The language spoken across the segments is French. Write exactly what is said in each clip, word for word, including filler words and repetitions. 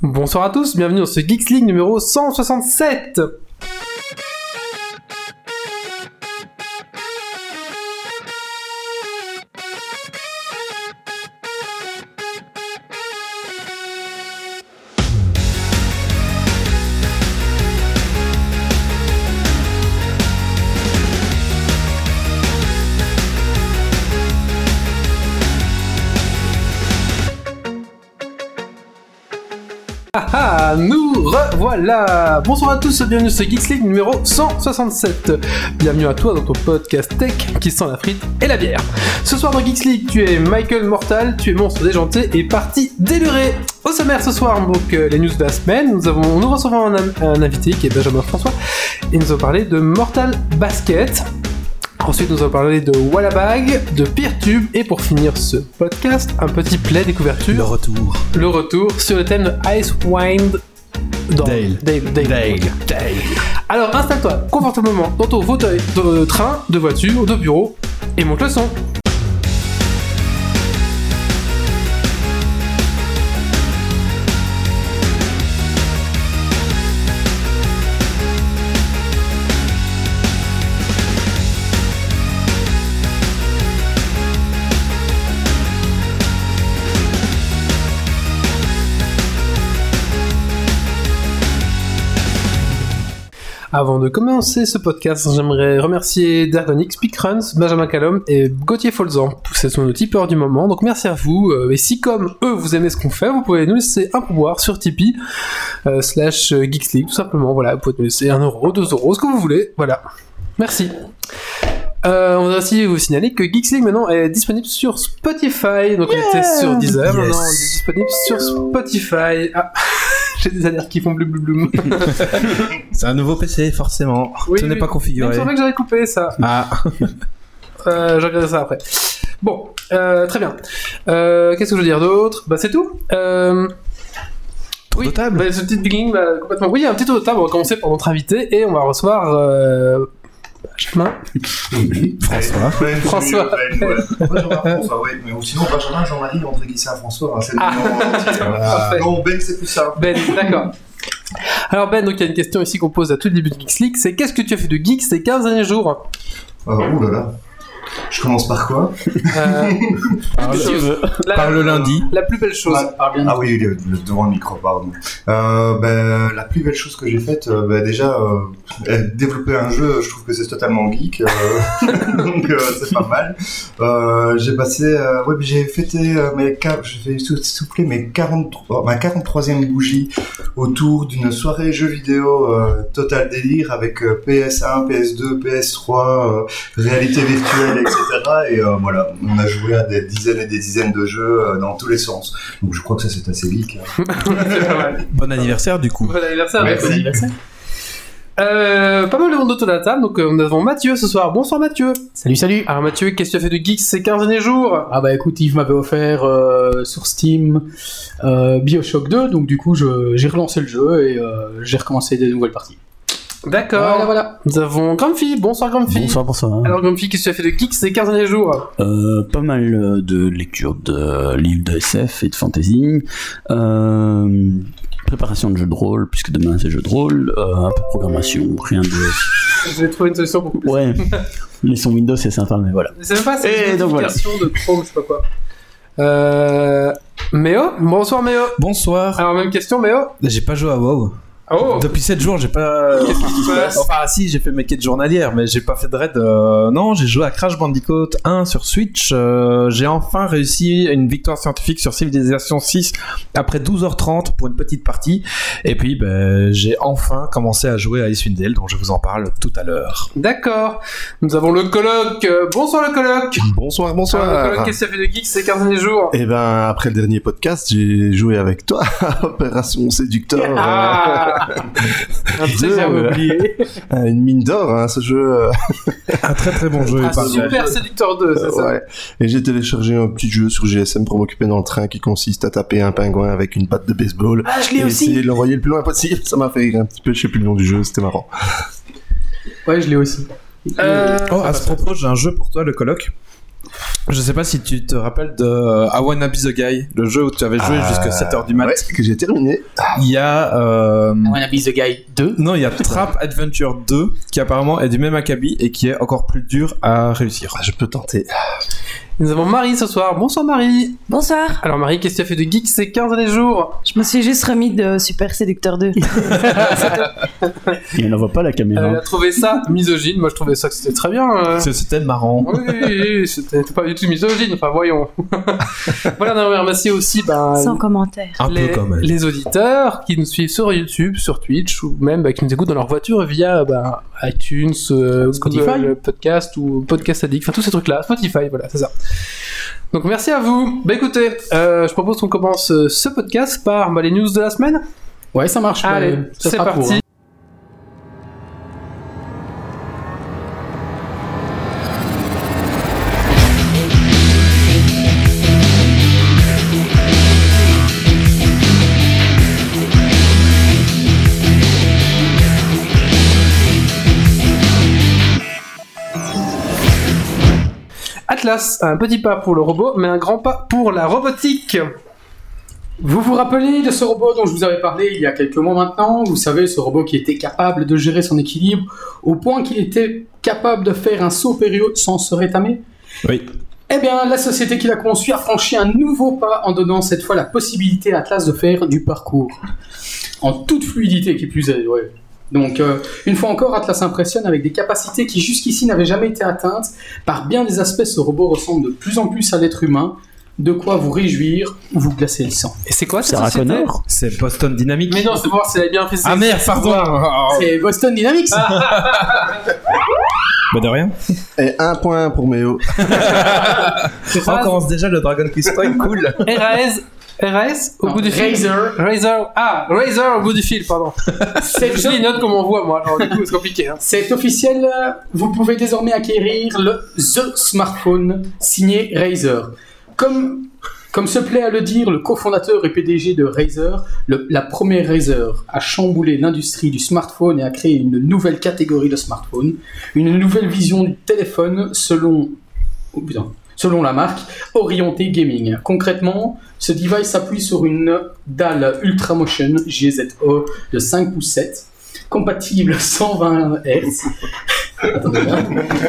Bonsoir à tous, bienvenue dans ce Geeks League numéro cent soixante-sept. Ah ah, nous revoilà. Bonsoir à tous, bienvenue sur Geeks League numéro cent soixante-sept. Bienvenue à toi dans ton podcast tech qui sent la frite et la bière. Ce soir dans Geeks League, tu es Michael Mortal, tu es monstre déjanté et partie délurée. Au sommaire ce soir, donc euh, les news de la semaine, nous avons nous recevons un, un invité qui est Benjamin François et nous allons parler de Mortal Basket. Ensuite, nous allons parler de Wallabag, de Peertube, et pour finir ce podcast, un petit play découverture. Le retour. Le retour sur le thème de Icewind Dale. Dale. Dale. Dale. Dale. Alors, installe-toi confortablement dans ton fauteuil de train, de voiture, de bureau, et monte le son. Avant de commencer ce podcast, j'aimerais remercier Dergonic, Speakruns, Benjamin Callum et Gauthier Folzan. Ce sont nos tipeurs du moment, donc merci à vous. Et si comme eux vous aimez ce qu'on fait, vous pouvez nous laisser un pourboire sur Tipeee euh, slash Geeks League, tout simplement. Voilà, vous pouvez nous laisser un euro, deux euros, ce que vous voulez. Voilà, merci. Euh, on va aussi vous signaler que Geeks League maintenant est disponible sur Spotify. Donc yeah on était sur Deezer, yes. Maintenant on est disponible sur Spotify. Ah. J'ai des alertes qui font blum blum blum. C'est un nouveau P C, forcément. Oui, Ce oui. n'est pas configuré. Il me semblait que j'avais coupé ça. Ah. euh, je regarderai ça après. Bon, euh, très bien. Euh, qu'est-ce que je veux dire d'autre ? Bah c'est tout. Euh... Oui, table. Bah, ce petit beginning, bah, complètement. Oui, il y a un petit tour de table. On va commencer par notre invité et on va recevoir. Euh... Benjamin. François. Ben, François. Ben, ouais. Benjamin François, oui. Mais sinon, Benjamin, Jean-Marie, André Guissin, François. Hein, c'est le ah. nom entier. Voilà. Non, Ben, c'est plus ça. Ben, d'accord. Alors, Ben, donc il y a une question ici qu'on pose à tout le début de Geeks League c'est qu'est-ce que tu as fait de geek ces quinze derniers jours ? euh, Ouh là là. Je commence par quoi euh, Par, le, la, par le lundi. La plus belle chose. Ouais, ah oui, le, le, devant le micro, pardon. Euh, ben, la plus belle chose que j'ai faite, euh, ben, déjà, euh, développer un jeu, je trouve que c'est totalement geek, euh, donc euh, c'est pas mal. Euh, j'ai passé, euh, ouais, j'ai fêté euh, mes, j'ai fait souffler mes quarante-trois, ma quarante-troisième bougie autour d'une soirée jeux vidéo euh, total délire avec euh, P S un, P S deux, P S trois, euh, réalité virtuelle, et cetera. Et euh, voilà, on a joué à des dizaines et des dizaines de jeux euh, dans tous les sens. Donc je crois que ça c'est assez geek. Hein. Bon anniversaire du coup. Bon anniversaire, ouais, bon anniversaire. Euh, pas mal de monde autour de la table, donc euh, nous avons Mathieu ce soir. Bonsoir Mathieu. Salut, salut. Alors Mathieu, qu'est-ce que tu as fait de geeks ces quinze derniers jours ? Ah bah écoute, Yves m'avait offert euh, sur Steam euh, Bioshock deux, donc du coup je, j'ai relancé le jeu et euh, j'ai recommencé des nouvelles parties. D'accord. Voilà, voilà. Nous avons Grumpy. Bonsoir Grumpy. Bonsoir, bonsoir. Alors Grumpy, qu'est-ce que tu as fait de geeks ces quinze derniers jours ? euh, Pas mal de lectures de livres de S F et de fantasy. Euh, préparation de jeux de rôle, puisque demain c'est jeu de rôle. Euh, un peu de programmation, rien de... J'ai trouvé une solution beaucoup plus. Ouais. Les sons Windows c'est sympa, mais voilà. C'est même pas c'est et une donc notification voilà. de Chrome, je sais pas quoi. Euh... Méo. Bonsoir Méo. Bonsoir. Alors même question Méo. J'ai pas joué à WoW. Oh. Depuis sept jours, j'ai pas. Qu'est-ce qui se passe ? Enfin, si, j'ai fait mes quêtes journalières, mais j'ai pas fait de raid. Euh... Non, j'ai joué à Crash Bandicoot un sur Switch. Euh... J'ai enfin réussi une victoire scientifique sur Civilization six après douze heures trente pour une petite partie. Et puis, ben, j'ai enfin commencé à jouer à Icewind Dale, dont je vous en parle tout à l'heure. D'accord. Nous avons le coloc. Bonsoir le coloc. Bonsoir, bonsoir. Alors, le coloc, qu'est-ce que tu as fait de geek ces quinze derniers jours ? Eh ben, après le dernier podcast, j'ai joué avec toi à Opération Séducteur. Ah un truc que j'avais oublié. Une mine d'or, hein, ce jeu. Un très très bon jeu. Un super Séducteur deux, c'est euh, ça. Ouais. Et j'ai téléchargé un petit jeu sur G S M pour m'occuper dans le train qui consiste à taper un pingouin avec une batte de baseball. Ah, je l'ai et aussi. essayer de l'envoyer le plus loin possible. Ça m'a fait rire un petit peu, je sais plus le nom du jeu, c'était marrant. Ouais, je l'ai aussi. Euh... Oh, à ce propos, j'ai un jeu pour toi, le coloc. Je sais pas si tu te rappelles de euh, I Wanna Be the Guy, le jeu où tu avais joué Ah, jusqu'à sept heures du mat. Ouais, que j'ai terminé. Il y a. Euh... I Wanna Be the Guy deux. Non, il y a Trap Adventure deux qui apparemment est du même acabit et qui est encore plus dur à réussir. Ah, je peux tenter. Nous avons Marie ce soir. Bonsoir Marie. Bonsoir. Alors Marie, qu'est-ce que tu as fait de geek ces quinze derniers jours? Je me suis juste remis de Super Séducteur deux. Il n'en voit pas la caméra. Elle a trouvé ça misogyne. Moi je trouvais ça que c'était très bien. euh. C'est- C'était marrant. Oui, oui, oui, oui, c'était pas du tout misogyne, enfin voyons. Voilà, on va remercier aussi ben, Sans commentaire. Un les, peu quand même. les auditeurs qui nous suivent sur YouTube, sur Twitch, ou même bah, qui nous écoutent dans leur voiture via bah, iTunes, euh, Spotify. Google Podcast ou Podcast Addict, enfin tous ces trucs-là, Spotify, voilà, c'est ça. Donc merci à vous. Bah écoutez, euh, je propose qu'on commence euh, ce podcast par bah, les news de la semaine. Ouais, ça marche. Allez, ouais, ça c'est sera court, parti. hein. Atlas, un petit pas pour le robot, mais un grand pas pour la robotique. Vous vous rappelez de ce robot dont je vous avais parlé il y a quelques mois maintenant? Vous savez, ce robot qui était capable de gérer son équilibre au point qu'il était capable de faire un saut périlleux sans se rétamer? Oui. Eh bien, la société qui l'a conçu a franchi un nouveau pas en donnant cette fois la possibilité à Atlas de faire du parcours. En toute fluidité, qui plus est, ouais. Donc, euh, une fois encore, Atlas impressionne avec des capacités qui jusqu'ici n'avaient jamais été atteintes. Par bien des aspects, ce robot ressemble de plus en plus à l'être humain. De quoi vous réjouir ou vous glacer le sang. Et c'est quoi cette Sarah société? Connor. C'est Boston Dynamics. Mais non, c'est pour voir si elle a bien fait ses Ah merde, pardon. C'est Boston Dynamics. Bah de rien. Et un point pour Méo. C'est On ça, commence déjà le Dragon Quiz Point, cool. R A S R A S au Non, bout du fil. Razer. Razer. Ah, Razer au bout du fil, pardon. C'est Je les note comme on voit, moi. Alors, du coup, c'est compliqué. Hein. C'est officiel, vous pouvez désormais acquérir le The Smartphone signé Razer. Comme, comme se plaît à le dire le cofondateur et P D G de Razer, le- la première Razer a chamboulé l'industrie du smartphone et a créé une nouvelle catégorie de smartphone, une nouvelle vision du téléphone selon, oh putain, selon la marque, orientée gaming. Concrètement, ce device s'appuie sur une dalle Ultramotion G Z O de cinq pouces sept, compatible cent vingt hertz. Attendez, hein.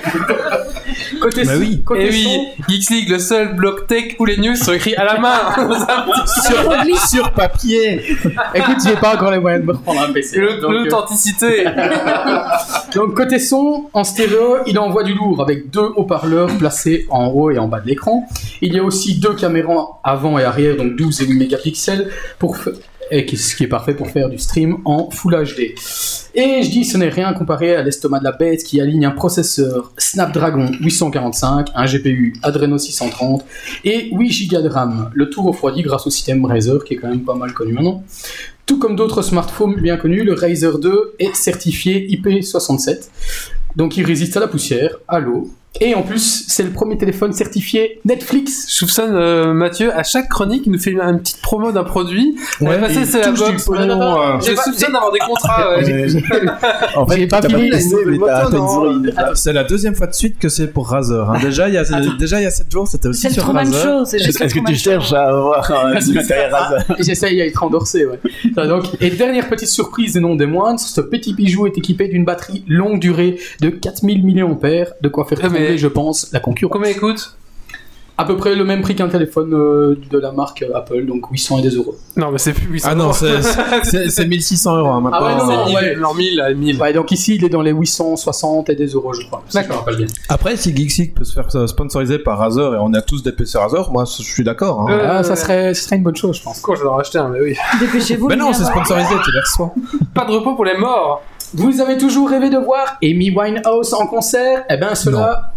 Côté Bah son- oui. côté Et oui, son- Geeks League, le seul blog tech où les news sont écrits à la main. sur, sur papier. Écoute, j'ai pas encore les moyens de me reprendre un P C. Le- Donc, euh, L'authenticité. donc, côté son, en stéréo, il envoie du lourd avec deux haut-parleurs placés en haut et en bas de l'écran. Il y a aussi deux caméras avant et arrière, donc douze et huit mégapixels, pour fa- et qui- ce qui est parfait pour faire du stream en Full H D. Et je dis, ce n'est rien comparé à l'estomac de la bête qui aligne un processeur Snapdragon huit cent quarante-cinq, un G P U Adreno six cent trente et huit giga de RAM. Le tout refroidi grâce au système Razer qui est quand même pas mal connu maintenant. Tout comme d'autres smartphones bien connus, le Razer deux est certifié I P soixante-sept, donc il résiste à la poussière, à l'eau, et en plus c'est le premier téléphone certifié Netflix. Je soupçonne euh, Mathieu, à chaque chronique, il nous fait une, une petite promo d'un produit. Ouais, Ouais, passé, il c'est la touche du box. pognon, euh. Je soupçonne d'avoir des contrats. ouais. En fait, J'ai pas t'as fini, pas testé, mais t'as t'as une souris. C'est la deuxième fois de suite que c'est pour Razer. hein. Déjà, il y a déjà il y a sept jours, c'était aussi C'est le sur Truman Razer. Show. C'est juste Est-ce le est-ce que Truman tu Show. cherches à avoir euh, du matériel Razer? J'essaye à être endorsé, ouais. Ça, donc, et dernière petite surprise et non des moindres, ce petit bijou est équipé d'une batterie longue durée de quatre mille milliampères, de quoi faire Ah, mais- trembler, je pense, la concurrence. Combien écoute? À peu près le même prix qu'un téléphone euh, de la marque euh, Apple, donc huit cents et des euros. Non, mais c'est plus huit cents. Ah non, c'est- c'est c'est mille six cents euros hein, maintenant. Ah ouais, non, c'est non, mille, ouais. non, mille, euh, mille. Ouais, donc ici, il est dans les huit cent soixante et des euros, je crois. si je me rappelle bien. Après, si Geeksy peut se faire euh, sponsoriser par Razer et on a tous des P C Razer, moi je suis d'accord. Hein. Euh, Ah, ça serait, ça serait une bonne chose, je pense. Quand je vais en racheter un, mais oui. Dépêchez-vous. Mais non, les c'est gars. sponsorisé, tu les reçois. Pas de repos pour les morts. Vous avez toujours rêvé de voir Amy Winehouse en concert? Eh bien, cela...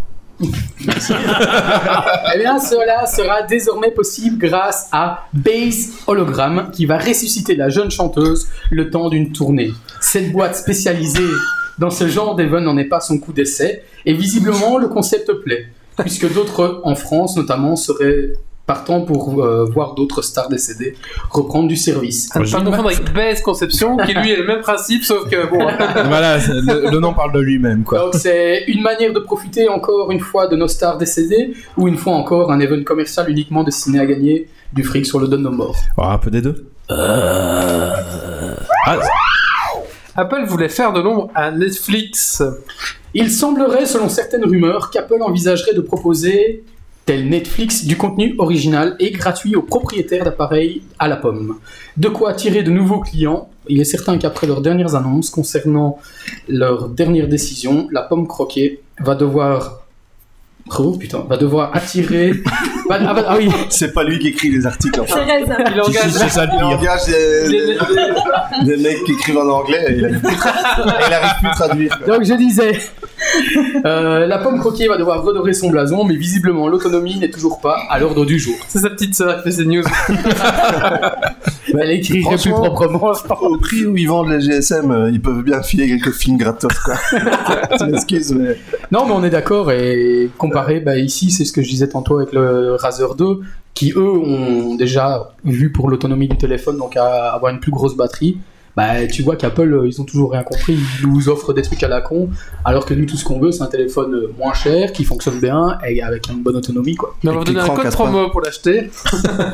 eh bien, cela sera désormais possible grâce à Base Hologram, qui va ressusciter la jeune chanteuse le temps d'une tournée. Cette boîte spécialisée dans ce genre d'event n'en est pas son coup d'essai, et visiblement, le concept plaît, puisque d'autres en France, notamment, seraient partant pour euh, voir d'autres stars décédées reprendre du service. Ça ne pas confondre avec Base Conception, qui lui est le même principe, sauf que bon. Voilà, c'est- le, le nom parle de lui-même, quoi. Donc c'est une manière de profiter encore une fois de nos stars décédées, ou une fois encore un événement commercial uniquement destiné à gagner du fric sur le dos de nos morts. Oh, un peu des deux. Euh... Ah, Apple voulait faire de l'ombre à Netflix. Il semblerait, selon certaines rumeurs, qu'Apple envisagerait de proposer, tel Netflix, du contenu original et gratuit aux propriétaires d'appareils à la pomme. De quoi attirer de nouveaux clients. Il est certain qu'après leurs dernières annonces concernant leur dernière décision, la pomme croquée va devoir... Oh putain, va devoir attirer... va- ah, va- ah oui, C'est pas lui qui écrit les articles. Enfin. Thérèse. Il engage. c'est ça le Il pire. engage des, Les- des- des mecs qui écrivent en anglais et il arrive plus, il arrive plus à traduire. donc je disais... Euh, la pomme croquée va devoir redorer son blason, mais visiblement l'autonomie n'est toujours pas à l'ordre du jour. C'est sa petite sœur qui fait ses news. Elle écrirait plus Franchement, proprement. Au prix où ils vendent les G S M, euh, ils peuvent bien filer quelques films gratos, quoi. Tu m'excuses, mais... Non, mais on est d'accord, et comparé, bah, ici, c'est ce que je disais tantôt avec le Razer deux, qui eux ont déjà vu pour l'autonomie du téléphone, donc à avoir une plus grosse batterie. Bah, tu vois qu'Apple, euh, ils ont toujours rien compris, ils nous offrent des trucs à la con, alors que nous, tout ce qu'on veut, c'est un téléphone euh, moins cher, qui fonctionne bien, et avec une bonne autonomie, quoi. Mais on va vous donner un l'écran code quatre promo pour l'acheter. Comment ?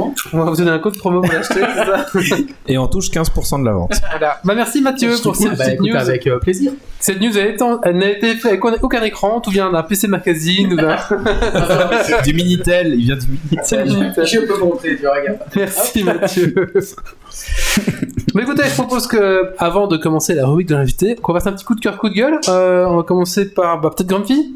On va vous donner un code promo pour l'acheter, c'est ça. Et on touche quinze pour cent de la vente. Voilà. Bah merci Mathieu pour Cool, cette bah, petite écoute, news. avec euh, plaisir. Cette news elle, est en- elle n'a été faite avec aucun écran, tout vient d'un P C Magazine ou d'un... Du Minitel, il vient du Minitel. Je peux montrer, tu regardes. Merci Mathieu. Mais écoutez, je propose que, avant de commencer la rubrique de l'invité, qu'on fasse un petit coup de cœur, coup de gueule. Euh, on va commencer par bah, peut-être Grumpy.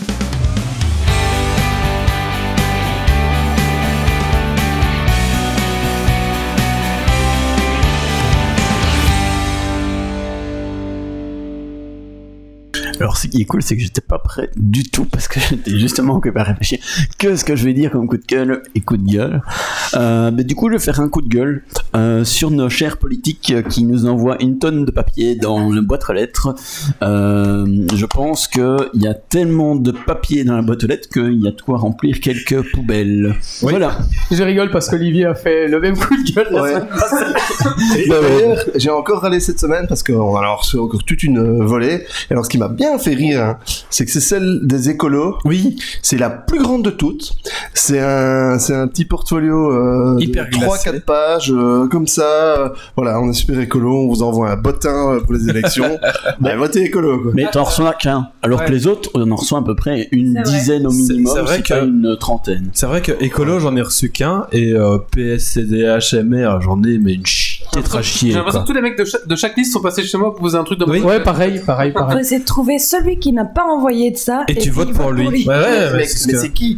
Alors, ce qui est cool, c'est que j'étais pas prêt du tout parce que j'étais justement occupé à réfléchir que ce que je vais dire comme coup de gueule et coup de gueule. Euh, mais du coup, je vais faire un coup de gueule euh, sur nos chers politiques qui nous envoient une tonne de papier dans la boîte aux lettres. Euh, je pense qu'il y a tellement de papier dans la boîte aux lettres qu'il y a de quoi remplir quelques poubelles. Oui. Voilà. Je rigole parce qu'Olivier a fait le même coup de gueule la Ouais. semaine passée. Et D'ailleurs, j'ai encore râlé cette semaine parce qu'on a reçu encore toute une euh, volée. Et alors, ce qui m'a bien fait rire, hein, c'est que c'est celle des écolos. Oui, C'est la plus grande de toutes. C'est un, c'est un petit portfolio euh, Hyper de trois glacé. quatre pages, euh, comme ça. Euh, voilà, on est super écolo, on vous envoie un bottin euh, pour les élections. Ben, votez écolo, quoi. Mais t'en reçois qu'un. Alors Ouais. que les autres, on en reçoit à peu près une C'est vrai. dizaine au C'est- minimum, c'est vrai c'est que- pas une trentaine. c'est vrai que écolo, j'en ai reçu qu'un, et euh, P S C D H M R, j'en ai, mais une chiette à chier. J'ai l'impression quoi. que tous les mecs de, cha- de chaque liste sont passés chez moi pour poser un truc de Oui. Ouais, pareil, pareil, On pareil. peut essayer de trouver celui qui n'a pas envoyé de ça. Et tu puis votes il pour vote lui. Ouais, ouais, mais mais c'est ce mais que- c'est qui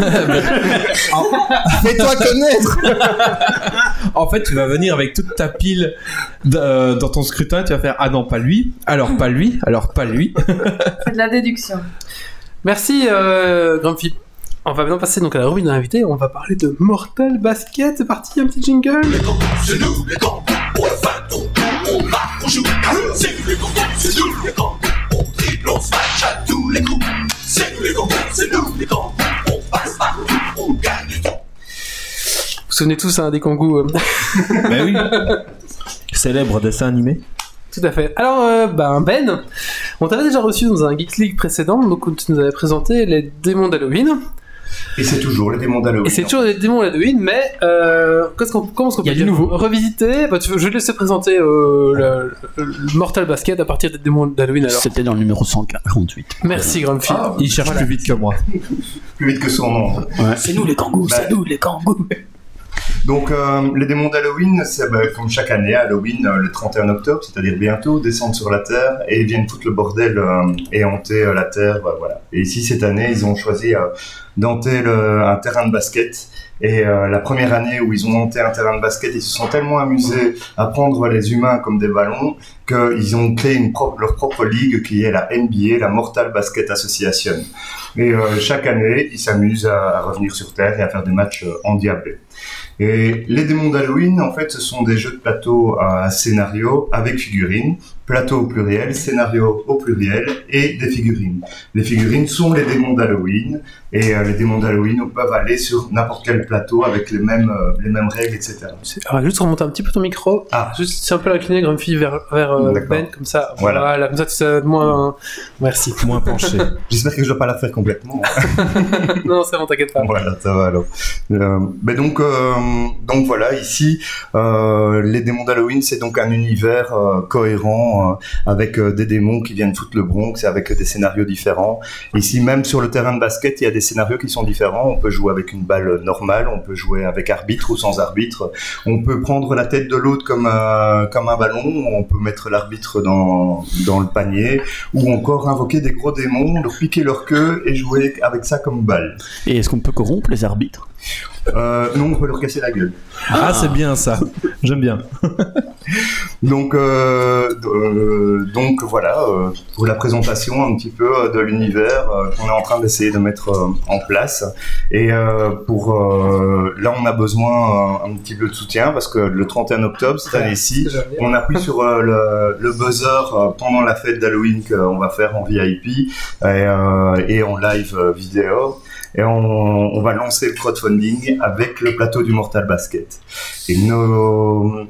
Fais-toi connaître. En fait, tu vas venir avec toute ta pile de- euh, dans ton scrutin, tu vas faire ah non, pas lui, alors pas lui, alors pas lui. C'est de la déduction. Merci euh, Grumpy. On va maintenant passer donc à la rubrique de l'invité. On va parler de Mortal Basket. C'est parti, un petit jingle. C'est nous les gants, pour la fin on court, on marque, on joue. C'est nous les gants, c'est nous les gants. On dribble, on se match à tous les coups. C'est nous les gants, c'est nous les gants. On passe partout, on gagne du temps. Vous vous souvenez tous hein, des Kangoo euh. Ben oui. Célèbre dessin animé. Tout à fait. Alors, euh, ben, Ben, on t'avait déjà reçu dans un Geek League précédent, donc où tu nous avais présenté les démons d'Halloween. Et c'est toujours les démons d'Halloween. Et c'est toujours les démons d'Halloween, mais euh, qu'est-ce qu'on, comment est-ce qu'on Il y peut a du dire nouveau. Revisiter bah, tu veux, je vais te laisser présenter euh, le, le Mortal Basket à partir des démons d'Halloween alors. C'était dans le numéro cent quarante-huit. Merci, Grumpy. Ah, Il cherche plus vite que moi. plus vite que son nom. C'est nous les kangourous, Bah, c'est nous les kangourous. Donc, euh, les démons d'Halloween, c'est bah, comme chaque année, Halloween, euh, le trente et un octobre, c'est-à-dire bientôt, descendent sur la Terre et viennent foutre le bordel euh, et hanter euh, la Terre. Bah, voilà. Et ici, cette année, ils ont choisi euh, d'hanter le- un terrain de basket. Et euh, la première année où ils ont hanté un terrain de basket, ils se sont tellement amusés à prendre les humains comme des ballons qu'ils ont créé une propre- leur propre ligue qui est la N B A, la Mortal Basket Association. Et euh, chaque année, ils s'amusent à, à revenir sur Terre et à faire des matchs euh, endiablés. Et les démons d'Halloween, en fait, ce sont des jeux de plateau à scénario avec figurines. plateau au pluriel, scénario au pluriel et des figurines. Les figurines sont les démons d'Halloween et euh, les démons d'Halloween peuvent aller sur n'importe quel plateau avec les mêmes, euh, les mêmes règles, et cetera. Alors, juste remonter un petit peu ton micro. Ah. Juste, c'est un peu incliné, Grumpy, vers, vers euh, D'accord. Ben, comme ça. Voilà. Voilà, comme ça, tu sais moins. Merci. Moins penché. J'espère que je dois pas la faire complètement. Non, c'est bon, t'inquiète pas. Voilà, ça va alors. Euh, ben donc, euh, donc voilà, ici, euh, les démons d'Halloween, c'est donc un univers euh, cohérent euh, avec euh, des démons qui viennent foutre le Bronx et avec des scénarios différents. Ici, même sur le terrain de basket, il y a des scénarios qui sont différents. On peut jouer avec une balle normale, on peut jouer avec arbitre ou sans arbitre. On peut prendre la tête de l'autre comme un, comme un ballon, on peut mettre l'arbitre dans, dans le panier, ou encore invoquer des gros démons, leur piquer leur queue et jouer avec ça comme balle. Et est-ce qu'on peut corrompre les arbitres? Euh, non, on peut leur casser la gueule. Ah, c'est bien ça. J'aime bien. Donc, euh, euh, donc voilà, euh, pour la présentation un petit peu de l'univers euh, qu'on est en train d'essayer de mettre euh, en place. Et euh, pour euh, là, on a besoin euh, un petit peu de soutien parce que le trente et un octobre cette année-ci, on appuie sur euh, le, le buzzer euh, pendant la fête d'Halloween qu'on va faire en V I P et, euh, et en live euh, vidéo. Et on, on va lancer le crowdfunding avec le plateau du Mortal Basket. Et nos,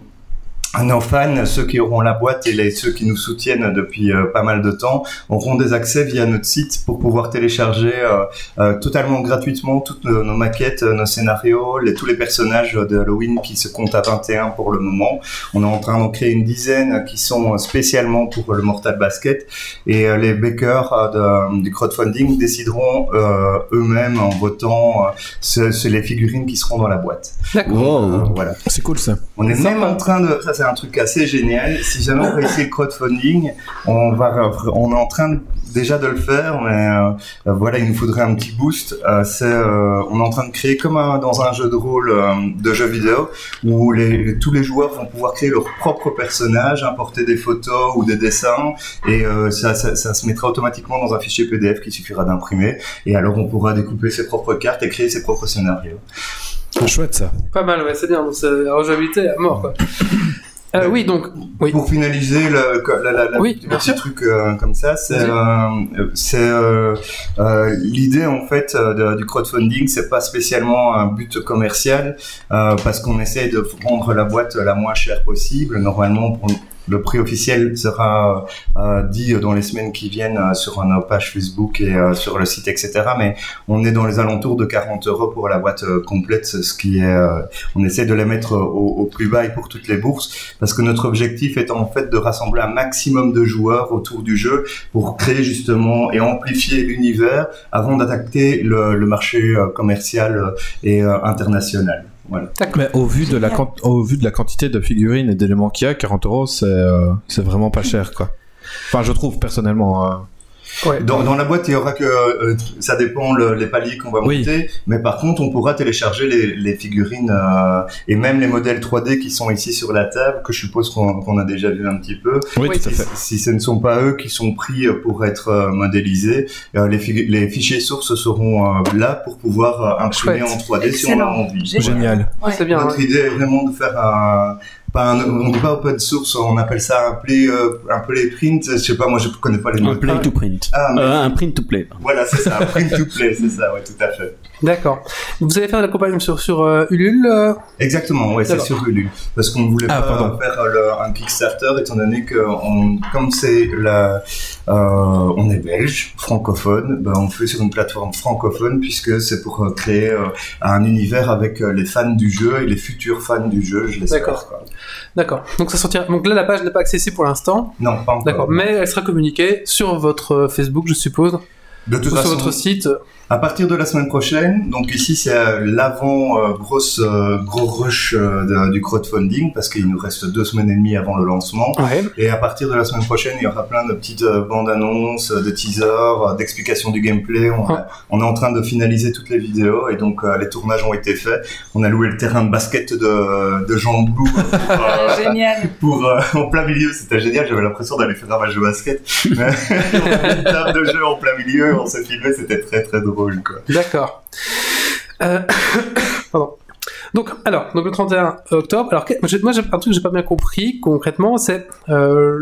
nos fans, ceux qui auront la boîte et les, ceux qui nous soutiennent depuis euh, pas mal de temps, auront des accès via notre site pour pouvoir télécharger euh, euh, totalement gratuitement toutes nos, nos maquettes, nos scénarios, les, tous les personnages de Halloween qui se comptent à vingt et un pour le moment. On est en train d'en créer une dizaine qui sont spécialement pour le Mortal Basket et euh, les backers euh, de, du crowdfunding décideront euh, eux-mêmes en votant euh, ce, ce, les figurines qui seront dans la boîte. D'accord. Wow. Euh, voilà. C'est cool ça. On est C'est même sympa. en train de, ça c'est un truc assez génial. Si jamais on réussit le crowdfunding, on va, on est en train de, déjà de le faire, mais euh, voilà, il nous faudrait un petit boost. Euh, c'est, euh, on est en train de créer comme un, dans un jeu de rôle euh, de jeux vidéo où les, les, tous les joueurs vont pouvoir créer leur propre personnage, importer des photos ou des dessins, et euh, ça, ça, ça se mettra automatiquement dans un fichier P D F qu'il suffira d'imprimer. Et alors on pourra découper ses propres cartes et créer ses propres scénarios. C'est chouette ça. Pas mal, ouais, c'est bien. Donc, c'est la rejouabilité à mort, quoi. Euh, oui, donc, oui. Pour finaliser le, la, la, la, Oui, le bien petit sûr. truc euh, comme ça, c'est, Vas-y. euh, c'est euh, euh, l'idée en fait euh, de, du crowdfunding, c'est pas spécialement un but commercial euh, parce qu'on essaye de rendre la boîte la moins chère possible. Normalement, pour le prix officiel sera euh, dit dans les semaines qui viennent euh, sur nos pages Facebook et euh, sur le site, et cetera. Mais on est dans les alentours de quarante euros pour la boîte euh, complète, ce qui est, euh, on essaie de la mettre au, au plus bas et pour toutes les bourses, parce que notre objectif est en fait de rassembler un maximum de joueurs autour du jeu pour créer justement et amplifier l'univers avant d'attaquer le, le marché euh, commercial et euh, international. Voilà. Mais au vu, de la quan- au vu de la quantité de figurines et d'éléments qu'il y a, quarante euros, c'est, euh, c'est vraiment pas cher, quoi. Enfin, je trouve personnellement. Euh... Ouais. Dans, dans la boîte, il y aura que euh, ça dépend le, les paliers qu'on va Oui. monter, mais par contre, on pourra télécharger les, les figurines euh, et même les modèles trois D qui sont ici sur la table, que je suppose qu'on, qu'on a déjà vu un petit peu. Oui, Oui, tout à Si, fait. si ce ne sont pas eux qui sont pris pour être euh, modélisés, euh, les, figu- les fichiers sources seront euh, là pour pouvoir euh, imprimer Chouette. en trois D si on a Excellent. envie. Génial. Génial. Ouais. C'est bien. Notre ouais. idée est vraiment de faire un, pas un, on dit pas open source, on appelle ça un play, euh, un play print, je sais pas, moi je connais pas les noms. Un play to print. Ah, mais- Euh, un print to play. Voilà, c'est ça, un print to play, c'est ça, ouais, tout à fait. D'accord. Vous allez faire la campagne sur, sur euh, Ulule euh, Exactement, ouais, c'est D'accord. sur Ulule. Parce qu'on ne voulait Ah, pas pardon. faire euh, le- un Kickstarter, étant donné que on, comme c'est la, euh, on est belge, francophone, ben on fait sur une plateforme francophone puisque c'est pour euh, créer euh, un univers avec euh, les fans du jeu et les futurs fans du jeu, je l'espère. D'accord. quoi. D'accord. Donc ça sortira. Donc là, la page n'est pas accessible pour l'instant. Non, pas encore. D'accord. Mais elle sera communiquée sur votre euh, Facebook, je suppose, De ou toute sur façon, votre site. à partir de la semaine prochaine, donc ici c'est euh, l'avant euh, grosse euh, gros rush euh, de- du crowdfunding parce qu'il nous reste deux semaines et demie avant le lancement. Ouais. Et à partir de la semaine prochaine, il y aura plein de petites euh, bandes annonces, euh, de teasers, euh, d'explications du gameplay. On, a- on est en train de finaliser toutes les vidéos et donc euh, les tournages ont été faits. On a loué le terrain de basket de, de Jean Blou pour, euh, Génial. pour euh, en plein milieu. C'était génial. J'avais l'impression d'aller faire un match de basket. Mais on avait une table de jeu en plein milieu. On s'est filmé. C'était très très drôle, quoi. D'accord. Euh... Pardon. Donc, alors, donc le trente et un octobre. Alors, que- moi, j'ai moi, j'ai un truc que j'ai pas bien compris concrètement, c'est euh, donc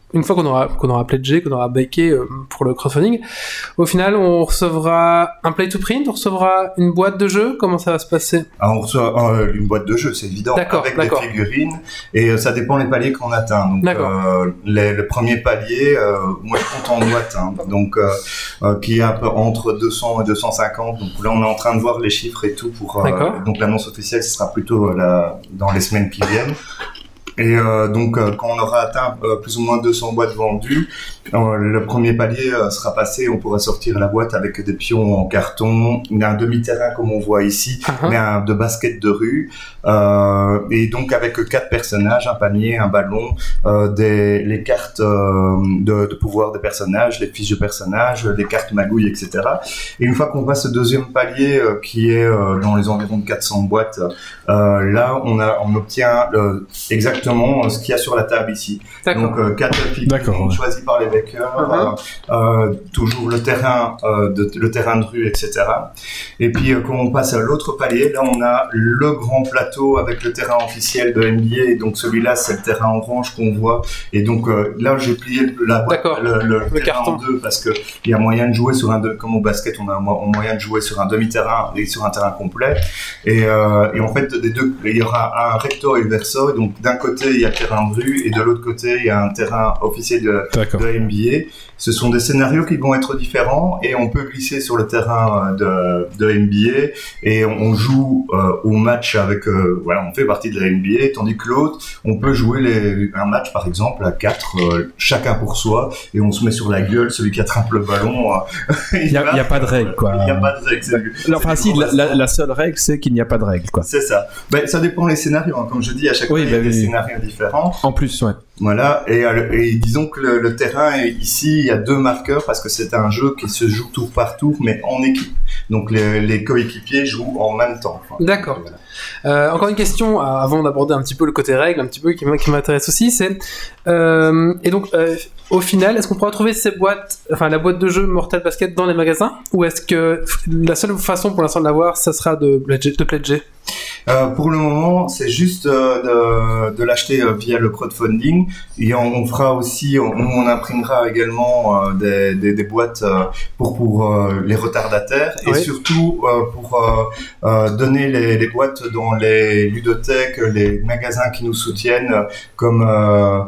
une fois qu'on aura qu'on aura pledgé, qu'on aura backé euh, pour le crowdfunding, au final, on recevra un play to print, on recevra une boîte de jeu. Comment ça va se passer? Ah, on reçoit euh, une boîte de jeu, c'est évident, D'accord, avec d'accord. des figurines, et euh, ça dépend les paliers qu'on atteint. Donc, D'accord. euh, les, le premier palier, euh, moi je compte en boîte, hein, donc euh, euh, qui est un peu entre deux cents et deux cent cinquante. Donc là, on est en train de voir les chiffres et tout pour. Euh, D'accord. donc l'annonce officielle, ce sera plutôt euh, la, dans les semaines qui viennent. Et euh, donc, euh, quand on aura atteint euh, plus ou moins deux cents boîtes vendues, euh, le premier palier euh, sera passé. On pourra sortir la boîte avec des pions en carton, un demi-terrain comme on voit ici, Uh-huh. mais un de basket de rue. Euh, et donc, avec quatre personnages, un panier, un ballon, euh, des, les cartes euh, de, de pouvoir des personnages, les fiches de personnages, les cartes magouilles, et cetera. Et une fois qu'on passe au deuxième palier, euh, qui est euh, dans les environs de quatre cents boîtes, euh, là, on, a, on obtient euh, exactement ce qu'il y a sur la table ici. D'accord. Donc euh, quatre figurines D'accord, ouais. choisies par les bakers, Uh-huh. euh, euh, toujours le terrain, euh, de, le terrain de rue, et cetera. Et puis euh, quand on passe à l'autre palier, là on a le grand plateau avec le terrain officiel de N B A. Et donc celui-là c'est le terrain orange qu'on voit. Et donc euh, là j'ai plié la boîte, D'accord. le, le, Le terrain carton. en deux parce que il y a moyen de jouer sur un de, comme au basket on a un mo- moyen de jouer sur un demi-terrain et sur un terrain complet. Et, euh, et en fait des deux il y aura un recto et verso. Et donc d'un côté il y a le terrain de rue et de l'autre côté il y a un terrain officiel de, D'accord. de N B A. Ce sont des scénarios qui vont être différents et on peut glisser sur le terrain de, de N B A et on, on joue euh, au match avec, euh, voilà, on fait partie de la N B A, tandis que l'autre, on peut jouer les, un match par exemple à quatre, euh, chacun pour soi, et on se met sur la gueule, celui qui attrape le ballon. euh, Il n'y a, il y a pas de règle, quoi. Il n'y a pas de règle. c'est- Enfin, c'est si, du la, la- combat. la seule règle, c'est qu'il n'y a pas de règle, quoi. C'est ça. Ben, ça dépend des scénarios, hein. Comme je dis, à chaque Oui, fois, il y a bah des oui. scénarios différents. En plus, ouais. Voilà, et, euh, et disons que le, le terrain, est- ici, il y a deux marqueurs parce que c'est un jeu qui se joue tour par tour, mais en équipe. Donc les, les coéquipiers jouent en même temps. Enfin, D'accord. voilà. Euh, encore une question euh, avant d'aborder un petit peu le côté règle, un petit peu qui m- qui m'intéresse aussi, c'est euh, et donc euh, au final, est-ce qu'on pourra trouver ces boîtes, enfin la boîte de jeu Mortal Basket dans les magasins, ou est-ce que la seule façon pour l'instant de l'avoir, ça sera de pledger, de pledger? Euh, pour le moment, c'est juste euh, de, de l'acheter euh, via le crowdfunding. Et on, on fera aussi, on, on imprimera également euh, des, des, des boîtes euh, pour, pour euh, les retardataires et Oui. surtout euh, pour euh, euh, donner les, les boîtes dans les ludothèques, les magasins qui nous soutiennent, comme euh,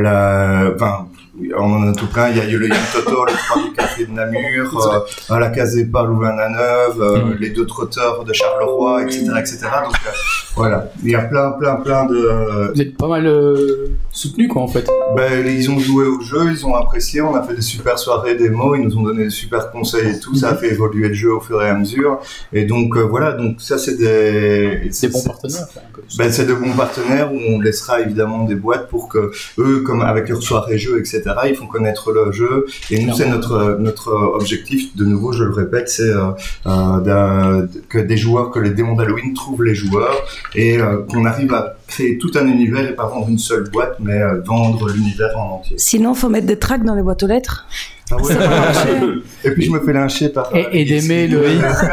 la, enfin, on en a tout plein. Il y a le Yam Toto, le trois du café de Namur, euh, la Casepa Louvain-la-Neuve, euh, Mm. les deux trotteurs de Charleroi, et cetera, et cetera. Donc euh, voilà, il y a plein, plein, plein de. Vous êtes pas mal euh, soutenu, quoi, en fait. Ben, ils ont joué au jeu, ils ont apprécié. On a fait des super soirées démo, ils nous ont donné des super conseils et tout. Ça a fait évoluer le jeu au fur et à mesure. Et donc euh, voilà, donc ça c'est des. C'est bons c'est- partenaires. quoi, un peu. Ben, c'est de bons partenaires où on laissera évidemment des boîtes pour que eux, comme avec leur soirée jeu, et cetera, ils font connaître le jeu. Et nous, c'est notre notre objectif. De nouveau, je le répète, c'est euh, euh, d'un- que des joueurs, que les démons d'Halloween trouvent les joueurs et euh, qu'on arrive à créer tout un univers et pas vendre une seule boîte, mais euh, vendre l'univers en entier. Sinon, faut mettre des tracts dans les boîtes aux lettres. Ah ouais. Ça va marcher. Et puis je me fais lyncher par. Et- et d'aimer le-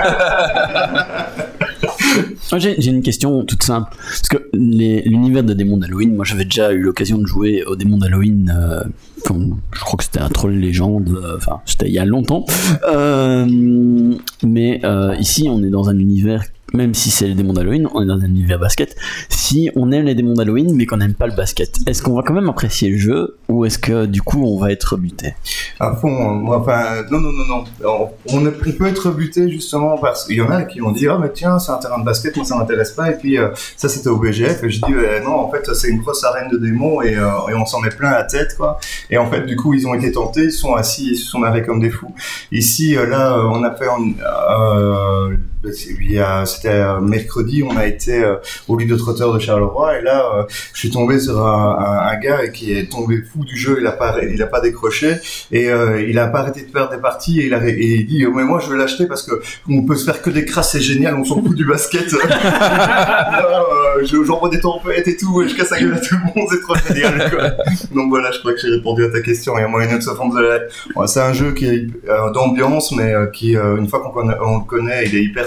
Moi, j'ai j'ai une question toute simple. Parce que les- l'univers de Démons d'Halloween, moi j'avais déjà eu l'occasion de jouer au Démons d'Halloween, euh, quand- je crois que c'était un troll légende, euh, enfin c'était il y a longtemps. Euh, mais euh, ici on est dans un univers, même si c'est les démons d'Halloween, on est dans un univers basket. Si on aime les démons d'Halloween mais qu'on n'aime pas le basket, est-ce qu'on va quand même apprécier le jeu ou est-ce que du coup on va être buté? À fond, hein. Moi, enfin, non, non, non, non. On, on, est- on peut être buté justement parce qu'il y en a qui ont dit, ah, mais tiens, c'est un terrain de basket, moi ça m'intéresse pas. Et puis, euh, ça c'était au B G F. Et je dis, euh, non, en fait, c'est une grosse arène de démons et, euh, et on s'en met plein la tête, quoi. Et en fait, du coup, ils ont été tentés, ils sont assis, ils se sont marrés comme des fous. Ici, euh, là, euh, on a fait, euh, il y a, c'était euh, mercredi, on a été euh, au Ludo-Trotteur de Charleroi et là, euh, je suis tombé sur un, un, un gars qui est tombé fou du jeu, il a pas, il a pas décroché et euh, il a pas arrêté de faire des parties et il a et il dit oh, mais moi je vais l'acheter parce que on peut se faire que des crasses, c'est génial, on s'en fout du basket. Là, euh, je- j'envoie des tempêtes et tout, et je casse la gueule à tout le monde, c'est trop génial, quoi. Donc voilà, je crois que j'ai répondu à ta question. Il y a moyen de se fendre de la... Ouais, c'est un jeu qui est euh, d'ambiance, mais euh, qui, euh, une fois qu'on connaît, on le connaît, il est hyper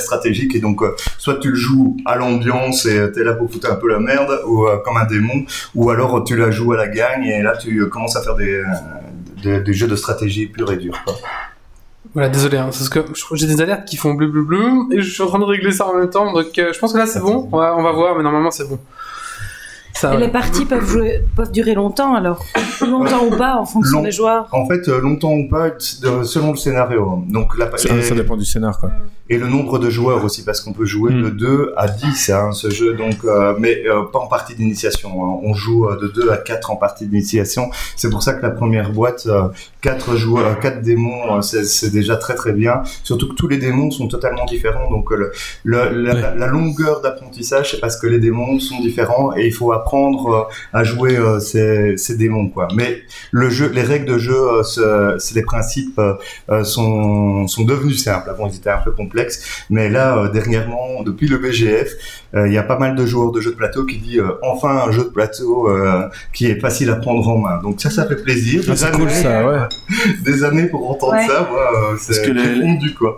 stratégique et donc euh, soit tu le joues à l'ambiance et t'es là pour foutre un peu la merde ou euh, comme un démon, ou alors tu la joues à la gagne et là tu euh, commences à faire des, euh, des, des jeux de stratégie purs et durs, quoi. Voilà, désolé, hein, parce que je crois que j'ai des alertes qui font bleu bleu bleu et je suis en train de régler ça en même temps, donc euh, je pense que là c'est bon, on va, on va voir, mais normalement c'est bon. Ça, Et ouais. les parties peuvent, jouer, peuvent durer longtemps alors longtemps ou pas en fonction Long- des joueurs. En fait, euh, longtemps ou pas, de- selon le scénario. Donc la Ça, ça dépend du scénar, quoi. et le nombre de joueurs aussi, parce qu'on peut jouer Mm. de deux à dix, hein, ce jeu, donc, euh, mais euh, pas en partie d'initiation. Hein. On joue euh, de deux à quatre en partie d'initiation. C'est pour ça que la première boîte, euh, quatre joueurs, quatre démons, euh, c'est, c'est déjà très très bien. Surtout que tous les démons sont totalement différents, donc euh, le, le, la, Ouais. la, la longueur d'apprentissage, c'est parce que les démons sont différents et il faut apprendre euh, à jouer euh, ces, ces démons, quoi. Mais le jeu, les règles de jeu, euh, ce- c'est les principes euh, euh, sont sont devenus simples. Avant, ils étaient un peu complexes. Mais là, euh, dernièrement, depuis le B G F, euh, il y a pas mal de joueurs de jeux de plateau qui disent euh, enfin un jeu de plateau euh, qui est facile à prendre en main. Donc ça, ça fait plaisir. Ah, Des c'est années- cool, ça, ouais. Des années pour entendre Ouais. ça, moi, euh, c'est Parce que les- j'ai fondu, quoi.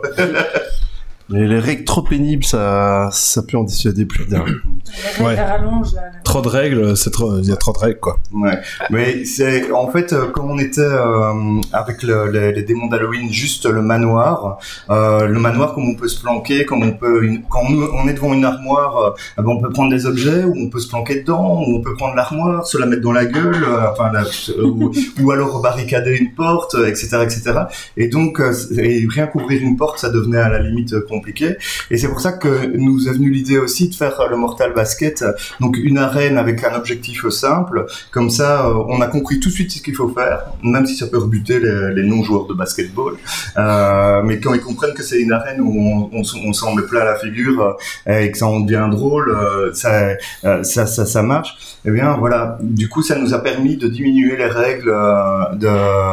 Les, les règles trop pénibles, ça, ça peut en dissuader plus d'un. Les Ouais. règles à rallonge, là. Trop de règles, c'est trop, il y a trop de règles, quoi. Ouais, mais c'est en fait euh, quand on était euh, avec le, les, les démons d'Halloween, juste le manoir, euh, le manoir comme on peut se planquer, comme on peut une- quand on, on est devant une armoire, euh, eh ben, on peut prendre des objets ou on peut se planquer dedans, ou on peut prendre l'armoire, se la mettre dans la gueule, euh, enfin la- euh, ou, ou alors barricader une porte, euh, et cetera, et cetera. Et donc euh, et rien qu'ouvrir une porte, ça devenait à la limite euh, compliqué. Et c'est pour ça que nous est venue l'idée aussi de faire euh, le Mortal Basket, euh, donc une arène avec un objectif simple. Comme ça, euh, on a compris tout de suite ce qu'il faut faire, même si ça peut rebuter les, les non-joueurs de basketball. Euh, mais quand ils comprennent que c'est une arène où on, on, s- on s'en met plein la figure euh, et que ça en devient drôle, euh, ça, euh, ça, ça, ça marche. Eh bien, voilà. Du coup, ça nous a permis de diminuer les règles euh, de,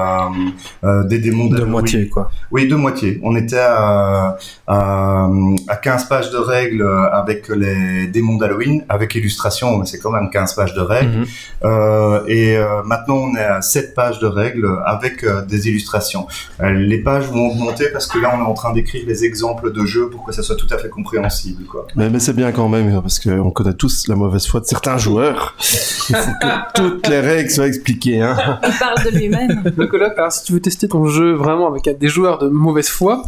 euh, des démons De d'Halloween. moitié, quoi. Oui, de moitié. On était à, à, à quinze pages de règles avec les démons d'Halloween, avec illustration, mais c'est quand même quinze pages de règles. Mhm. Euh, et euh, maintenant, on est à sept pages de règles avec euh, des illustrations. Euh, les pages vont augmenter parce que là, on est en train d'écrire les exemples de jeux pour que ça soit tout à fait compréhensible, quoi. Mais, mais c'est bien quand même, parce qu'on connaît tous la mauvaise foi de certains joueurs. Il faut que toutes les règles soient expliquées, hein. Il parle de lui-même. Le coloc, alors si tu veux tester ton jeu vraiment avec des joueurs de mauvaise foi,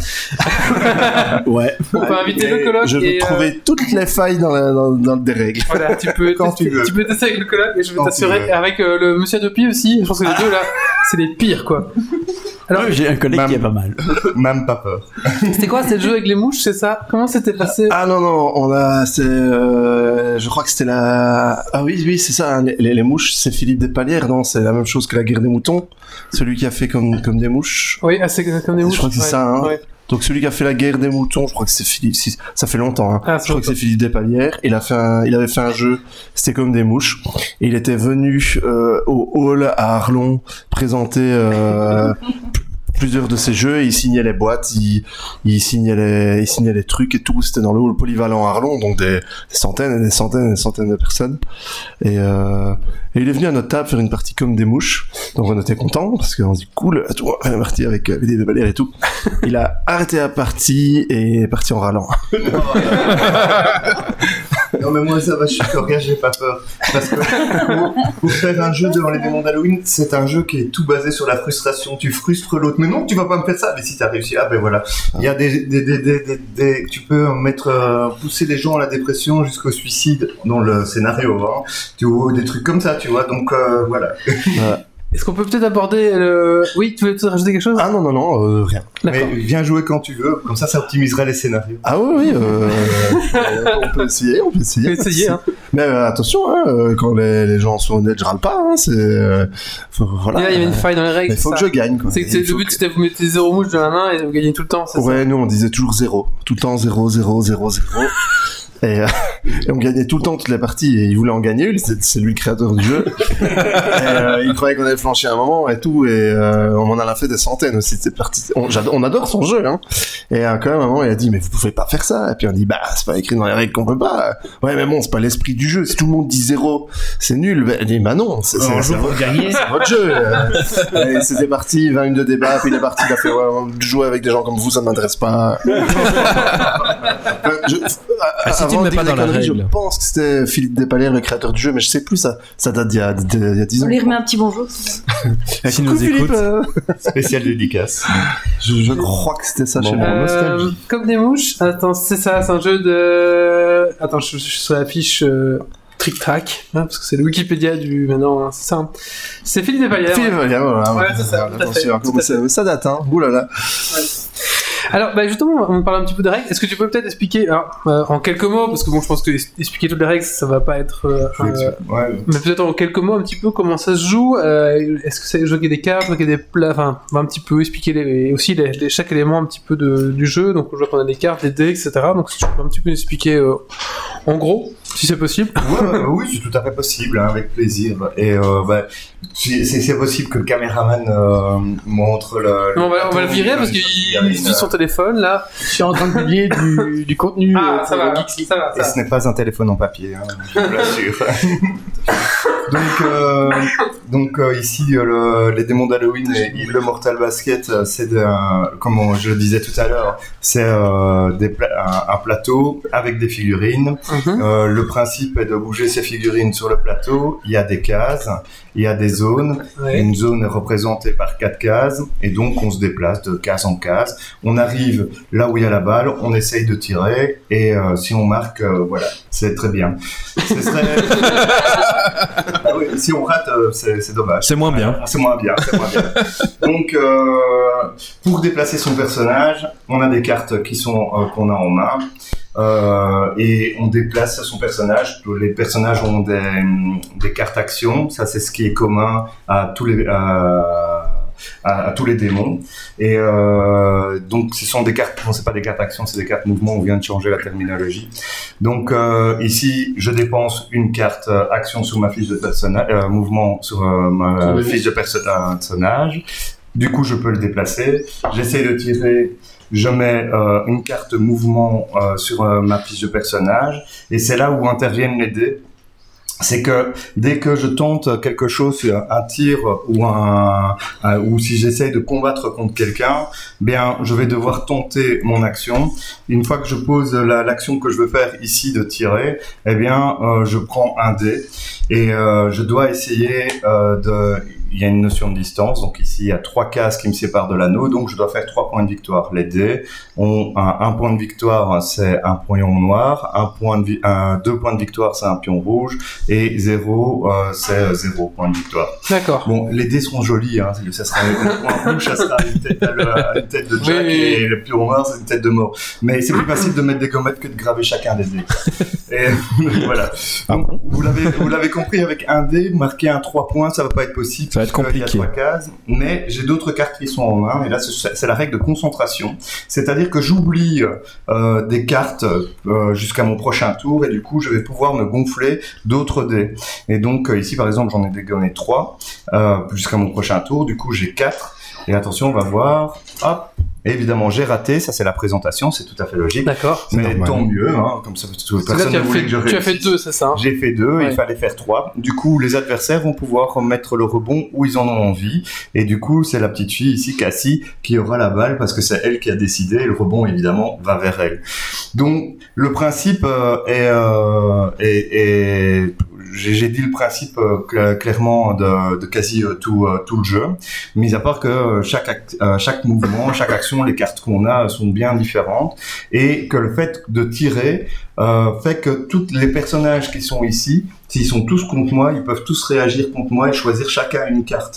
Ouais. on peut inviter le coloc Je veux et, euh, trouver toutes les failles dans, la, dans, dans des règles. voilà, tu peux, Quand tester, tu veux. tu peux tester avec le coloc et je vais Quand tu t'assurer veux. avec euh, le monsieur Adopi aussi. Je pense que les deux là, c'est les pires quoi. Alors, J'ai un collègue Mam- qui est pas mal. Même pas peur. c'était quoi, c'est le jeu avec les mouches, c'est ça? Comment c'était passé? Ah non, non, on a... C'est, euh, je crois que c'était la... Ah oui, oui, c'est ça, hein, les, les- les mouches, c'est Philippe Despalières, non? C'est la même chose que la guerre des moutons. Celui qui a fait comme, comme des mouches. Oui, ah, c'est comme des Je mouches. crois que c'est ouais, ça, hein. ouais. Donc celui qui a fait la guerre des moutons, je crois que c'est Philippe... si- ça fait longtemps, hein. Ah, c'est Je crois que c'est longtemps. Philippe Despalières. Il a fait un, il avait fait un jeu, c'était comme des mouches. Et il était venu euh, au hall à Arlon présenter euh, p- plusieurs de ses jeux. Et il signait les boîtes, il, il signait les, il signait les trucs et tout. C'était dans le hall polyvalent à Arlon, donc des, des centaines et des centaines et des centaines de personnes. Et, euh, et il est venu à notre table faire une partie comme des mouches. Donc on était contents parce qu'on se dit cool, tu vois, une partie avec euh, des Despalières et tout. Il a arrêté la partie et est parti en râlant. Non mais moi ça va, je suis coréen, j'ai pas peur. Parce que pour, pour faire un jeu devant les démons d'Halloween, c'est un jeu qui est tout basé sur la frustration. Tu frustres l'autre, mais non, tu vas pas me faire ça. Mais si t'as réussi, ah ben voilà. Il y a des, des, des, des, des, des- tu peux mettre, euh, pousser les gens à la dépression jusqu'au suicide dans le scénario, hein. Tu vois, des trucs comme ça, tu vois. Donc euh, voilà. Est-ce qu'on peut peut-être aborder le... Oui, tu veux peut-être rajouter quelque chose? Ah non, non, non, euh, rien. D'accord. Mais viens jouer quand tu veux, comme ça, ça optimiserait les scénarios. Ah oui, oui, euh, euh, on peut essayer, on peut essayer. On peut essayer, hein. Mais euh, attention, hein, euh, quand les, les gens sont honnêtes, je râle pas, hein, c'est... euh, faut- voilà. Et là, il y avait une faille dans les règles. Mais faut c'est que ça. je gagne, quoi. C'est que Il c'est- faut le but, que- c'était vous mettez zéro mouche dans la main et vous gagnez tout le temps, c'est ça? Ouais, nous, on disait toujours zéro. Tout le temps zéro, zéro, zéro, zéro. Et, euh, Et on gagnait tout le temps toutes les parties et il voulait en gagner une, c'est, c'est lui le créateur du jeu. et, euh, il croyait qu'on avait flanché un moment et tout et euh, on en a fait des centaines aussi de ces parties. On, on adore son jeu hein. Et euh, quand même à un moment il a dit mais vous pouvez pas faire ça et puis on dit bah c'est pas écrit dans les règles qu'on peut pas. Ouais mais bon c'est pas l'esprit du jeu, si tout le monde dit zéro c'est nul. Bah, il dit bah non c'est, c'est, c'est, votre, c'est votre jeu. Et c'était parti vingt minutes de débat puis il est parti il a fait ouais, jouer avec des gens comme vous ça ne m'intéresse pas. je, ah, si tu ne mets pas dans la règle. Je pense que c'était Philippe Despalières le créateur du jeu mais je sais plus ça ça date d'il y a, d'il y a dix ans. On lui remet un petit bonjour. Si nous écoute euh... spécial dédicace. je, je crois que c'était ça bon, chez moi. Euh, comme des mouches. Attends, c'est ça, c'est un jeu de. Attends, je, je suis sur la fiche euh, Trick Track, hein, parce que c'est le Wikipédia du. Maintenant, hein, c'est ça. C'est Philippe Despalières. Philippe Despalières, voilà. Ouais, c'est ça. Bien sûr. Ça, ça date, hein. Ouh là là. Ouais. Alors, bah justement, on parle un petit peu des règles. Est-ce que tu peux peut-être expliquer, alors, euh, en quelques mots, parce que bon, je pense que expliquer toutes les règles, ça va pas être. Euh, euh, ouais. Mais peut-être en quelques mots, un petit peu comment ça se joue. Euh, est-ce que c'est jouer des cartes, jouer des plats, enfin, on va un petit peu expliquer les, aussi les, les, chaque élément un petit peu de, du jeu. Donc, on joue qu'on a des cartes, des dés, et cetera. Donc, si tu peux un petit peu expliquer, euh, en gros, si c'est possible. Ouais, euh, oui, c'est tout à fait possible, hein, avec plaisir. Et euh, bah, c'est, c'est possible que le caméraman euh, montre le. le on va, on va le virer parce qu'il vit son téléphone là. Je suis en train de publier du, du contenu. Ah, euh, ça, va, ça va, ça Et va. ce n'est pas un téléphone en papier, hein, je vous l'assure. donc, euh, donc euh, ici, le, les démons d'Halloween et le Mortal Basket, c'est de, euh, comme je le disais tout à l'heure, c'est euh, des pla- un, un plateau avec des figurines. Mm-hmm. Euh, le principe est de bouger ces figurines sur le plateau. Il y a des cases, il y a des zones. Ouais. Une zone est représentée par quatre cases et donc on se déplace de case en case. On arrive là où il y a la balle, on essaye de tirer et euh, si on marque, euh, voilà, c'est très bien. Ce serait... ah oui, si on rate, euh, c'est, c'est dommage. C'est moins bien. Euh, c'est moins bien, c'est moins bien. Donc, euh, pour déplacer son personnage, on a des cartes qui sont euh, qu'on a en main. Euh, et on déplace son personnage. Les personnages ont des, des cartes actions. Ça, c'est ce qui est commun à tous les à, à, à tous les démons. Et euh, donc, ce sont des cartes. Non, c'est pas des cartes actions, c'est des cartes mouvement. On vient de changer la terminologie. Donc euh, ici, je dépense une carte euh, action sur ma fiche de personnage, euh, mouvement sur euh, ma euh, fiche de perso- personnage. Du coup, je peux le déplacer. J'essaie de tirer. Je mets euh, une carte mouvement euh, sur euh, ma fiche de personnage et c'est là où interviennent les dés. C'est que dès que je tente quelque chose, un tir ou un, un ou si j'essaye de combattre contre quelqu'un, bien je vais devoir tenter mon action. Une fois que je pose la, l'action que je veux faire ici de tirer, eh bien euh, je prends un dé et euh, je dois essayer euh, de il y a une notion de distance, donc ici il y a trois cases qui me séparent de l'anneau, donc je dois faire trois points de victoire. Les dés ont un, un point de victoire, c'est un pion noir, un point de vi- un, deux points de victoire, c'est un pion rouge, et zéro, euh, c'est zéro point de victoire. D'accord. Bon, les dés seront jolis, hein, ça sera un point rouge, ça sera une tête, à le, à une tête de Jack, Oui. et le pion noir, c'est une tête de mort. Mais c'est plus facile de mettre des gommettes que de graver chacun des dés. Et voilà. Donc, vous l'avez, vous l'avez compris, avec un dé, marquer un trois points, ça va pas être possible. Ça va être Il y a compliqué. trois cases, mais j'ai d'autres cartes qui sont en main, et là c'est, c'est la règle de concentration. C'est-à-dire que j'oublie euh, des cartes euh, jusqu'à mon prochain tour, et du coup je vais pouvoir me gonfler d'autres dés. Et donc euh, ici par exemple j'en ai dégonné trois euh, jusqu'à mon prochain tour, du coup j'ai quatre. Et attention, on va voir. Hop. Et évidemment, j'ai raté. Ça, c'est la présentation. C'est tout à fait logique. D'accord. Mais normal. tant mieux, hein. Comme ça, tout, C'est là personne tu ne as, voulait fait, que je tu as fait réussisse. deux, c'est ça hein. J'ai fait deux, Ouais. il fallait faire trois. Du coup, les adversaires vont pouvoir mettre le rebond où ils en ont envie. Et du coup, c'est la petite fille ici, Cassie, qui aura la balle parce que c'est elle qui a décidé. Et le rebond, évidemment, va vers elle. Donc, le principe euh, est, euh, est, est j'ai, j'ai dit le principe euh, cl- clairement de, de quasi euh, tout, euh, tout le jeu, mis à part que euh, chaque, act- euh, chaque mouvement, chaque action, les cartes qu'on a sont bien différentes, et que le fait de tirer euh, fait que tous les personnages qui sont ici, s'ils sont tous contre moi, ils peuvent tous réagir contre moi et choisir chacun une carte.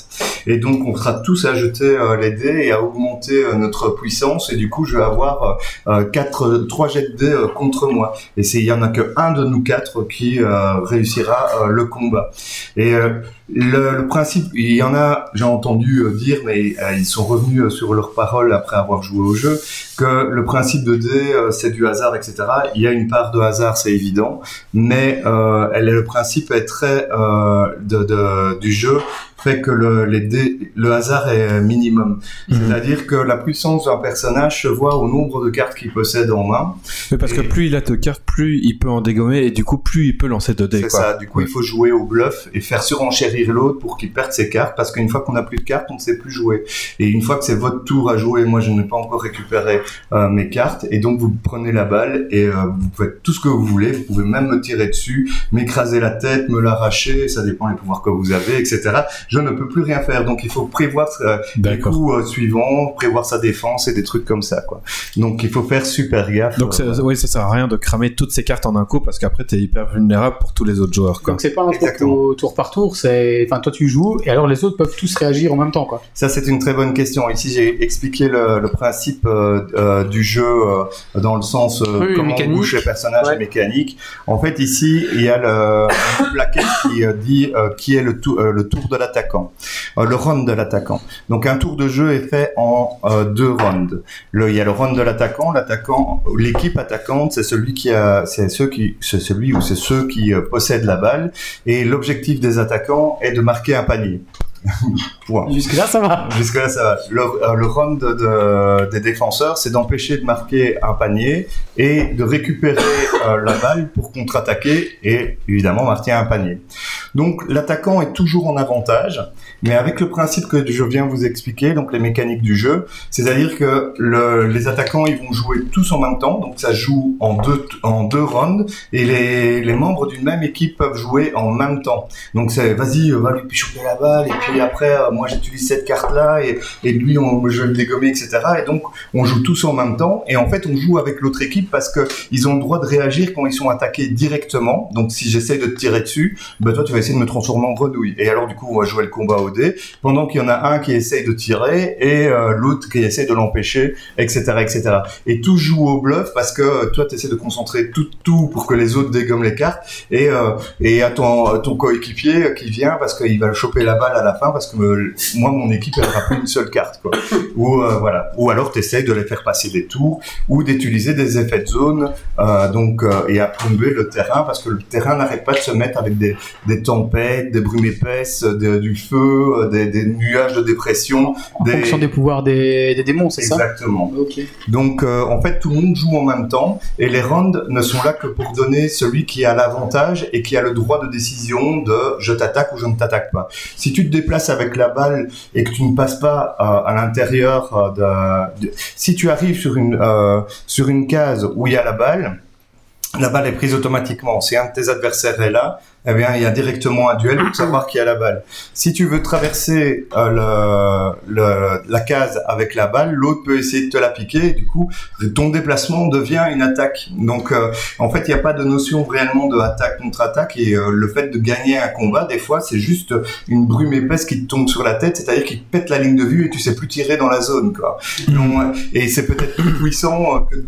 Et donc on sera tous à jeter euh, les dés et à augmenter euh, notre puissance. Et du coup, je vais avoir euh, quatre, trois jets de dés euh, contre moi. Et c'est, il y en a que un de nous quatre qui euh, réussira euh, le combat. Et euh, le, le principe, il y en a, j'ai entendu euh, dire, mais euh, ils sont revenus euh, sur leurs paroles après avoir joué au jeu, que le principe de dés, euh, c'est du hasard, et cetera. Il y a une part de hasard, c'est évident, mais euh, elle, le principe est très euh, de, de, du jeu fait que le, les dés, le hasard est minimum. Mmh. C'est-à-dire que la puissance d'un personnage se voit au nombre de cartes qu'il possède en main. Mais parce et... que plus il a de cartes, plus il peut en dégommer, et du coup, plus il peut lancer de dés. C'est quoi. ça, du coup, ouais. Il faut jouer au bluff et faire surenchérir l'autre pour qu'il perde ses cartes, parce qu'une fois qu'on n'a plus de cartes, on ne sait plus jouer. Et une fois que c'est votre tour à jouer, moi je n'ai pas encore récupéré euh, mes cartes, et donc vous prenez la balle, et euh, vous faites tout ce que vous voulez, vous pouvez même me tirer dessus, m'écraser la tête, me l'arracher, ça dépend des pouvoirs que vous avez, et cetera. Je ne peux plus rien faire, donc il faut prévoir euh, les coups euh, suivants, prévoir sa défense et des trucs comme ça, quoi. Donc il faut faire super gaffe. Donc euh, oui, ça sert à rien de cramer toutes ces cartes en un coup, parce qu'après t'es hyper vulnérable pour tous les autres joueurs, quoi. Donc c'est pas un tour, tour par tour, c'est, enfin toi tu joues et alors les autres peuvent tous réagir en même temps, quoi. Ça c'est une très bonne question. Ici j'ai expliqué le, le principe euh, euh, du jeu euh, dans le sens euh, oui, comment on bouge les personnages, ouais. Et mécanique. En fait ici il y a le une plaquette qui euh, dit euh, qui est le, tou- euh, le tour de l'attaquant. Euh, le round de l'attaquant. Donc un tour de jeu est fait en euh, deux rounds. Le, il y a le round de l'attaquant. L'attaquant, l'équipe attaquante, c'est celui qui a, c'est ceux qui, c'est celui ou c'est ceux qui euh, possèdent la balle. Et l'objectif des attaquants est de marquer un panier. Jusque-là, ça va. Jusque-là, ça va. Le, euh, le round de, de, des défenseurs, c'est d'empêcher de marquer un panier et de récupérer euh, la balle pour contre-attaquer et évidemment marquer un panier. Donc l'attaquant est toujours en avantage, mais avec le principe que je viens vous expliquer, donc les mécaniques du jeu, c'est-à-dire que le, les attaquants ils vont jouer tous en même temps, donc ça joue en deux en deux rounds et les, les membres d'une même équipe peuvent jouer en même temps. Donc c'est vas-y, va lui choper la balle et puis après euh, moi j'utilise cette carte là et, et lui on, je vais le dégommer, et cetera. Et donc on joue tous en même temps et en fait on joue avec l'autre équipe parce que ils ont le droit de réagir quand ils sont attaqués directement. Donc si j'essaye de te tirer dessus, ben toi tu vas essayer de me transformer en grenouille. Et alors du coup on va jouer le combat au dé pendant qu'il y en a un qui essaye de tirer et euh, l'autre qui essaye de l'empêcher, et cetera, et cetera. Et tout joue au bluff parce que toi tu essaies de concentrer tout tout pour que les autres dégomment les cartes et euh, et à ton ton coéquipier qui vient parce qu'il va choper la balle à la fin parce que euh, moi mon équipe elle aura plus une seule carte, quoi. Ou euh, voilà. Ou alors tu essaies de les faire passer des tours ou d'utiliser des effets de zone euh, donc euh, et à plomber le terrain parce que le terrain n'arrête pas de se mettre avec des des tempêtes, des brumes épaisses, de, du feu, des, des nuages de dépression. En des... fonction des pouvoirs des, des démons, c'est Exactement. ça ? Exactement. Ok. Donc, euh, en fait, tout le monde joue en même temps et les rounds ne sont là que pour donner celui qui a l'avantage et qui a le droit de décision de je t'attaque ou je ne t'attaque pas. Si tu te déplaces avec la balle et que tu ne passes pas euh, à l'intérieur de, de... Si tu arrives sur une, euh, sur une case où il y a la balle, la balle est prise automatiquement. Si un de tes adversaires est là, eh bien, il y a directement un duel pour savoir qui a la balle. Si tu veux traverser euh, le, le, la case avec la balle, l'autre peut essayer de te la piquer. Et du coup, ton déplacement devient une attaque. Donc, euh, en fait, il n'y a pas de notion réellement de attaque contre attaque. Et euh, le fait de gagner un combat, des fois, c'est juste une brume épaisse qui te tombe sur la tête, c'est-à-dire qui te pète la ligne de vue et tu sais plus tirer dans la zone, quoi. Donc, et c'est peut-être plus puissant que de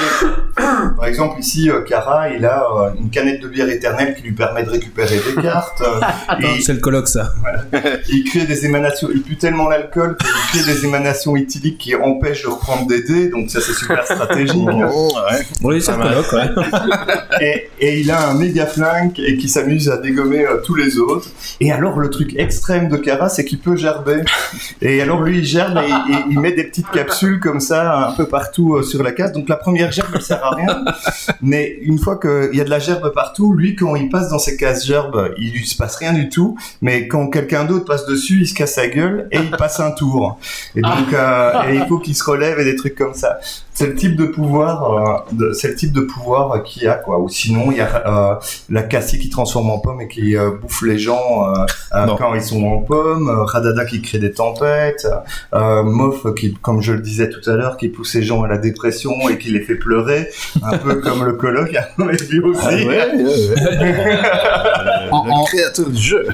te... Par exemple, ici, Kara, il a euh, une canette de bière éternelle qui lui permet de récupérer des cartes. Euh, et c'est le colloque, ça. Voilà. Il crée des émanations, il pue tellement l'alcool qu'il crée des émanations éthyliques qui empêchent de reprendre des dés, donc ça c'est super stratégique. Oh, ouais. Oui, c'est le colloque, ouais. et, et il a un méga flingue et qui s'amuse à dégommer euh, tous les autres. Et alors le truc extrême de Kara, c'est qu'il peut gerber. Et alors lui il gerbe et, et il met des petites capsules comme ça un peu partout euh, sur la case. Donc la première gerbe ne sert à rien, mais une fois qu'il y a de la gerbe partout, lui quand il passe dans ces cases gerbe, il lui se passe rien du tout, mais quand quelqu'un d'autre passe dessus, il se casse la gueule et il passe un tour. Et donc, euh, et il faut qu'il se relève et des trucs comme ça. c'est le type de pouvoir, euh, de, c'est le type de pouvoir euh, qu'il y a, quoi. Ou sinon, il y a euh, la Cassie qui transforme en pomme et qui euh, bouffe les gens euh, euh, quand ils sont en pomme. Euh, Radada qui crée des tempêtes. Euh, Moff qui, comme je le disais tout à l'heure, qui pousse les gens à la dépression et qui les fait pleurer, un peu comme le coloc, à mon avis aussi. Ah ouais, ouais, ouais. En- Le en- créateur du jeu.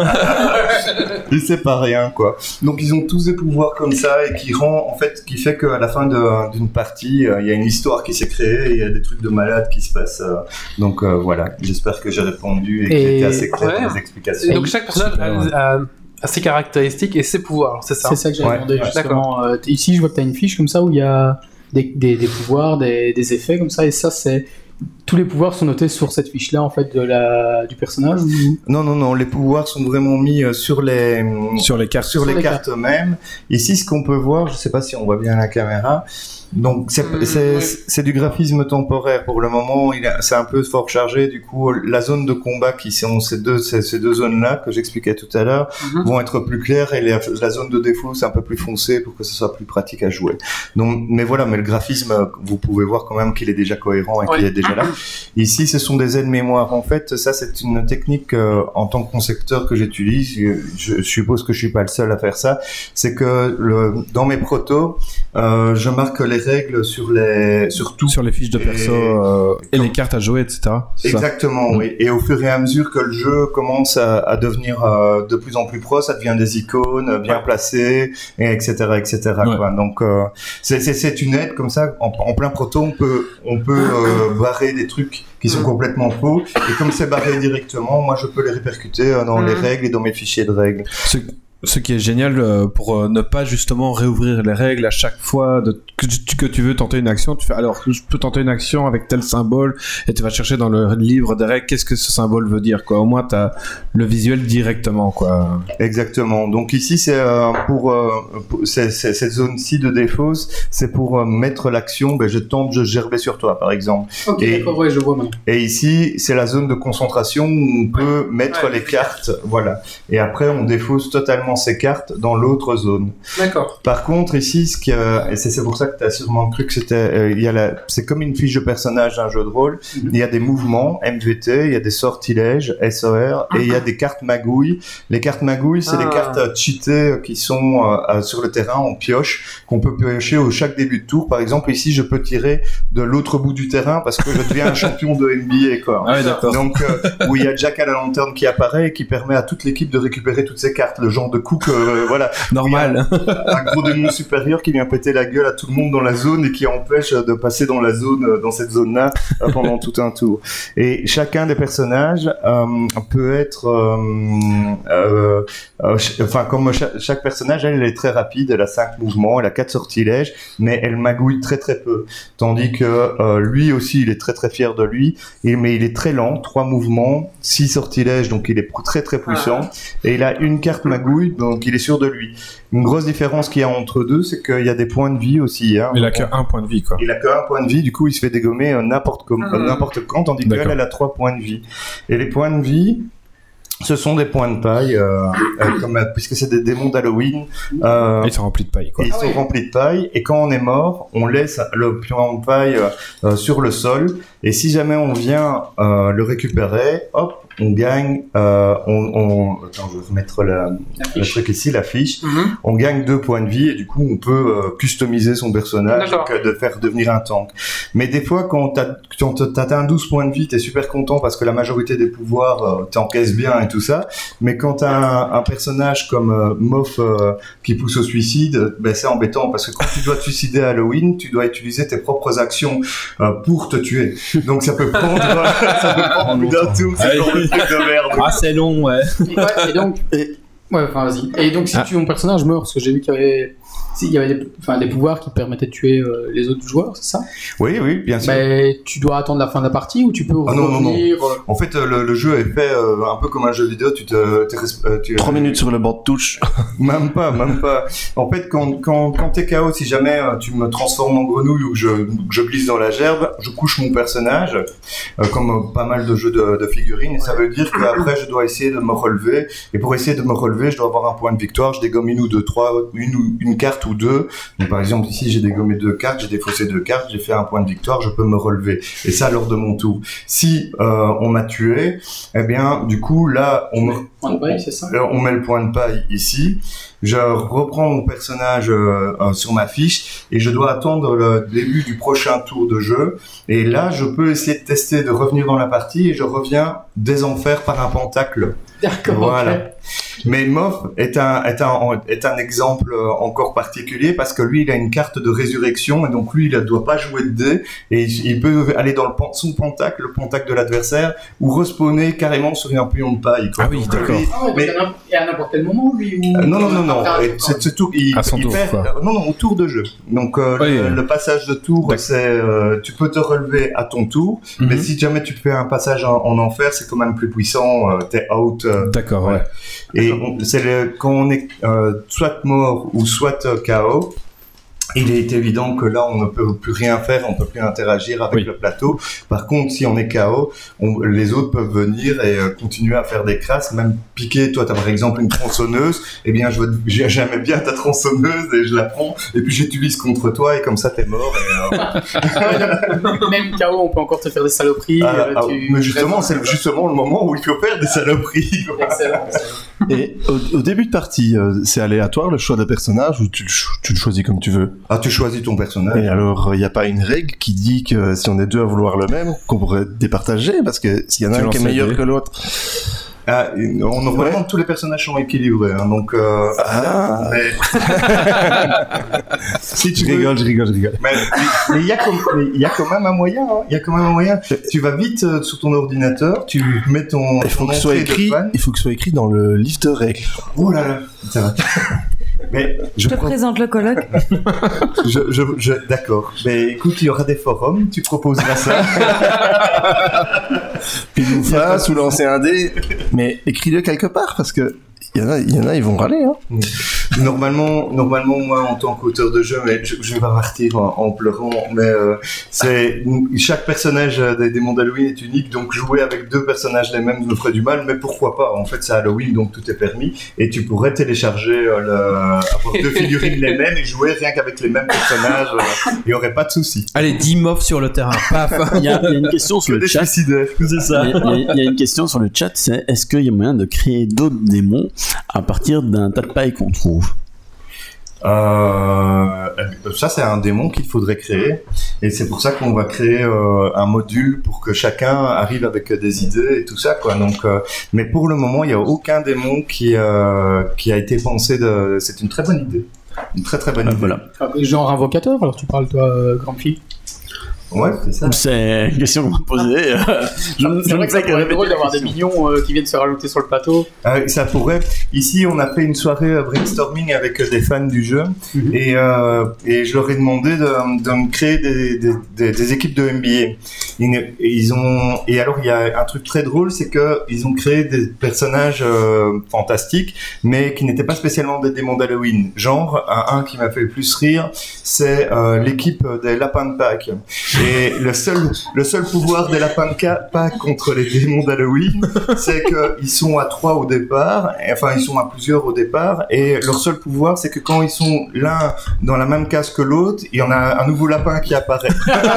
Et c'est pas rien, quoi. Donc ils ont tous des pouvoirs comme ça et qui rend, en fait, qui fait qu'à la fin de, d'une partie, euh, il y a une histoire qui s'est créée, il y a des trucs de malade qui se passent. euh, donc euh, voilà, j'espère que j'ai répondu et que Et- j'ai été assez clair ouais. dans les explications. Et donc chaque personnage Super, ouais. a, a- a ses caractéristiques et ses pouvoirs, c'est ça C'est ça que j'avais Ouais, demandé ouais, justement. Euh, t- ici, je vois que tu as une fiche comme ça où il y a des, des, des pouvoirs, des, des effets comme ça, et ça, c'est. Tous les pouvoirs sont notés sur cette fiche-là, en fait, de la, du personnage ou... Non, non, non, les pouvoirs sont vraiment mis euh, sur les Sur les cartes. sur Sur les les cartes mêmes. Ici, ce qu'on peut voir, je sais pas si on voit bien à la caméra. Donc c'est Mm, c'est ouais. c'est du graphisme temporaire pour le moment. Il a- c'est un peu fort chargé. Du coup, la zone de combat qui sont ces deux ces, ces deux zones là que j'expliquais tout à l'heure Mhm. vont être plus claires et la, la zone de défaut c'est un peu plus foncé pour que ce soit plus pratique à jouer. Donc, mais voilà, mais le graphisme, vous pouvez voir quand même qu'il est déjà cohérent et qu'il Ouais. est déjà là. Ici, ce sont des aides-mémoire. En fait, ça, c'est une technique euh, en tant que concepteur que j'utilise. Je, je suppose que je suis pas le seul à faire ça. C'est que le, dans mes protos, euh, je marque les règles sur les, sur tout. Sur les fiches de Et- perso euh, et Comme- les cartes à jouer, et cetera. C'est ça. Exactement, Mm. oui. Et au fur et à mesure que le jeu commence à, à devenir euh, de plus en plus pro, ça devient des icônes euh, bien placées, et etc., et cetera. Ouais. Quoi. Donc, euh, c'est, c'est, c'est une aide comme ça. En, en plein proto, on peut, on peut euh, barrer des trucs qui sont Mm. complètement faux. Et comme c'est barré directement, moi, je peux les répercuter euh, dans Mm. les règles et dans mes fichiers de règles. Ce, ce qui est génial euh, pour euh, ne pas justement réouvrir les règles à chaque fois de, que, tu, que tu veux tenter une action. Tu fais alors je peux tenter une action avec tel symbole et tu vas chercher dans le livre des règles qu'est-ce que ce symbole veut dire quoi. Au moins tu as le visuel directement quoi. Exactement. Donc ici, c'est euh, pour, euh, pour c'est, c'est, cette zone-ci de défausse, c'est pour euh, mettre l'action. Ben, je tente, je gerber sur toi, par exemple. Ok, Et- d'accord, ouais, je vois maintenant. Et ici, c'est la zone de concentration où on peut mettre Ouais, les les cartes, voilà. Et après, on défausse totalement ces cartes dans l'autre zone. D'accord. Par contre, ici, ce qui a- et c'est, c'est pour ça que tu as sûrement cru que c'était, euh, il y a la, c'est comme une fiche de personnage d'un jeu de rôle. Mhm. Il y a des mouvements, M V T, il y a des sortilèges, S O R, et il y a des cartes magouilles. Les cartes magouilles, c'est Ah. des cartes euh, cheatées euh, qui sont euh, euh, sur le terrain en pioche, qu'on peut piocher au chaque début de tour. Par exemple, ici, je peux tirer de l'autre bout du terrain parce que je deviens un champion de N B A, quoi. Ah ouais d'accord. Donc, euh, où il y a Jack à la lanterne qui apparaît et qui permet à toute l'équipe de récupérer toutes ces cartes. Le genre de coup que, euh, voilà, Normal. un gros démon supérieur qui vient péter la gueule à tout le monde dans la zone et qui empêche de passer dans la zone, euh, dans cette zone-là, euh, pendant tout un tour. Et chacun des personnages euh, peut être, euh, euh, euh, ch- enfin, comme cha- chaque personnage, elle, elle est très rapide, elle a cinq mouvements, elle a quatre sortilèges, mais elle magouille très très peu. Tandis que euh, lui aussi, il est très très fier de lui, et, mais il est très lent, trois mouvements, six sortilèges, donc il est pr- très très puissant, et il a une carte magouille, donc il est sûr de lui. Une grosse différence qu'il y a entre deux, c'est qu'il y a des points de vie aussi. Hein. Il a qu'un point de vie quoi. Il a qu'un point de vie, du coup il se fait dégommer euh, n'importe com- Ah. euh, n'importe quand, tandis qu'elle, D'accord. elle a trois points de vie. Et les points de vie, ce sont des points de paille, euh, euh, comme, euh, puisque c'est des démons d'Halloween. Euh, Ils sont remplis de paille quoi. et ils sont remplis de paille, et quand on est mort, on laisse le point de paille euh, euh, sur le sol, et si jamais on vient euh, le récupérer, hop, on gagne, euh, on, on, attends, je vais remettre la, le truc ici, la fiche, Mhm. on gagne deux points de vie, et du coup, on peut euh, customiser son personnage, D'accord. donc, euh, de faire devenir un tank. Mais des fois, quand t'as, quand t'as atteint douze points de vie, t'es super content parce que la majorité des pouvoirs euh, t'encaissent bien et tout ça, mais quand t'as un, un personnage comme euh, Moff euh, qui pousse au suicide, ben c'est embêtant parce que quand tu dois te suicider à Halloween, tu dois utiliser tes propres actions euh, pour te tuer. Donc ça peut prendre, ça peut prendre plus d'un tour, c'est Ah, genre le truc de merde. Ah c'est long ouais. Et, ouais, et donc, et- ouais, enfin, vas-y. Et donc, si Ah. tu, ton personnage meurt, parce que j'ai vu qu'il y avait, si, il y avait des, enfin, des pouvoirs qui permettaient de tuer euh, les autres joueurs, c'est ça? Oui, oui, bien sûr. Mais tu dois attendre la fin de la partie ou tu peux Ah non, non, non. revenir euh, En fait, euh, le, le jeu est fait euh, un peu comme un jeu vidéo. Tu te, t'es res- euh, tu, Trois minutes sur le banc de touche. Même pas, même pas. En fait, quand, quand, quand t'es K O, si jamais euh, tu me transformes en grenouille ou que je, que je glisse dans la gerbe, je couche mon personnage, euh, comme euh, pas mal de jeux de, de figurines, et ça veut dire qu'après, je dois essayer de me relever, et pour essayer de me relever, relever, je dois avoir un point de victoire, je dégomme une ou deux, trois, une, ou, une carte ou deux. Donc, par exemple, ici, j'ai dégommé deux cartes, j'ai défaussé deux cartes, j'ai fait un point de victoire, je peux me relever. Et ça, lors de mon tour. Si euh, on m'a tué, eh bien, du coup, là, on, me, Point de paille, c'est ça. on met le point de paille ici. Je reprends mon personnage euh, euh, sur ma fiche et je dois attendre le début du prochain tour de jeu. Et là, je peux essayer de tester de revenir dans la partie et je reviens des enfers par un pentacle. D'accord. Voilà. ok. Mais Moff est un, est un, est un exemple euh, encore particulier parce que lui, il a une carte de résurrection et donc lui, il ne doit pas jouer de dés et il, il peut aller dans le, pan- son pentacle, le pentacle de l'adversaire ou respawner carrément sur un pion de paille. Quoi. Ah oui, Donc, d'accord. lui- Ah ouais, Mais- mais... et à n'importe quel moment, lui ou... Euh, non, non, non, non. Après un Et tour, c'est, c'est tout, il, À son il tour, perd, quoi. euh, non, non, au tour de jeu. Donc, euh, Oui, le, oui. le passage de tour, D'accord. c'est, euh, tu peux te relever à ton tour, Mhm. mais si jamais tu fais un passage en, en enfer, c'est quand même plus puissant, euh, t'es out. euh, D'accord, voilà. ouais. Et on- c'est le, quand on est euh, soit mort ou soit euh, K O, il est évident que là, on ne peut plus rien faire, on ne peut plus interagir avec Oui. le plateau. Par contre, si on est K O, on- les autres peuvent venir et euh, continuer à faire des crasses, même piquer. Toi, tu as par exemple une tronçonneuse, eh bien, je veux- j'ai- j'aimais bien ta tronçonneuse et je la prends, et puis j'utilise contre toi, et comme ça, t'es mort. Et, euh, Même K O, on peut encore te faire des saloperies. ah, euh, ah, tu- mais justement, c'est justement le moment où il faut faire des saloperies. quoi. Excellent. excellent. Et au, au début de partie, euh, c'est aléatoire le choix de personnage ou tu, le ch- tu le choisis comme tu veux? Ah, tu choisis ton personnage. Et alors, il n'y a pas une règle qui dit que si on est deux à vouloir le même, qu'on pourrait départager, parce que s'il y en a Tu un qui est lances les meilleur dés. que l'autre. Ah, et on- normalement, tous les personnages sont équilibrés, hein, donc. Euh, Ah. mais... si tu Je veux- rigole, je rigole, je rigole. Mais mais il y a comme- mais il y a quand même un moyen. hein. Il y a quand même un moyen. Tu vas vite euh, sur ton ordinateur, tu mets ton. Il faut ton que ce soit entrée de écrit, fan. il faut que ce soit écrit dans le livre de règles. Oh là là, ça va. Mais je Je te crois- présente le colloque. je, je, je- d'accord. Mais écoute, il y aura des forums, tu proposeras ça. Puis nous fasse ou lancer un dé. Mais écris-le quelque part, parce que il y en a, il y en a, ils vont râler, hein. Normalement, normalement, moi, en tant qu'auteur de jeu, mais je, je vais pas partir en, en pleurant, mais euh, c'est chaque personnage euh, des, des mondes Halloween est unique, donc jouer avec deux personnages les mêmes me ferait du mal, mais pourquoi pas? En fait, c'est Halloween, donc tout est permis, et tu pourrais télécharger euh, le, avoir deux figurines les mêmes et jouer rien qu'avec les mêmes personnages, euh, il y aurait pas de souci. Allez, dix mofs sur le terrain. Paf. Il y, a il y a une question sur Que le des chat. suicidaires. C'est Il ça. y, a, il y a- il y a une question sur le chat, c'est est-ce qu'il y a moyen de créer d'autres démons à partir d'un tas de paille qu'on trouve? Euh, ça, c'est un démon qu'il faudrait créer, et c'est pour ça qu'on va créer euh, un module pour que chacun arrive avec des idées et tout ça, quoi. Donc, euh, mais pour le moment, il n'y a aucun démon qui euh, qui a été pensé. De... C'est une très bonne idée, une très très bonne Ah, idée. voilà. Genre invocateur, alors tu parles, toi, euh, grande fille. Ouais, c'est ça. C'est une question qu'on m'a posée. euh, je ne C'est je vrai ne que ça sais que pourrait être répéter drôle la d'avoir des question. mignons euh, qui viennent se rajouter sur le plateau. Ah oui, ça pourrait. Ici, on a fait une soirée euh, brainstorming avec euh, des fans du jeu, Mhm. et, euh, et je leur ai demandé de, de me créer des, des, des, des équipes de N B A. Ils, et ils ont et alors il y a un truc très drôle, c'est que ils ont créé des personnages euh, fantastiques, mais qui n'étaient pas spécialement des démons d'Halloween. Genre un, un qui m'a fait le plus rire, c'est euh, l'équipe des lapins de Pâques. Et le seul le seul pouvoir des lapins de Ca- Pâques contre les démons d'Halloween, c'est qu'ils sont à trois au départ, et, enfin ils sont à plusieurs au départ, et leur seul pouvoir, c'est que quand ils sont l'un dans la même case que l'autre, il y en a un nouveau lapin qui apparaît.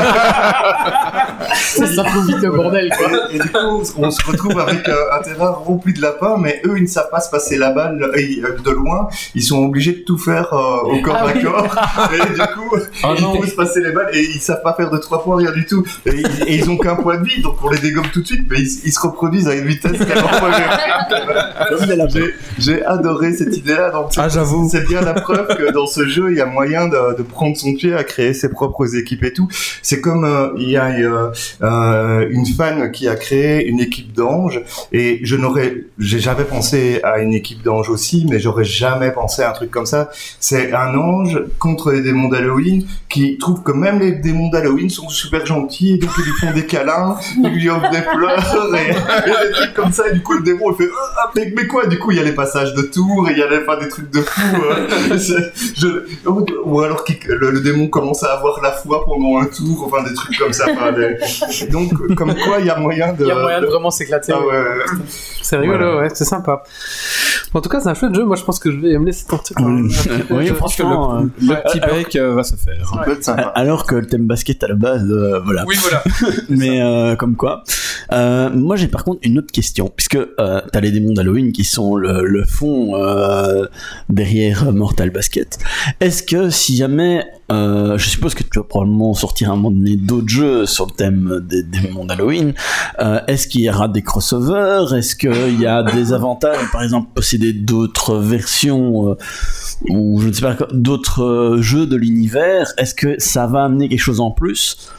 Ça, ça fout vite le bordel, quoi. Et, et du coup, on se retrouve avec euh, un terrain rempli de lapins, mais eux, ils ne savent pas se passer la balle euh, de loin. Ils sont obligés de tout faire euh, au corps Ah à oui. corps. Et du coup, Oh ils non. font se passer les balles et ils savent pas faire de trois points, rien du tout. Et, ils- et ils ont qu'un point de vie, donc on les dégomme tout de suite, mais ils, ils se reproduisent à une vitesse tellement folle. J'ai- J'ai adoré cette idée-là. Donc c'est- Ah, j'avoue. c'est bien la preuve que dans ce jeu, il y a moyen de, de prendre son pied à créer ses propres équipes et tout. C'est comme euh, il y a euh, euh, une fan qui a créé une équipe d'anges, et je n'aurais, j'ai jamais pensé à une équipe d'anges aussi, mais j'aurais jamais pensé à un truc comme ça. C'est un ange contre les démons d'Halloween qui trouve que même les démons d'Halloween sont super gentils, et donc ils lui font des câlins, ils lui offrent des fleurs et, et des trucs comme ça, et du coup le démon il fait ah, mais, mais quoi, du coup il y a les passages de tours, et il y a les, enfin, des trucs de fou, euh, c'est- je- ou alors qu'il- le, le démon commence à avoir la foi pendant un tour, enfin des trucs comme ça. Enfin, des- donc comme quoi il y a moyen de... Il y a moyen de vraiment s'éclater. Ah ouais, ouais. C'est rigolo, Voilà. ouais, c'est sympa. En tout cas, c'est un chouette jeu. Moi, je pense que je vais me laisser tenter. par un- un petit peu Oui, de- franchement. euh, Le Ouais. petit bec euh, va se faire. Ça peut être sympa. Alors que le thème basket à la base, euh, voilà. Oui, voilà. Mais euh, comme quoi. Euh, moi, j'ai par contre une autre question, puisque euh, t'as les démons d'Halloween qui sont le, le fond euh, derrière Mortal Basket. Est-ce que si jamais, euh, je suppose que tu vas probablement sortir à un moment donné d'autres jeux sur le thème des démons d'Halloween, euh, est-ce qu'il y aura des crossovers? Est-ce qu'il y a des avantages, par exemple, posséder d'autres versions euh, ou je ne sais pas d'autres euh, jeux de l'univers? Est-ce que ça va amener quelque chose en plus?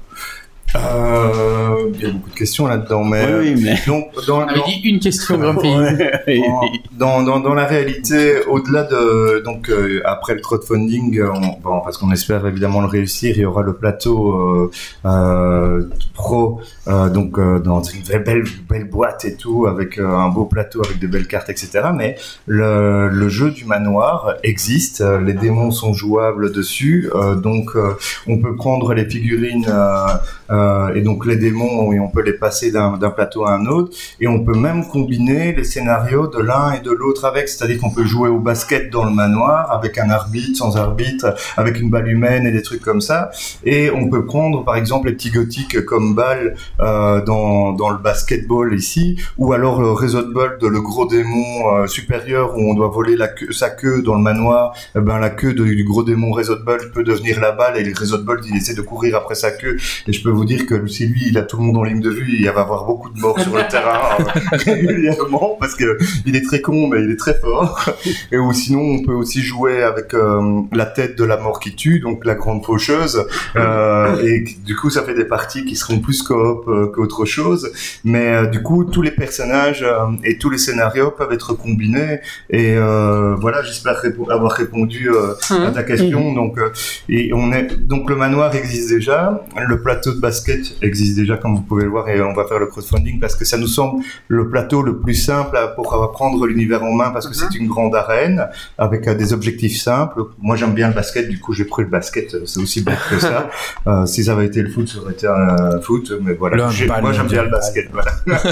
Euh, il y a beaucoup de questions là-dedans, mais, Oui, oui, mais. donc dans, On avait dans- dit une question, Grumpy. Ouais. en- dans, dans, dans la réalité, au-delà de donc euh, après le crowdfunding, euh, on, bon, parce qu'on espère évidemment le réussir, il y aura le plateau euh, euh, pro, euh, donc euh, dans une belle, belle belle boîte et tout, avec euh, un beau plateau avec de belles cartes, et cetera. Mais le, le jeu du manoir existe, euh, les démons sont jouables dessus, euh, donc euh, on peut prendre les figurines. Euh, Euh, et donc les démons, et on peut les passer d'un, d'un plateau à un autre, et on peut même combiner les scénarios de l'un et de l'autre avec, c'est-à-dire qu'on peut jouer au basket dans le manoir avec un arbitre, sans arbitre, avec une balle humaine et des trucs comme ça, et on peut prendre par exemple les petits gothiques comme balle euh, dans, dans le basketball ici, ou alors le Resolball de le gros démon euh, supérieur où on doit voler la queue, sa queue dans le manoir, eh ben la queue de, du gros démon Resolball peut devenir la balle, et le Resolball il essaie de courir après sa queue, et je peux vous dire que si lui il a tout le monde en ligne de vue, il va avoir beaucoup de morts sur le terrain euh, régulièrement, parce que il est très con mais il est très fort. Et ou sinon on peut aussi jouer avec euh, la tête de la mort qui tue, donc la grande faucheuse, euh, et du coup ça fait des parties qui seront plus coop euh, qu'autre chose, mais euh, du coup tous les personnages euh, et tous les scénarios peuvent être combinés, et euh, voilà, j'espère répo- avoir répondu euh, à ta question. Donc euh, et on est donc le manoir existe déjà, le plateau de basket existe déjà comme vous pouvez le voir, et on va faire le crowdfunding parce que ça nous semble le plateau le plus simple à- pour prendre l'univers en main, parce que c'est une grande arène avec euh, des objectifs simples. Moi j'aime bien le basket, du coup j'ai pris le basket, c'est aussi bête que ça. Euh, si ça avait été le foot, ça aurait été un foot, mais voilà. Le J'ai- handball, moi j'aime bien le handball. basket, voilà.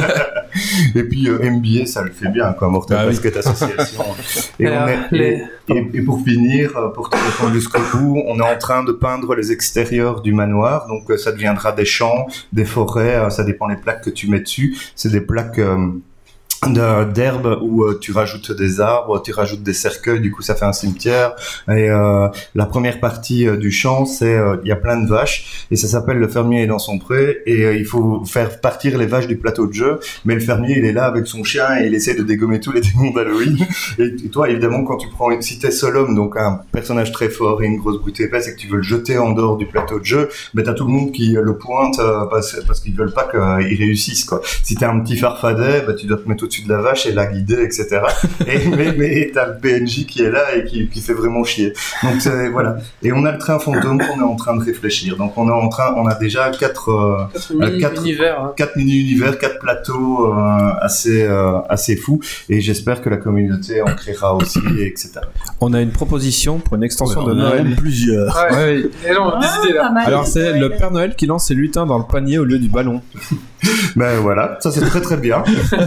Et puis euh, M B A ça le fait bien, quoi, Mortal Bah oui. Basket Association. Et, Alors, on est, les- et, et- et pour finir, euh, pour te répondre jusqu'au bout, on est en train de peindre les extérieurs du manoir, donc euh, ça deviendra des champs, des forêts, euh, ça dépend des plaques que tu mets dessus. C'est des plaques euh, de- d'herbe où euh, tu rajoutes des arbres, tu rajoutes des cercueils, du coup ça fait un cimetière. Et euh, la première partie euh, du champ, c'est euh, il y a plein de vaches, et ça s'appelle le fermier est dans son pré, et euh, il faut faire partir les vaches du plateau de jeu, mais le fermier il est là avec son chien et il essaie de dégommer tous les démons d'Halloween. Et toi évidemment quand tu prends, si t'es seul homme, donc un personnage très fort et une grosse brute épaisse, et que tu veux le jeter en dehors du plateau de jeu, ben t'as tout le monde qui le pointe euh, parce, parce qu'ils veulent pas qu'il réussisse, quoi. Si t'es un petit farfadet, ben tu dois te mettre au-dessus de la vache et la guider, et cetera. Et, mais, mais t'as le P N J qui est là et qui, qui fait vraiment chier. Donc c'est, voilà. Et on a le train fantôme qu'on est en train de réfléchir. Donc on est en train, on a déjà quatre, euh, Quatre mini- quatre- univers. hein. quatre mini-univers, quatre plateaux euh, assez, euh, assez fous. Et j'espère que la communauté en créera aussi, et cetera. On a une proposition pour une extension de On en a Noël. même plusieurs. Ouais. Ouais. Les gens ont des idées là. pas mal. Alors c'est le Père Noël qui lance ses lutins dans le panier au lieu du ballon. Ben voilà, ça c'est très très bien.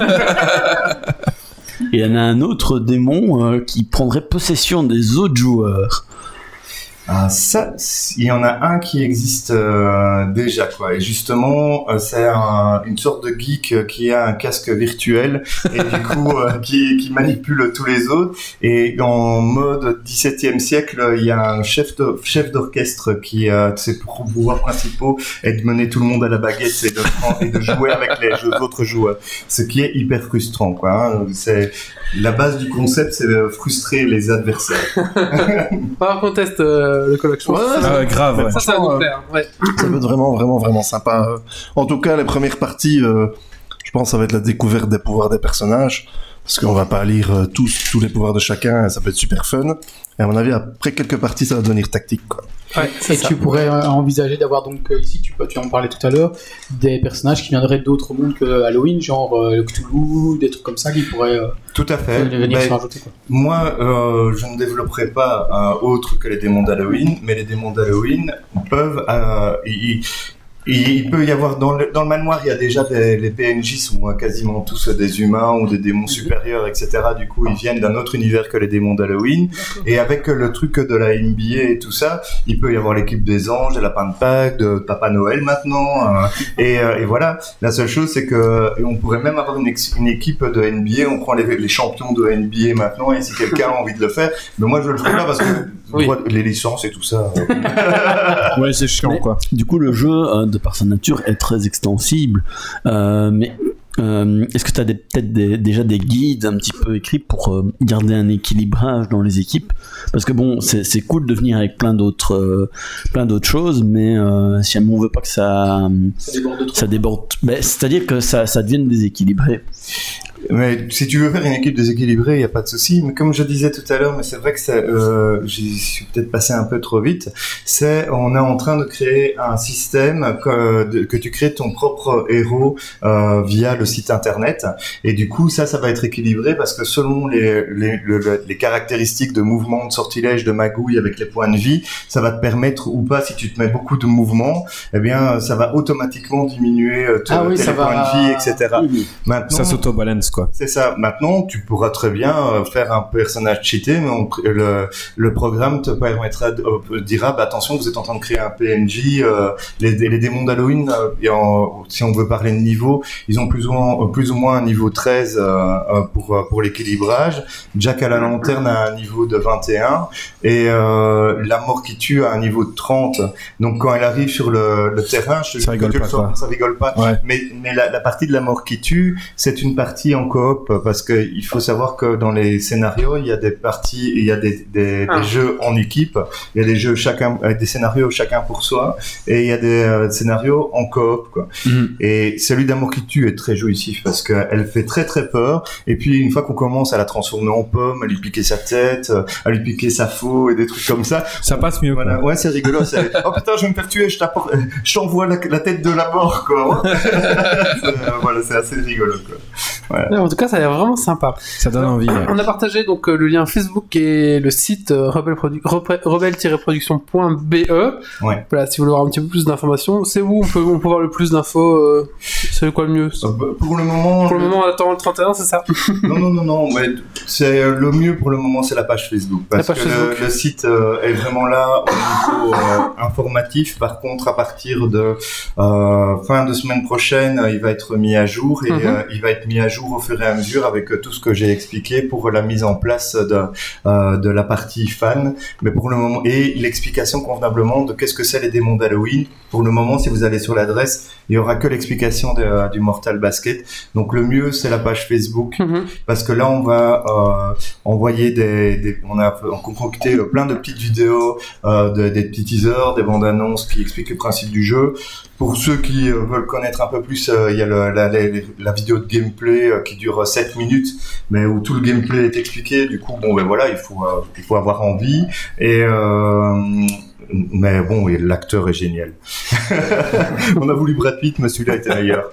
Et il y en a un autre démon euh, qui prendrait possession des autres joueurs. Ah, ça, il y en a un qui existe euh, déjà, quoi. Et justement, euh, c'est un- une sorte de geek euh, qui a un casque virtuel et du coup euh, qui, qui manipule tous les autres. Et en mode dix-septième siècle, il y a un chef de, chef d'orchestre qui a ses pouvoirs principaux est de mener tout le monde à la baguette et de, prendre- et de jouer avec les jeux- autres joueurs. Ce qui est hyper frustrant, quoi. Hein. C'est la base du concept, c'est de frustrer les adversaires. Par contre, on teste euh, le colloque. je pense. Ouais, Ah, grave, ouais. Ça, ça va nous plaire. Ouais. Ça peut être vraiment, vraiment, vraiment sympa. Euh, En tout cas, les premières parties, euh, je pense que ça va être la découverte des pouvoirs des personnages. Parce qu'on va pas lire euh, tous, tous les pouvoirs de chacun, et ça peut être super fun. Et à mon avis, après quelques parties, ça va devenir tactique, quoi. Ouais, c'est Et ça. tu pourrais euh, envisager d'avoir donc euh, ici, tu, peux- tu en parlais tout à l'heure, des personnages qui viendraient d'autres mondes que Halloween, genre euh, le Cthulhu, des trucs comme ça qui pourraient euh, Tout à fait. venir Ben, se rajouter. Quoi. Moi, euh, je ne développerai pas euh, autre que les démons d'Halloween, mais les démons d'Halloween peuvent, euh, ils- il, il peut y avoir dans le, dans le manoir, il y a déjà des, les P N J sont quasiment tous des humains ou des démons supérieurs, et cetera. Du coup, ils viennent d'un autre univers que les démons d'Halloween. Et avec le truc de la N B A et tout ça, il peut y avoir l'équipe des anges, des lapins de Pâques, de Papa Noël maintenant. Euh, et, euh, et voilà. La seule chose, c'est que on pourrait même avoir une, ex, une équipe de N B A. On prend les, les champions de N B A maintenant. Et si quelqu'un a envie de le faire, mais moi je le ferai pas parce que oui. les licences et tout ça. Euh... ouais, c'est chiant mais, quoi. Du coup, le jeu euh, de par sa nature est très extensible, euh, mais euh, est-ce que tu as peut-être des, déjà des guides un petit peu écrits pour euh, garder un équilibrage dans les équipes? Parce que bon, c'est, c'est cool de venir avec plein d'autres, euh, plein d'autres choses, mais euh, si on veut pas que ça, ça déborde, ça déborde ben, c'est-à-dire que ça, ça devienne déséquilibré. Mais si tu veux faire une équipe déséquilibrée, il n'y a pas de souci. Mais comme je disais tout à l'heure, mais c'est vrai que c'est, euh, j'y suis peut-être passé un peu trop vite, c'est on est en train de créer un système que, de, que tu crées ton propre héros euh, via le site internet. Et du coup, ça, ça va être équilibré parce que selon les, les, le, les caractéristiques de mouvement, de sortilège, de magouille avec les points de vie, ça va te permettre ou pas, si tu te mets beaucoup de mouvements, eh bien, ça va automatiquement diminuer te, ah oui, tes ça points va... de vie, et cetera. Oui. Maintenant, ça s'auto-balance quoi. C'est ça. Maintenant, tu pourras très bien euh, faire un personnage cheaté, mais on, le, le programme te permettra de, euh, dira, bah, attention, vous êtes en train de créer un P N J. Euh, les, les démons d'Halloween, euh, et en, si on veut parler de niveau, ils ont plus ou moins, plus ou moins un niveau treize euh, pour pour l'équilibrage. Jack à la lanterne a un niveau de vingt et un et euh, la mort qui tue a un niveau de trente. Donc quand elle arrive sur le, le terrain, je ça rigole que pas, le sens, ça rigole pas. Ouais. Mais mais la, la partie de la mort qui tue, c'est une partie en coop parce que il faut savoir que dans les scénarios, il y a des parties, il y a des des, ah. des jeux en équipe, il y a des jeux chacun, des scénarios chacun pour soi, et il y a des euh, scénarios en coop quoi. Mm-hmm. Et celui d'amour qui tue est très jouissif parce qu'elle fait très très peur. Et puis une fois qu'on commence à la transformer en pomme, à lui piquer sa tête, à lui piquer sa faux et des trucs comme ça, ça passe mieux. Voilà. Ouais, c'est rigolo. C'est... oh putain, je vais me faire tuer, je t'apporte, je t'envoie la, la tête de la mort quoi. c'est, voilà, c'est assez rigolo quoi. Voilà. Ouais, en tout cas, ça a l'air vraiment sympa. Ça donne envie. Ouais. On a partagé donc euh, le lien Facebook et le site euh, rebelle produ- rebelle-production point b e. Ouais. Voilà, si vous voulez avoir un petit peu plus d'informations, c'est où on peut, on peut voir le plus d'infos euh, c'est quoi le mieux euh, bah, Pour le moment. Pour le moment, on attend le trente et un, c'est ça? Non, non, non, non. Ouais, c'est le mieux pour le moment, c'est la page Facebook. Parce page que Facebook. Le, le site euh, est vraiment là au niveau euh, informatif. Par contre, à partir de euh, fin de semaine prochaine, il va être mis à jour et mm-hmm. euh, il va être mis à jour au fur et à mesure avec tout ce que j'ai expliqué pour la mise en place de euh, de la partie fan. Mais pour le moment et l'explication convenablement de qu'est-ce que c'est les démons d'Halloween. Pour le moment, si vous allez sur l'adresse, il y aura que l'explication de, euh, du Mortal Basket. Donc le mieux, c'est la page Facebook mm-hmm. parce que là, on va euh, envoyer des, des on a concocté plein de petites vidéos, euh, de, des petits teasers, des bandes annonces qui expliquent le principe du jeu. Pour ceux qui euh, veulent connaître un peu plus, euh, il y a le, la, la, la vidéo de gameplay euh, qui dure sept minutes, mais où tout le gameplay est expliqué. Du coup, bon, ben voilà, il faut, euh, il faut avoir envie. Et euh, mais bon, l'acteur est génial. On a voulu Brad Pitt, mais celui-là était meilleur.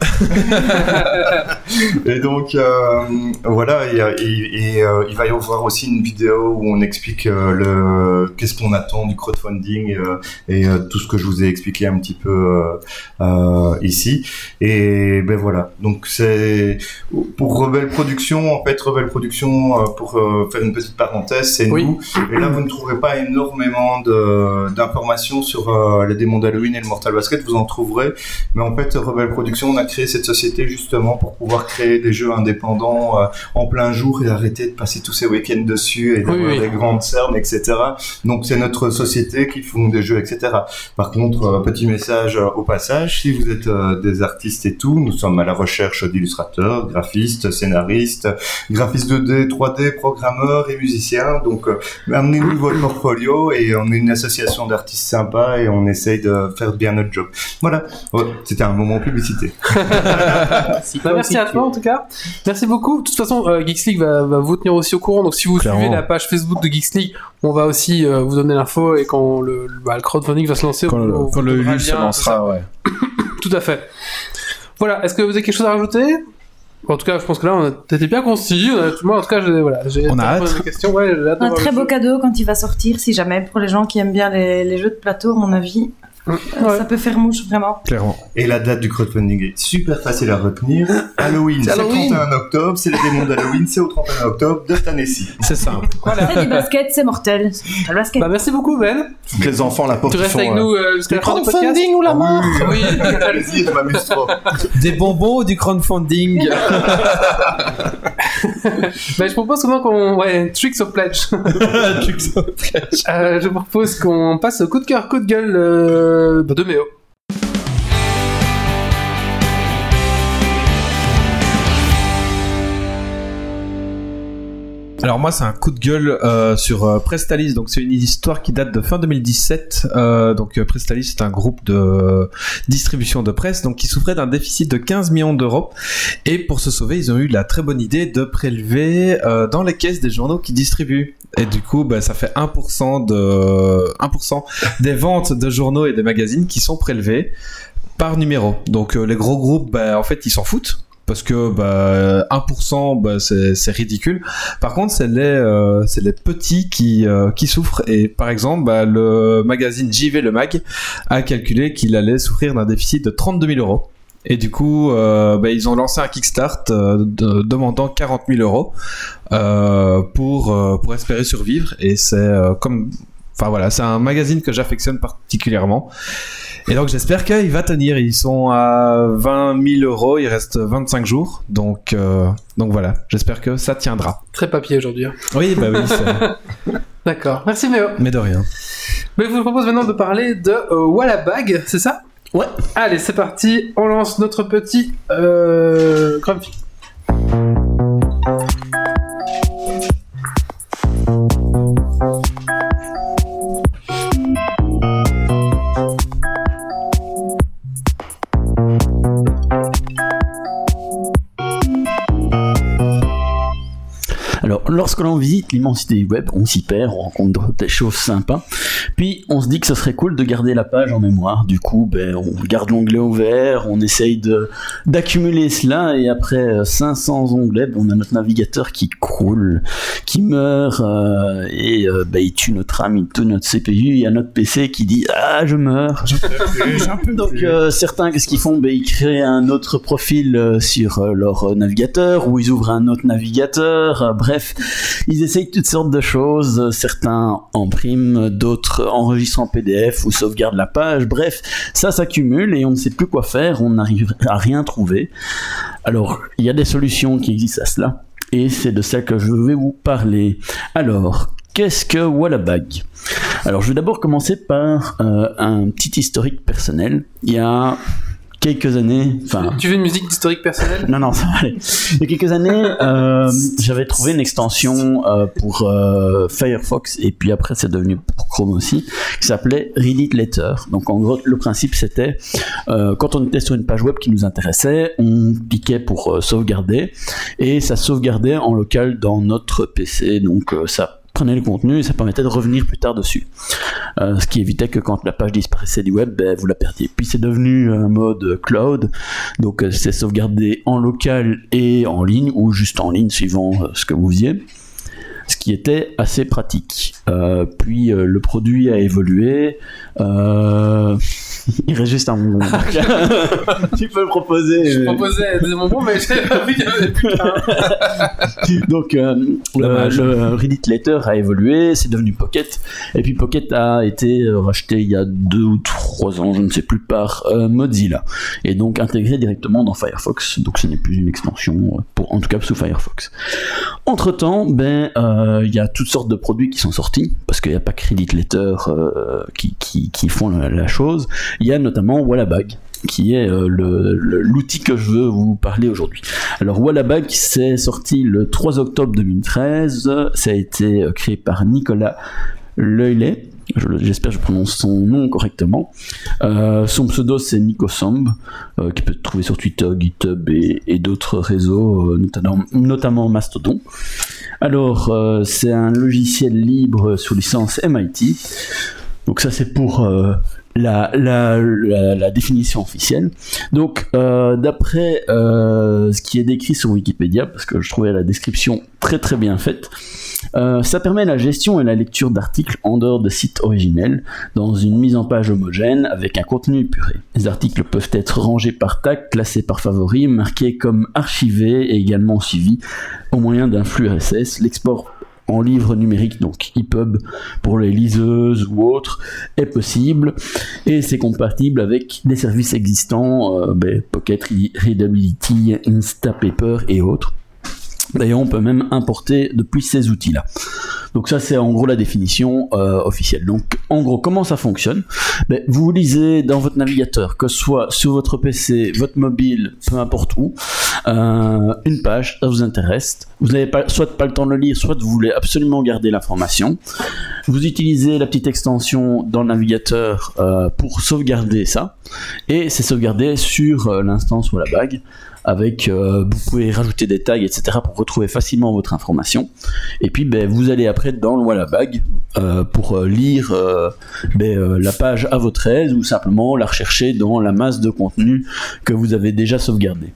Et donc, euh, voilà, et, et, et euh, il va y avoir aussi une vidéo où on explique euh, le qu'est-ce qu'on attend du crowdfunding euh, et euh, tout ce que je vous ai expliqué un petit peu euh, euh, ici. Et ben voilà, donc c'est pour Rebelle Production, en fait, Rebelle Production, euh, pour euh, faire une petite parenthèse, c'est oui. nous. Et là, vous ne trouverez pas énormément de d'informations sur euh, les démons d'Halloween et le Mortal Basket, vous en trouverez, mais en fait Rebelle Production, on a créé cette société justement pour pouvoir créer des jeux indépendants euh, en plein jour et arrêter de passer tous ces week-ends dessus et d'avoir oui, oui. des grandes cernes, et cetera. Donc c'est notre société qui font des jeux, et cetera. Par contre, euh, petit message euh, au passage, si vous êtes euh, des artistes et tout, nous sommes à la recherche d'illustrateurs, graphistes, scénaristes, graphistes deux D, trois D, programmeurs et musiciens, donc euh, amenez-nous votre portfolio et on est une association d'artistes sympas et on essaye de faire bien notre job. Voilà, ouais, c'était un moment publicité. Merci, bah, merci à toi en tout cas. Merci beaucoup. De toute façon, euh, Geeks League va, va vous tenir aussi au courant. Donc si vous Clairement. suivez la page Facebook de Geeks League, on va aussi euh, vous donner l'info et quand le, bah, le crowdfunding va se lancer, quand on, le, on quand le lien se lancera, ouais. Tout à fait. Voilà. Est-ce que vous avez quelque chose à rajouter? En tout cas, je pense que là, on a été bien concis. Moi, en tout cas, j'ai, voilà, j'ai on a hâte. Des questions. Ouais, j'ai hâte un très beau cadeau quand il va sortir, si jamais, pour les gens qui aiment bien les, les jeux de plateau, à mon avis. Euh, Ouais. Ça peut faire mouche, vraiment. Clairement. Et la date du crowdfunding est super facile à retenir. Halloween, c'est le Halloween. trente et un octobre, c'est les démons d'Halloween, c'est au trente et un octobre de cette année-ci. C'est simple. C'est du basket, c'est mortel. Le basket. Bah, merci beaucoup, Ben. Les enfants, la porte, Tu ils restes font, avec euh, nous euh, jusqu'à la fin du podcast. crowdfunding ou la mort? Oui. Allez-y, je m'amuse trop. Des bonbons ou du crowdfunding? Bah, je propose maintenant qu'on. Ouais, Tricks of Pledge. Euh, je propose qu'on passe au coup de cœur, coup de gueule euh, de Méo. Alors moi c'est un coup de gueule euh, sur euh, Prestalis, donc c'est une histoire qui date de fin deux mille dix-sept. Euh, donc euh, Prestalis c'est un groupe de euh, distribution de presse donc qui souffrait d'un déficit de quinze millions d'euros et pour se sauver ils ont eu la très bonne idée de prélever euh, dans les caisses des journaux qu'ils distribuent. Et du coup bah, ça fait un pour cent de un pour cent des ventes de journaux et des magazines qui sont prélevés par numéro. Donc euh, les gros groupes bah, en fait ils s'en foutent. Parce que bah, un pour cent bah, c'est, c'est ridicule. Par contre, c'est les, euh, c'est les petits qui, euh, qui souffrent. Et par exemple, bah, le magazine J V Le Mag a calculé qu'il allait souffrir d'un déficit de trente-deux mille euros. Et du coup, euh, bah, ils ont lancé un Kickstart euh, de, demandant quarante mille euros euh, pour, euh, pour espérer survivre. Et c'est euh, comme... Enfin voilà, c'est un magazine que j'affectionne particulièrement. Et donc j'espère qu'il va tenir. Ils sont à vingt mille euros, il reste vingt-cinq jours. Donc, euh, donc voilà, j'espère que ça tiendra. Très papier aujourd'hui. hein. Oui, bah oui, c'est... D'accord. Merci, Méo. mais de rien. Mais je vous propose maintenant de parler de euh, Wallabag, c'est ça? Ouais. Allez, c'est parti. On lance notre petit euh, Grumpy. Alors, lorsque l'on visite l'immensité du web, on s'y perd, on rencontre des choses sympas. Puis, on se dit que ce serait cool de garder la page en mémoire. Du coup, ben, on garde l'onglet ouvert, on essaye de, d'accumuler cela, et après cinq cents onglets, ben, on a notre navigateur qui croule, qui meurt, euh, et euh, ben, il tue notre RAM, il tue notre C P U, il y a notre P C qui dit « Ah, je meurs !» Donc, euh, certains, qu'est-ce qu'ils font? Ben, ils créent un autre profil euh, sur euh, leur euh, navigateur, ou ils ouvrent un autre navigateur, euh, bref, ils essayent toutes sortes de choses. Certains impriment, d'autres enregistrent en P D F ou sauvegardent la page. Bref, ça s'accumule et on ne sait plus quoi faire, on n'arrive à rien trouver. Alors, il y a des solutions qui existent à cela, et c'est de ça que je vais vous parler. Alors, qu'est-ce que Wallabag? Alors, je vais d'abord commencer par euh, un petit historique personnel. Il y a quelques années, enfin... Tu veux une musique d'historique personnel? Non, non, ça va aller. Il y a quelques années, euh, j'avais trouvé une extension euh, pour euh, Firefox, et puis après c'est devenu pour Chrome aussi, qui s'appelait Read It Later. Donc en gros, le principe c'était, euh, quand on était sur une page web qui nous intéressait, on cliquait pour euh, sauvegarder, et ça sauvegardait en local dans notre P C, donc euh, ça prenait le contenu et ça permettait de revenir plus tard dessus. Euh, ce qui évitait que quand la page disparaissait du web, ben, vous la perdiez. Puis c'est devenu un mode cloud, donc euh, c'est sauvegardé en local et en ligne, ou juste en ligne suivant euh, ce que vous faisiez. Ce qui était assez pratique. Euh, puis euh, le produit a évolué. Euh... Il reste juste un bonbon. Tu peux le proposer. Je euh... proposais des bonbons, mais j'ai envie qu'il y en avait plus qu'un. Donc euh, le, le Read It Later a évolué, c'est devenu Pocket. Et puis Pocket a été racheté il y a deux ou trois ans, je ne sais plus, par euh, Mozilla. Et donc intégré directement dans Firefox. Donc ce n'est plus une extension, pour, en tout cas sous Firefox. Entre temps, ben il euh, y a toutes sortes de produits qui sont sortis, parce qu'il n'y a pas que Read It Later euh, qui, qui, qui font la, la chose. Il y a notamment Wallabag, qui est euh, le, le, l'outil que je veux vous parler aujourd'hui. Alors Wallabag, c'est sorti le trois octobre deux mille treize, ça a été créé par Nicolas Leuillet, j'espère que je prononce son nom correctement. Euh, son pseudo c'est Nicosamb, euh, qui peut être trouvé sur Twitter, GitHub et, et d'autres réseaux, euh, notamment, notamment Mastodon. Alors euh, c'est un logiciel libre sous licence M I T. Donc ça c'est pour euh, la, la, la, la définition officielle. Donc, euh, d'après euh, ce qui est décrit sur Wikipédia, parce que je trouvais la description très très bien faite, euh, ça permet la gestion et la lecture d'articles en dehors de sites originels, dans une mise en page homogène avec un contenu épuré. Les articles peuvent être rangés par tag, classés par favoris, marqués comme archivés et également suivis au moyen d'un flux R S S. L'export en livre numérique, donc E P U B pour les liseuses ou autres, est possible et c'est compatible avec des services existants, euh, ben, Pocket Readability, Instapaper et autres. D'ailleurs, on peut même importer depuis ces outils-là. Donc ça, c'est en gros la définition euh, officielle. Donc, en gros, comment ça fonctionne ? Ben, vous lisez dans votre navigateur, que ce soit sur votre P C, votre mobile, peu importe où, euh, une page, ça vous intéresse. Vous n'avez pas, soit pas le temps de le lire, soit vous voulez absolument garder l'information. Vous utilisez la petite extension dans le navigateur euh, pour sauvegarder ça. Et c'est sauvegardé sur euh, l'instance Wallabag. Avec, euh, vous pouvez rajouter des tags, et cetera pour retrouver facilement votre information. Et puis, ben, vous allez après dans le Wallabag euh, pour euh, lire euh, ben, euh, la page à votre aise ou simplement la rechercher dans la masse de contenu que vous avez déjà sauvegardé.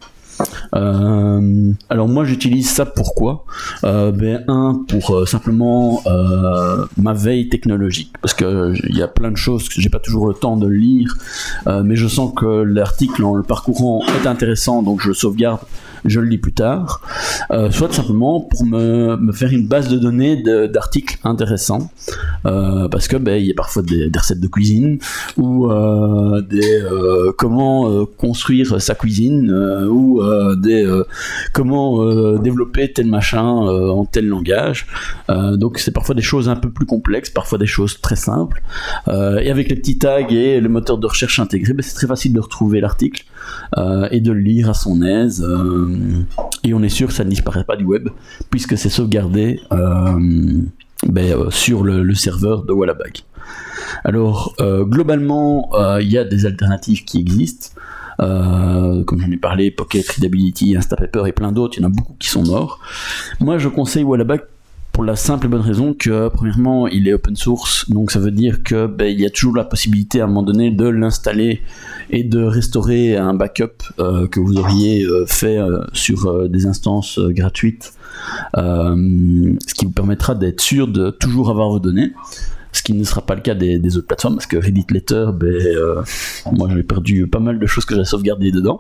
Euh, alors moi j'utilise ça pourquoi euh, ben un pour euh, simplement euh, ma veille technologique parce que il y a plein de choses que j'ai pas toujours le temps de lire euh, mais je sens que l'article en le parcourant est intéressant donc je le sauvegarde, je le lis plus tard, euh, soit simplement pour me, me faire une base de données de, d'articles intéressants euh, parce que ben il y a parfois des, des recettes de cuisine ou euh, des euh, comment euh, construire sa cuisine euh, ou euh, des euh, comment euh, développer tel machin euh, en tel langage. Euh, donc c'est parfois des choses un peu plus complexes, parfois des choses très simples. Euh, et avec les petits tags et le moteur de recherche intégré, ben, c'est très facile de retrouver l'article euh, et de le lire à son aise. Euh, et on est sûr que ça ne disparaît pas du web puisque c'est sauvegardé euh, ben, euh, sur le, le serveur de Wallabag. Alors euh, globalement, il euh, y a des alternatives qui existent. Euh, comme j'en ai parlé, Pocket Readability, Instapaper et plein d'autres, il y en a beaucoup qui sont morts. Moi je conseille Wallabag pour la simple et bonne raison que premièrement il est open source, donc ça veut dire que ben, il y a toujours la possibilité à un moment donné de l'installer et de restaurer un backup euh, que vous auriez euh, fait euh, sur euh, des instances euh, gratuites, euh, ce qui vous permettra d'être sûr de toujours avoir vos données. Ce qui ne sera pas le cas des, des autres plateformes, parce que Reddit Letter, ben, euh, moi j'ai perdu pas mal de choses que j'ai sauvegardées dedans.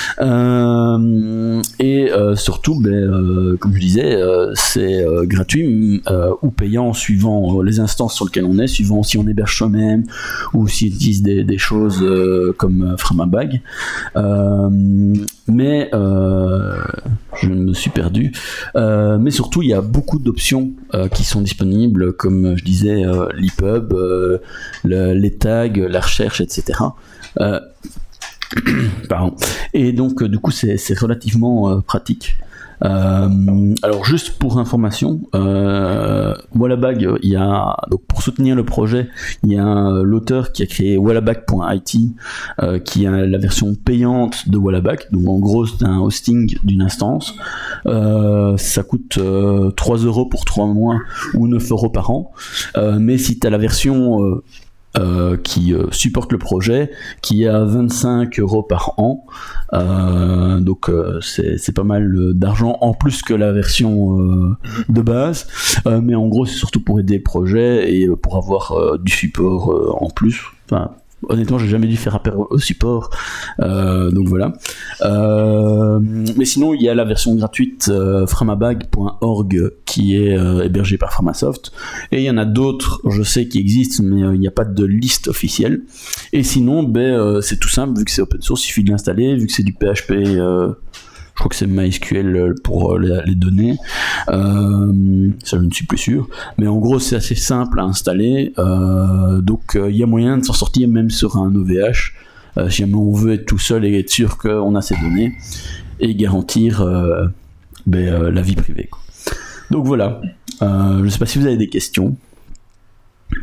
Euh, et euh, surtout, ben, euh, comme je disais, euh, c'est euh, gratuit euh, ou payant suivant les instances sur lesquelles on est, suivant si on héberge soi-même ou s'il utilise des, des choses euh, comme Framabag. Euh, mais euh, je me suis perdu. Euh, mais surtout, il y a beaucoup d'options euh, qui sont disponibles, comme je disais, euh, l'E P U B, euh, le, les tags, la recherche, et cetera. Euh, pardon. Et donc, euh, du coup, c'est, c'est relativement euh, pratique. Euh, alors juste pour information, euh, Wallabag, il y a donc pour soutenir le projet, il y a un, l'auteur qui a créé wallabag point I T, euh, qui a la version payante de Wallabag. Donc en gros c'est un hosting d'une instance. Euh, ça coûte euh, trois euros pour trois mois ou neuf euros par an. Euh, mais si tu as la version euh, Euh, qui euh, supporte le projet, qui est à vingt-cinq euros par an, euh, donc euh, c'est, c'est pas mal d'argent en plus que la version euh, de base, euh, mais en gros c'est surtout pour aider le projet et pour avoir euh, du support euh, en plus. Enfin, honnêtement, j'ai jamais dû faire appel au support, euh, donc voilà. Euh, mais sinon, il y a la version gratuite euh, framabag point org qui est euh, hébergée par Framasoft, et il y en a d'autres, je sais, qui existent, mais euh, il n'y a pas de liste officielle. Et sinon, ben euh, c'est tout simple, vu que c'est open source, il suffit de l'installer, vu que c'est du P H P. Euh, Je crois que c'est MySQL pour les données, euh, ça je ne suis plus sûr, mais en gros c'est assez simple à installer, euh, donc il euh, y a moyen de s'en sortir même sur un O V H, euh, si jamais on veut être tout seul et être sûr qu'on a ces données, et garantir euh, ben, euh, la vie privée, quoi. Donc voilà, euh, je ne sais pas si vous avez des questions.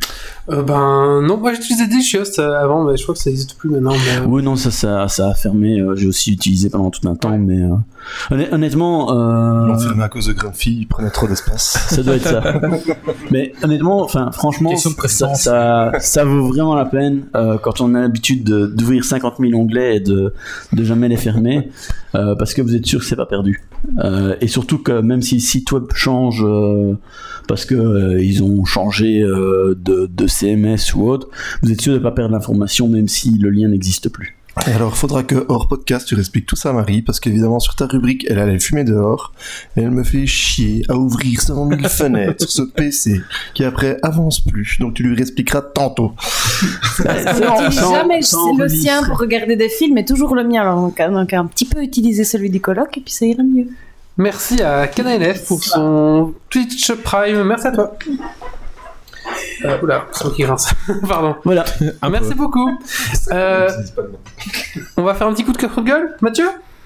Euh, ben non, moi j'utilisais Delicious euh, avant, mais je crois que ça n'existe plus maintenant. Mais... Oui, non, ça, ça, ça a fermé. euh, J'ai aussi utilisé pendant tout un temps, mais euh, honn- honnêtement, Ils l'ont euh, fermé à cause de Grumpy, ils prenaient trop d'espace. ça doit être ça. Mais honnêtement, enfin, franchement, Question de ça, préférence. ça, ça vaut vraiment la peine euh, quand on a l'habitude de- d'ouvrir cinquante mille onglets et de, de jamais les fermer, euh, parce que vous êtes sûr que c'est pas perdu. Euh, et surtout que même si le site web change, euh, parce que euh, ils ont changé euh, de, de C M S ou autre, vous êtes sûr de pas perdre l'information même si le lien n'existe plus. Et alors, faudra que hors podcast, tu expliques tout ça à Marie, parce qu'évidemment, sur ta rubrique, elle allait fumer dehors, et elle me fait chier à ouvrir cent mille fenêtres sur ce P C, qui après avance plus, donc tu lui expliqueras tantôt. J'utilise jamais le sien pour regarder des films, mais toujours le mien. Alors, donc, donc un petit peu utiliser celui du coloc, et puis ça ira mieux. Merci à Canalef pour son Twitch Prime. Merci à toi. Euh, oula, c'est moi qui grince. Pardon. Voilà. Ah, merci beaucoup. Euh, on va faire un petit coup de cœur coup de gueule, Mathieu.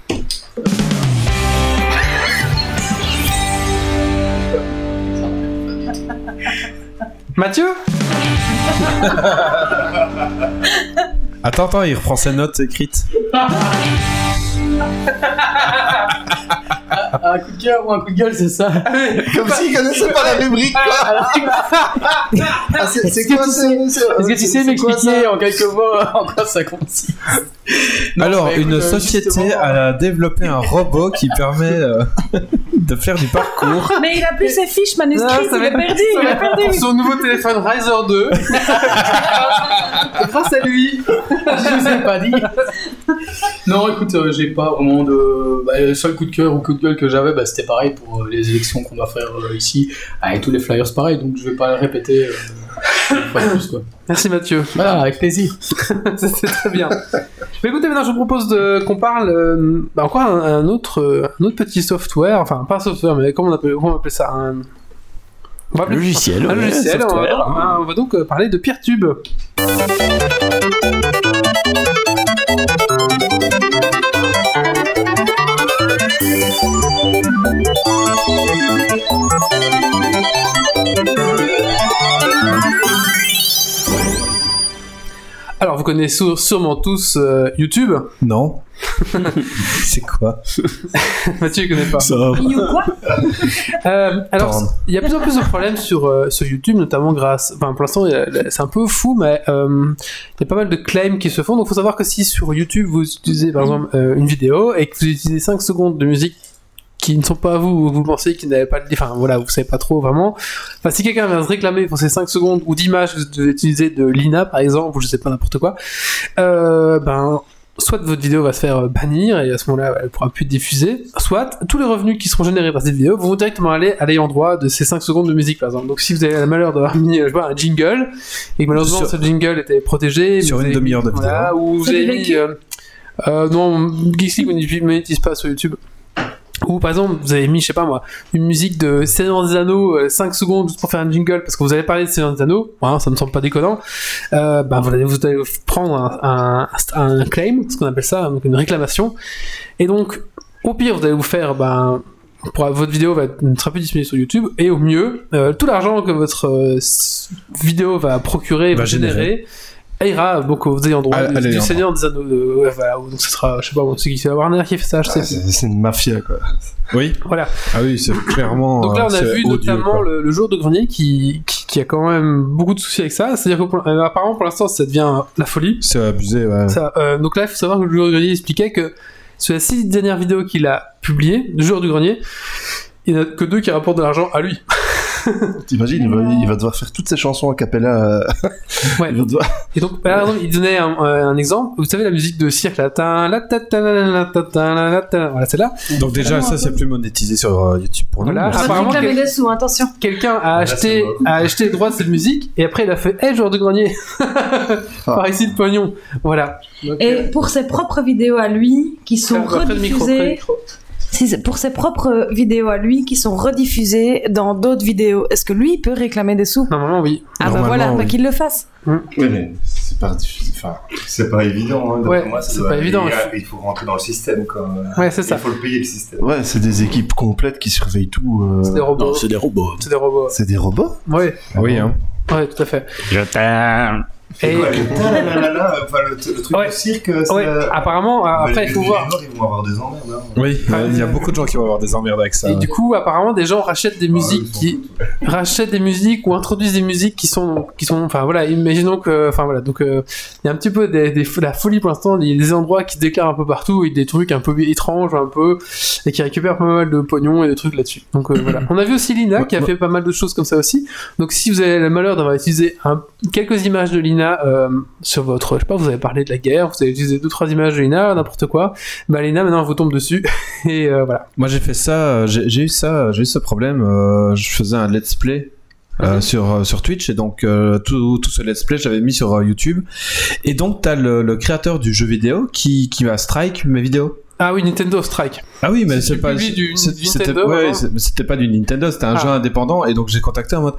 Mathieu. Attends, attends, il reprend ses notes écrites. Un coup de cœur ou un coup de gueule, c'est ça. Comme s'il connaissait pas la rubrique, quoi. Ah, c'est c'est quoi ça? Est-ce que tu sais m'expliquer en quelques mots en quoi ça consiste? Non, Alors, bah, écoute, une euh, société justement, a développé un robot qui permet euh, de faire du parcours. Mais il a plus ses fiches manuscrites, Ah, ça il va est être- perdu, ça il va est être perdu. Pour son nouveau téléphone Riser deux. Grâce à lui. je vous ai pas dit. Non, écoute, euh, j'ai pas vraiment de. Bah, le seul coup de cœur ou coup de gueule que j'avais, bah, c'était pareil pour euh, les élections qu'on va faire euh, ici, avec tous les flyers pareil, donc je vais pas le répéter euh, une fois de plus, quoi. Merci Mathieu. Voilà, avec plaisir. C'était très bien. Mais écoutez, maintenant je vous propose de, qu'on parle euh, bah, encore un, un, autre, euh, un autre petit software, enfin pas un software, mais comment on appelle, comment on appelle ça un... On va appeler- Logiciel, Un ouais, logiciel, on va, software, donc, hein. on va donc euh, parler de Peertube. Alors vous connaissez sû- sûrement tous euh, YouTube. Non. C'est quoi? Mathieu, il connaît pas. You quoi? Euh, alors, Tendre. il y a de plus en plus de problèmes sur, euh, sur YouTube, notamment grâce. Enfin, pour l'instant, il y a- c'est un peu fou, mais euh, il y a pas mal de claims qui se font. Donc, il faut savoir que si sur YouTube vous utilisez par exemple euh, une vidéo et que vous utilisez cinq secondes de musique qui ne sont pas à vous, ou vous pensez qu'ils n'avaient pas de. Enfin, voilà, vous savez pas trop vraiment. Enfin, si quelqu'un vient se réclamer pour ces cinq secondes ou d'images que vous devez utiliser de Lina par exemple, ou je sais pas n'importe quoi, euh, ben. Soit votre vidéo va se faire bannir et à ce moment-là elle pourra plus être diffusée, soit tous les revenus qui seront générés par cette vidéo vont directement aller à l'ayant droit de ces cinq secondes de musique par exemple. Donc si vous avez le malheur d'avoir mis je sais pas, un jingle et que malheureusement Sur- ce jingle était protégé Sur vous une avez demi-heure mis- de voilà, ou vous Ça avez fait mis qui euh, euh, non Geeksleague ne monétise pas sur YouTube. Ou par exemple, vous avez mis, je sais pas moi, une musique de Seigneur des Anneaux, euh, cinq secondes juste pour faire un jingle, parce que vous avez parlé de Seigneur des Anneaux, voilà, ça me semble pas déconnant, euh, bah, vous, allez, vous allez prendre un, un, un claim, ce qu'on appelle ça, donc une réclamation, et donc, au pire, vous allez vous faire, ben, pour, votre vidéo va être, ne sera plus disponible sur YouTube, et au mieux, euh, tout l'argent que votre euh, s- vidéo va procurer, va, Va générer, générer. ira donc aux ayants droit À- à du, du l'ayant Seigneur des Anneaux, euh, ouais, voilà, donc ce sera, je sais pas, c'est qui, c'est Warner qui fait ça, je sais Ah, plus. c'est c'est une mafia, quoi. Oui. Voilà. Ah oui, c'est clairement. Donc là, on a euh, c'est vu odieux, notamment quoi. le, le jour de grenier qui, qui, qui a quand même beaucoup de soucis avec ça. C'est-à-dire que pour, euh, apparemment, pour l'instant, ça devient la folie. C'est abusé, ouais. Ça, euh, donc là, il faut savoir que le jour de grenier expliquait que sur les six dernières vidéos qu'il a publiées, le jour du grenier, il n'y en a que deux qui rapportent de l'argent à lui. T'imagines, il va, il va devoir faire toutes ses chansons a cappella. euh, Ouais. il va devoir- Et donc, par exemple, il donnait un, un- un exemple. Vous savez, la musique de cirque, là. Tin, la, ta, ta, la, la, ta, ta, la, la, ta. Voilà, c'est là. Donc déjà, ça, c'est plus monétisé sur euh, YouTube pour nous. Voilà. Merci. On va Apparemment, réclamer quel- des sous, attention. Quelqu'un a Là, c'est acheté, beau. a acheté les droits de cette musique et après il a fait, hey, jour de grenier. Par ici de pognon. Voilà. Donc, Et euh, pour ses propres vidéos à lui, qui sont après le micro, après le rediffusées, micro. si c'est pour ses propres vidéos à lui, qui sont rediffusées dans d'autres vidéos, est-ce que lui il peut réclamer des sous? Normalement, oui. Ah bah Normalement, voilà, bah oui. qu'il le fasse. Oui, mais c'est pas difficile. Enfin, c'est pas évident. Hein, d'après Ouais, moi, ça c'est doit- pas évident. Il, il faut rentrer dans le système, quoi. Ouais, c'est ça. Il faut le payer, le système. Ouais, c'est des équipes complètes qui surveillent tout. euh, C'est des robots. Non, c'est des robots. C'est des robots. C'est des robots? Ouais. Ah oui, hein. Ouais, tout à fait. Je t'aime. Et Quoi, le talalala, enfin, le, le truc Ouais. du cirque, c'est... ouais, euh, apparemment, bah, après, les- il faut les voir. Noirs, ils vont avoir des emmerdes. Hein. Oui, Ah, il y a beaucoup de gens qui vont avoir des emmerdes avec ça. Et du coup, apparemment, des gens rachètent des Ah, musiques ils sont qui fous, ouais. rachètent des musiques ou introduisent des musiques qui sont, qui sont, enfin voilà, imaginons que, enfin voilà, donc euh, il y a un petit peu des, des, la folie pour l'instant. Il y a des endroits qui se déclarent un peu partout et des trucs un peu étranges, un peu, et qui récupèrent pas mal de pognon et des trucs là-dessus. Donc euh, voilà. On a vu aussi Lina qui a fait pas mal de choses comme ça aussi. Donc si vous avez le malheur d'avoir utilisé un, quelques images de Lina euh, sur votre, je sais pas, vous avez parlé de la guerre, vous avez utilisé deux trois images de Lina, n'importe quoi, bah Lina maintenant elle vous tombe dessus et euh, voilà. Moi j'ai fait ça, euh, j'ai j'ai eu ça, j'ai eu ce problème. euh, je faisais un let's play euh, sur euh, sur Twitch et donc euh, tout tout ce let's play j'avais mis sur euh, YouTube. Et donc t'as le, le créateur du jeu vidéo qui qui va strike mes vidéos. Ah oui, Nintendo Strike. Ah oui, mais C'est c'est du pas public du- c'est- du c'était Nintendo, ouais, vraiment c'est- mais c'était pas du Nintendo, c'était un Ah. jeu indépendant et donc j'ai contacté en mode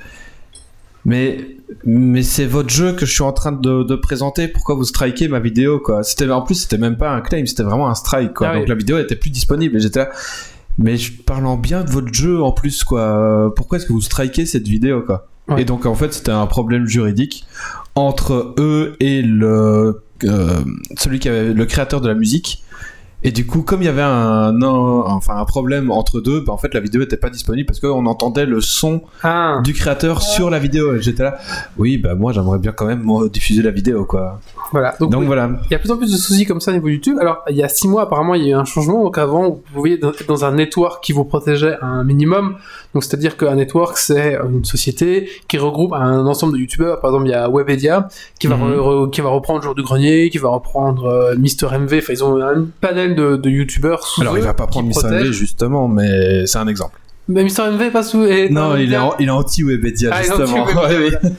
mais mais c'est votre jeu que je suis en train de, de présenter, pourquoi vous strikez ma vidéo quoi. C'était en plus c'était même pas un claim, c'était vraiment un strike quoi. Ah donc oui. la vidéo était plus disponible et j'étais là mais je parle en bien de votre jeu en plus quoi. Pourquoi est-ce que vous strikez cette vidéo quoi? Ouais. Et donc en fait c'était un problème juridique entre eux et le euh, celui qui avait le créateur de la musique. Et du coup, comme il y avait un, un enfin un problème entre deux, bah en fait la vidéo était pas disponible parce qu'on entendait le son Ah. du créateur sur la vidéo. Et j'étais là, oui, bah moi j'aimerais bien quand même moi, diffuser la vidéo quoi. Voilà. Donc, Donc oui, voilà. il y a de plus en plus de soucis comme ça au niveau YouTube. Alors, il y a six mois, apparemment, il y a eu un changement. Donc, avant, vous pouviez être dans un network qui vous protégeait un minimum. Donc, c'est-à-dire qu'un network, c'est une société qui regroupe un ensemble de YouTubeurs. Par exemple, il y a Webedia qui va, Mhm. re- re- qui va reprendre Jour du Grenier, qui va reprendre euh, Mister M V. Enfin, ils ont un panel de, de YouTubeurs sous Alors eux il va pas qui prendre Mister protègent. M V justement, mais c'est un exemple. Mais Mister M V est pas sous. est Non, dans il est, Webedia. en- il est anti-Webedia Ah, il est justement. anti-Webedia, Ouais, oui.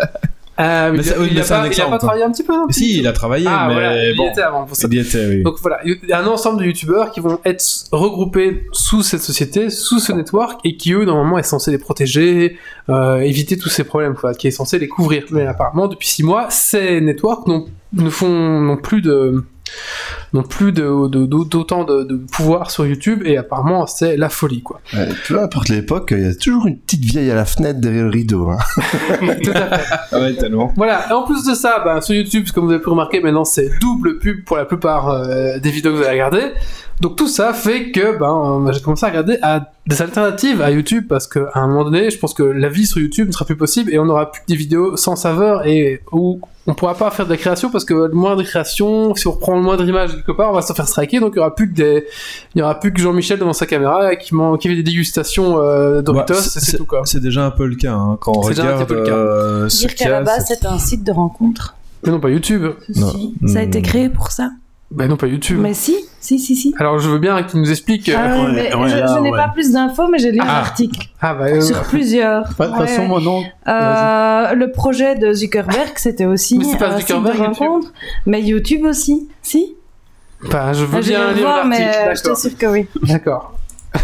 Euh, mais Mais il, ça- a, oui, il mais a c'est un pas, il a exemple, pas quoi. travaillé un petit peu, non Si, il a travaillé, Ah, mais voilà, il bon. y était avant. Pour ça. Il y était, oui. Donc voilà, il y a un ensemble de youtubeurs qui vont être regroupés sous cette société, sous ce network, et qui eux normalement est censé les protéger, euh, éviter tous ces problèmes, quoi, qui est censé les couvrir. Mais apparemment depuis six mois, ces networks n'ont ne font n'ont plus de n'ont plus de, de- de- d'autant de, de pouvoir sur YouTube et apparemment c'est la folie quoi. Ouais, peu importe l'époque, il y a toujours une petite vieille à la fenêtre derrière le rideau. Hein. Tout à fait. Ah ouais, tellement. Voilà, et en plus de ça, ben, sur YouTube, comme vous avez pu remarquer, maintenant c'est double pub pour la plupart euh, des vidéos que vous allez regarder. Donc tout ça fait que ben, euh, j'ai commencé à regarder à des alternatives à YouTube parce qu'à un moment donné, je pense que la vie sur YouTube ne sera plus possible et on n'aura plus que des vidéos sans saveur et où on pourra pas faire de la création parce que le moindre création, si on reprend le moindre image quelque part, on va se faire striker. Donc il y aura plus que des, il y aura plus que Jean-Michel devant sa caméra qui, man- qui fait des dégustations euh, Doritos, Bah, et c'est tout quoi. C'est déjà un peu le cas hein, quand on C'est déjà un regarde petit peu le cas. euh, ce Dire qu'à qu'il y la a, base, c'est- c'est un site de rencontre. Mais non pas YouTube. Non. Si. Ça a été Hmm. créé pour ça. Ben non pas YouTube. Mais si, si, si, si. Alors je veux bien qu'il nous explique. euh, Ah ouais, ouais, mais ouais, je, là, je n'ai ouais. pas plus d'infos, mais j'ai lu un Ah. article Ah bah euh, sur plusieurs. De toute Ouais, façon, ouais. moi non. Euh, le projet de Zuckerberg, c'était aussi Mais c'est pas un site Zuckerberg, de YouTube. rencontre. Mais YouTube aussi, si. bah, je veux Ah, je vais bien le lire voir, mais l'article. euh, je D'accord. t'assure que oui. D'accord.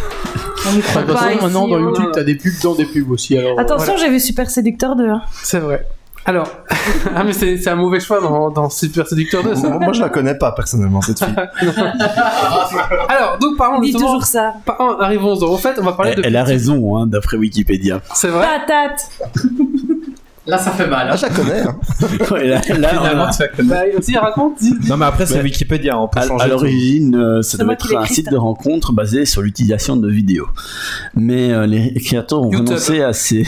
On n'y De croit toute pas façon, ici, maintenant, dans hein. YouTube, t'as des pubs dans des pubs aussi. Alors, Attention, j'ai vu Super Séducteur deux. hein. C'est vrai. Alors, ah mais c'est c'est un mauvais choix dans, dans Super Séducteur deux, ça. Moi, moi, je la connais pas personnellement, cette fille. Alors, donc parlons On dit justement. toujours ça. Par- arrivons au fait, on va parler Elle, de. elle a raison, hein, d'après Wikipédia. C'est vrai. Patate. là, ça fait mal. Ah, je la connais. Hein. Ouais, là, là, Finalement, on a- tu la connais. Bah, aussi, raconte. dis- dis- Non, mais après, c'est Ouais. Wikipédia, on peut à, changer. à tout. l'origine, euh, ça C'est devait moi être qui l'ai un écrit, site ça. de rencontre basé sur l'utilisation de vidéos. Mais euh, les créateurs ont YouTube. renoncé à ces...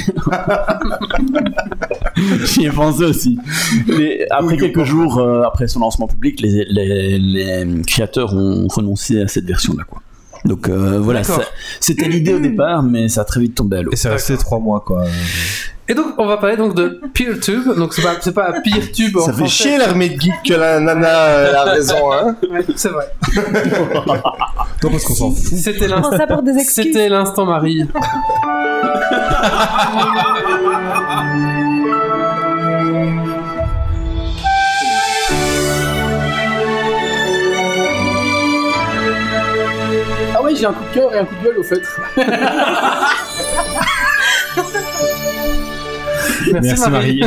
J'y ai pensé aussi. Mais après quelques jours, euh, après son lancement public, les, les, les créateurs ont renoncé à cette version-là, quoi. Donc euh, voilà, D'accord. ça- c'était l'idée au départ, mais ça a très vite tombé à l'eau. Et c'est resté trois mois, quoi. Et donc, on va parler donc de PeerTube. Donc, c'est pas, c'est pas PeerTube en Ça fait français. chier l'armée de geeks que la nana euh, a raison. Hein. Ouais, c'est vrai. Non, parce qu'on s'en fout. C'était Je prends l'instant. ça pour des excuses. C'était l'instant Marie. Ah oui, j'ai un coup de cœur et un coup de gueule au fait. Merci, Marie.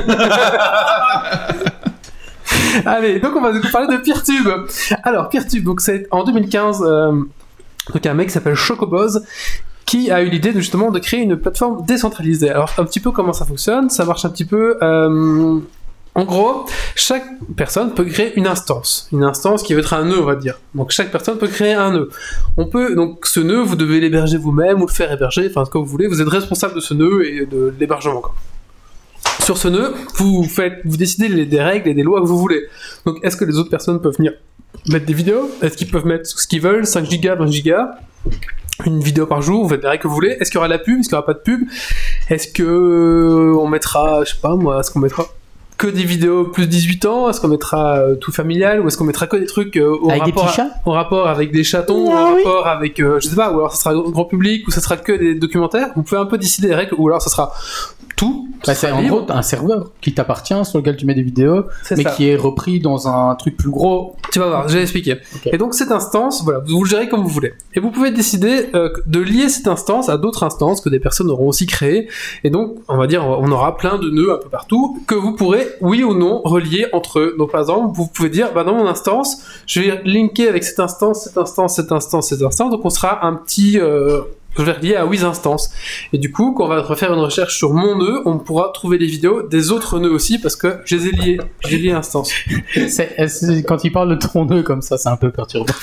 Allez, donc on va vous parler de PeerTube. Alors, PeerTube, donc c'est en deux mille quinze, euh, donc un mec qui s'appelle Chocoboz qui a eu l'idée de, justement de créer une plateforme décentralisée. Alors un petit peu comment ça fonctionne, ça marche un petit peu... Euh, en gros, chaque personne peut créer une instance, une instance qui va être un nœud, on va dire. Donc chaque personne peut créer un nœud. On peut donc ce nœud, vous devez l'héberger vous-même ou le faire héberger, enfin ce que vous voulez. Vous êtes responsable de ce nœud et de l'hébergement, quoi. Sur ce nœud, vous faites, vous décidez des règles et des lois que vous voulez. Donc est-ce que les autres personnes peuvent venir mettre des vidéos? Est-ce qu'ils peuvent mettre ce qu'ils veulent, cinq gigas, vingt gigas? Une vidéo par jour, vous faites des règles que vous voulez. Est-ce qu'il y aura de la pub? Est-ce qu'il n'y aura pas de pub? Est-ce que euh, on mettra, je sais pas moi, est-ce qu'on mettra que des vidéos plus dix-huit ans? Est-ce qu'on mettra euh, tout familial? Ou est-ce qu'on mettra que des trucs euh, au, avec rapport des petits chats à, au rapport avec des chatons, Ah, au oui. rapport avec, euh, je sais pas, ou alors ça sera grand public, ou ça sera que des documentaires? Vous pouvez un peu décider les règles, ou alors ça sera tout. Bah, ça c'est sera en libre. gros t'as un serveur qui t'appartient sur lequel tu mets des vidéos, C'est mais ça. qui est repris dans un truc plus gros. Tu vas voir, je vais expliquer. Ok. Et donc cette instance, voilà, vous le gérez comme vous voulez. Et vous pouvez décider euh, de lier cette instance à d'autres instances que des personnes auront aussi créées. Et donc, on va dire, on aura plein de nœuds un peu partout que vous pourrez, oui ou non, relier entre eux. Donc par exemple, vous pouvez dire, bah dans mon instance, je vais linker avec cette instance, cette instance, cette instance, cette instance. Donc on sera un petit... Euh, je vais relier à huit instances. Et du coup, quand on va refaire une recherche sur mon nœud, on pourra trouver les vidéos des autres nœuds aussi parce que je les ai liés. J'ai lié instances. C'est, c'est- quand il parle de ton nœud comme ça, c'est un peu perturbant.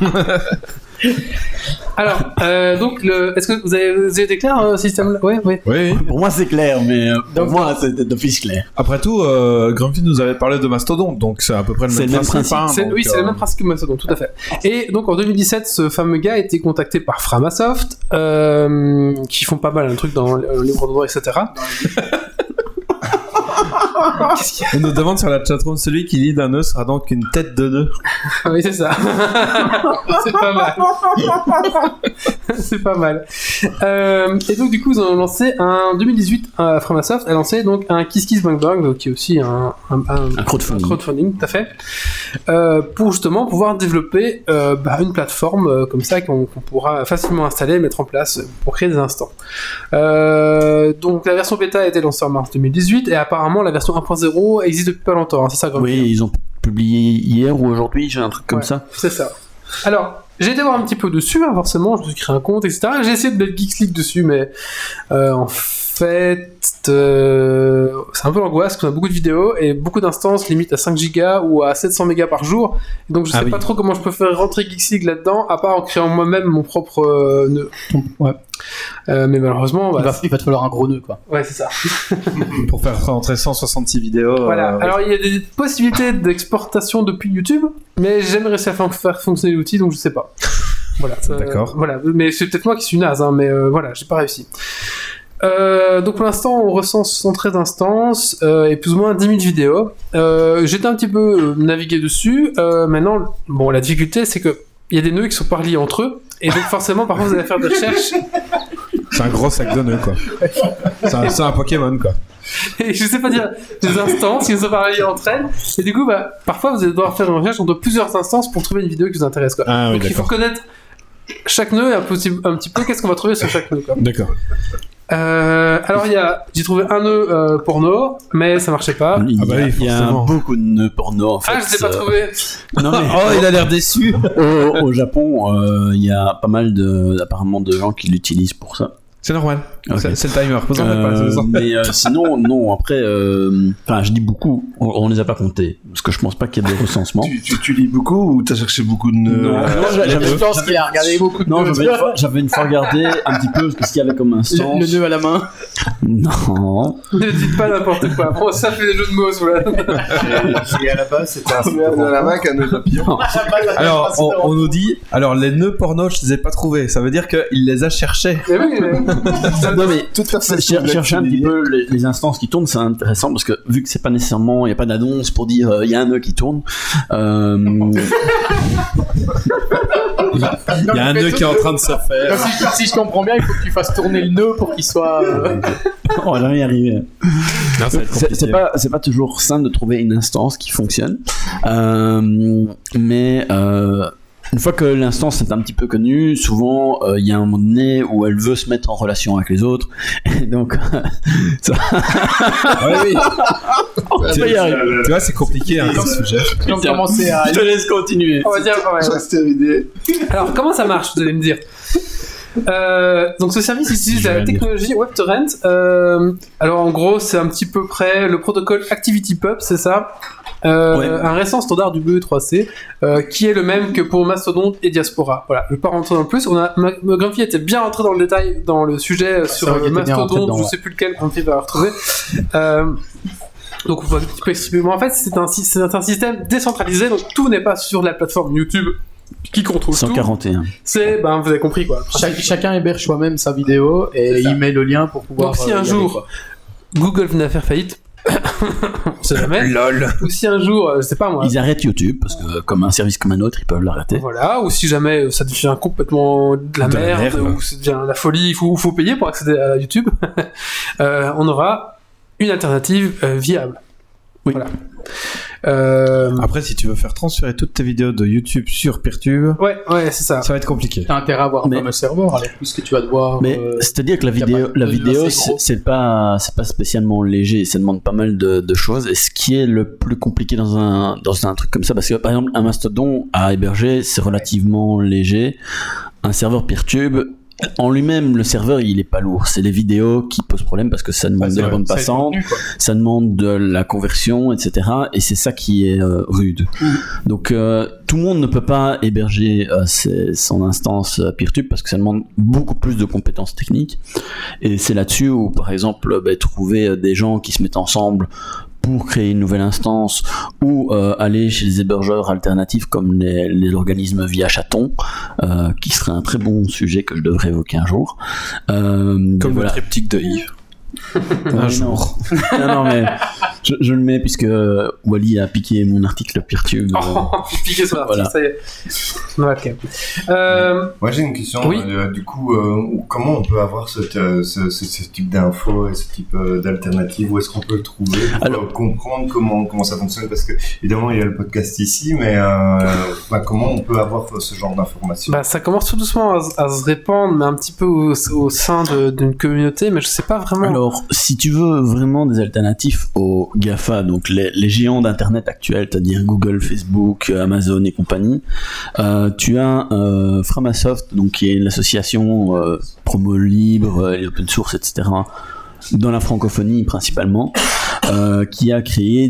Alors, euh, donc, le... est-ce que vous avez, vous avez été clair, euh, système là? Ouais, ouais. Oui. Pour moi, c'est clair, mais euh, pour moi, c'est d'office clair. Après tout, euh, Grumpy nous avait parlé de Mastodonte, donc c'est à peu près le C'est même le même principe. hein, C'est- donc, oui, c'est euh, le même principe que Mastodon, tout à fait. Et donc en deux mille dix-sept, ce fameux gars a été contacté par Framasoft, euh, qui font pas mal un truc dans le livre de droit, et cetera. Qu'est-ce qu'il y On nous demande sur la chatroom, celui qui lit d'un nœud sera donc une tête de nœud. a Oui, c'est ça. C'est pas mal. C'est pas mal. Euh, et donc du coup, ils ont lancé un en deux mille dix-huit, euh, Framasoft a lancé donc un Kiss Kiss Bang Bang, donc qui est aussi un, un, un- Un crowdfunding. un crowdfunding, tout à fait, euh, pour justement pouvoir développer euh, bah, une plateforme euh, comme ça qu'on qu'on pourra facilement installer et mettre en place pour créer des instants. Euh, donc la version bêta a été lancée en mars deux mille dix-huit et apparemment la version un point zéro existe depuis pas longtemps, hein, c'est ça Grumpy? Oui, ils ont publié hier ou aujourd'hui, j'ai un truc comme Ouais. ça. C'est ça. Alors, j'ai été voir un petit peu dessus, hein, forcément, je me suis créé un compte, et cetera. J'ai essayé de mettre Geeks League dessus, mais euh, en fait, euh, c'est un peu l'angoisse, parce qu'on a beaucoup de vidéos et beaucoup d'instances limite à cinq gigas ou à sept cents mégas par jour. Et donc, je sais Ah oui. pas trop comment je peux faire rentrer Geeks League là-dedans, à part en créant moi-même mon propre euh, nœud. Ouais. Euh, mais malheureusement, Il bah, va, il va te falloir un gros nœud, quoi. ouais, c'est ça. Pour faire rentrer cent soixante-six vidéos. Voilà. euh, Alors, il y a des possibilités d'exportation depuis YouTube, mais j'ai jamais réussi à faire faire fonctionner l'outil, donc je sais pas. Voilà. Euh, D'accord. Voilà. Mais c'est peut-être moi qui suis naze, hein, mais euh, voilà, j'ai pas réussi. Euh, donc pour l'instant, on recense soixante-treize instances euh, et plus ou moins dix mille vidéos. Euh, J'étais un petit peu euh, navigué dessus. Euh, maintenant, bon, la difficulté, c'est que il y a des nœuds qui sont pas reliés entre eux, et donc forcément, parfois, vous allez faire des recherches. C'est un gros sac de nœuds, quoi. C'est un, c'est un Pokémon, quoi. Et je sais pas dire des instances qui ne sont pas reliées entre elles. Et du coup, bah, parfois, vous allez devoir faire une recherche entre plusieurs instances pour trouver une vidéo qui vous intéresse, quoi. Ah oui, Donc il faut d'accord. connaître chaque nœud et un, petit, un petit peu qu'est-ce qu'on va trouver sur chaque nœud, quoi. D'accord. Euh, alors il y a, j'ai trouvé un nœud euh, porno, mais ça marchait pas. Il y a, Ah bah oui, il y a forcément. beaucoup de nœuds porno en fait. Ah, je l'ai pas euh, trouvé. Non, mais Oh, il a l'air déçu. au, au Japon, euh, il y a pas mal de, apparemment de gens qui l'utilisent pour ça. C'est normal. Ok. C'est c'est le timer. Vous en faites pas. Euh, vous en faites mais euh, sinon, non. Après, euh, enfin, je dis beaucoup. On, on les a pas comptés parce que je pense pas qu'il y ait de recensement. Tu, tu, tu lis beaucoup ou t'as cherché beaucoup de nœuds Non, euh, non, j'a- j'avais, Je pense qu'il a regardé beaucoup de non, nœuds. j'avais une, fois, j'avais une fois regardé un petit peu ce qu'il y avait comme instance. Le, le nœud à la main. Non. Ne dites pas n'importe quoi. Bon, ça fait des jeux de mots, voilà. Et à la base, c'était un site Un de nœud à la rencontre. main qu'un nœud papillon. Alors, on, on nous dit, alors les nœuds porno, je les ai pas trouvés. Ça veut dire qu'il les a cherchés. Mais oui, mais... Non mais Toute la c'est- façon cher- de chercher un petit l'utiliser. peu les, les instances qui tournent, c'est intéressant parce que vu que c'est pas nécessairement, il y a pas d'annonce pour dire euh, il y a un nœud qui tourne. Euh, Il y a un nœud qui est en train de se faire. Donc, si, si je comprends bien, il faut que tu fasses tourner le nœud pour qu'il soit. euh, on va jamais y arriver. Non, ça va être C'est compliqué. c'est pas, c'est pas toujours simple de trouver une instance qui fonctionne. Euh, mais euh, une fois que l'instance est un petit peu connue, souvent euh, il y a un moment donné où elle veut se mettre en relation avec les autres. Et donc, ça, Ouais, oui. on va pas y arriver. Tu vois, c'est compliqué, hein, ce sujet. Ils ont commencé à. Je te laisse continuer. On va dire... ouais, Je ouais. reste terminé. Alors, comment ça marche, vous allez me dire? Euh, donc ce service utilise la technologie WebTorrent. Euh, alors en gros, c'est un petit peu près le protocole ActivityPub, c'est ça. Euh, ouais. Un récent standard du B E trois C euh, qui est le même que pour Mastodon et Diaspora. Voilà, je ne vais pas rentrer dans plus. On a Grumpy était bien rentré dans le détail dans le sujet ah, sur euh, Mastodon, dedans, je ne sais ouais. plus lequel Grumpy va retrouver. Euh, donc on va un petit peu expliquer. En fait, c'est un, c'est un système décentralisé, donc tout n'est pas sur la plateforme YouTube qui contrôle cent quarante et un. Tout. C'est, ben vous avez compris quoi. Chaque, chacun héberge soi-même sa vidéo et il met le lien pour pouvoir. Donc si euh, un jour aller, Google venait à faire faillite. On sait jamais. Lol. Ou si un jour, je sais pas moi. Ils arrêtent YouTube parce que comme un service comme un autre, ils peuvent l'arrêter. Voilà. Ou si jamais ça devient complètement de la, de merde, la merde, ou ça devient la folie, il faut, faut payer pour accéder à YouTube. euh, on aura une alternative euh, viable. Oui. Voilà. Euh... Après, si tu veux faire transférer toutes tes vidéos de YouTube sur Peertube, ouais, ouais, c'est ça. Ça va être compliqué. T'as intérêt à avoir mais... un serveur, alors plus que tu vas devoir. Mais euh... c'est-à-dire que la vidéo, la vidéo, c'est, c'est pas, c'est pas spécialement léger. Ça demande pas mal de, de choses. Et ce qui est le plus compliqué dans un, dans un truc comme ça, parce que par exemple, un Mastodon à héberger, c'est relativement léger. Un serveur Peertube. En lui-même, le serveur, il est pas lourd. C'est les vidéos qui posent problème parce que ça demande ah, de la bande passante, ça demande de la conversion, et cetera. Et c'est ça qui est euh, rude. Mmh. Donc, euh, tout le monde ne peut pas héberger euh, ses, son instance euh, Peertube parce que ça demande beaucoup plus de compétences techniques. Et c'est là-dessus où, par exemple, bah, trouver des gens qui se mettent ensemble pour créer une nouvelle instance ou euh, aller chez les hébergeurs alternatifs comme les, les organismes via chaton, euh, qui serait un très bon sujet que je devrais évoquer un jour. Euh, comme voilà. le triptyque de Yves. un jour. Non, non, mais je, je le mets puisque Wally a piqué mon article Peertube. Euh, oh, piqué son article, voilà. Ça y est. Okay. Euh... Moi j'ai une question. Oui. Euh, du coup, euh, comment on peut avoir ce, ce, ce, ce type d'infos et ce type euh, d'alternative? Où est-ce qu'on peut le trouver pour Alors, comprendre comment, comment ça fonctionne? Parce que évidemment il y a le podcast ici, mais euh, bah, comment on peut avoir ce genre d'informations? Bah, ça commence tout doucement à, à se répandre, mais un petit peu au, au sein de, d'une communauté, mais je sais pas vraiment. Alors, si tu veux vraiment des alternatives aux GAFA, donc les, les géants d'internet actuels, c'est-à-dire Google, Facebook, Amazon et compagnie, euh, tu as euh, Framasoft, donc qui est l'association euh, promo libre et open source, et cetera, dans la francophonie principalement, euh, qui a créé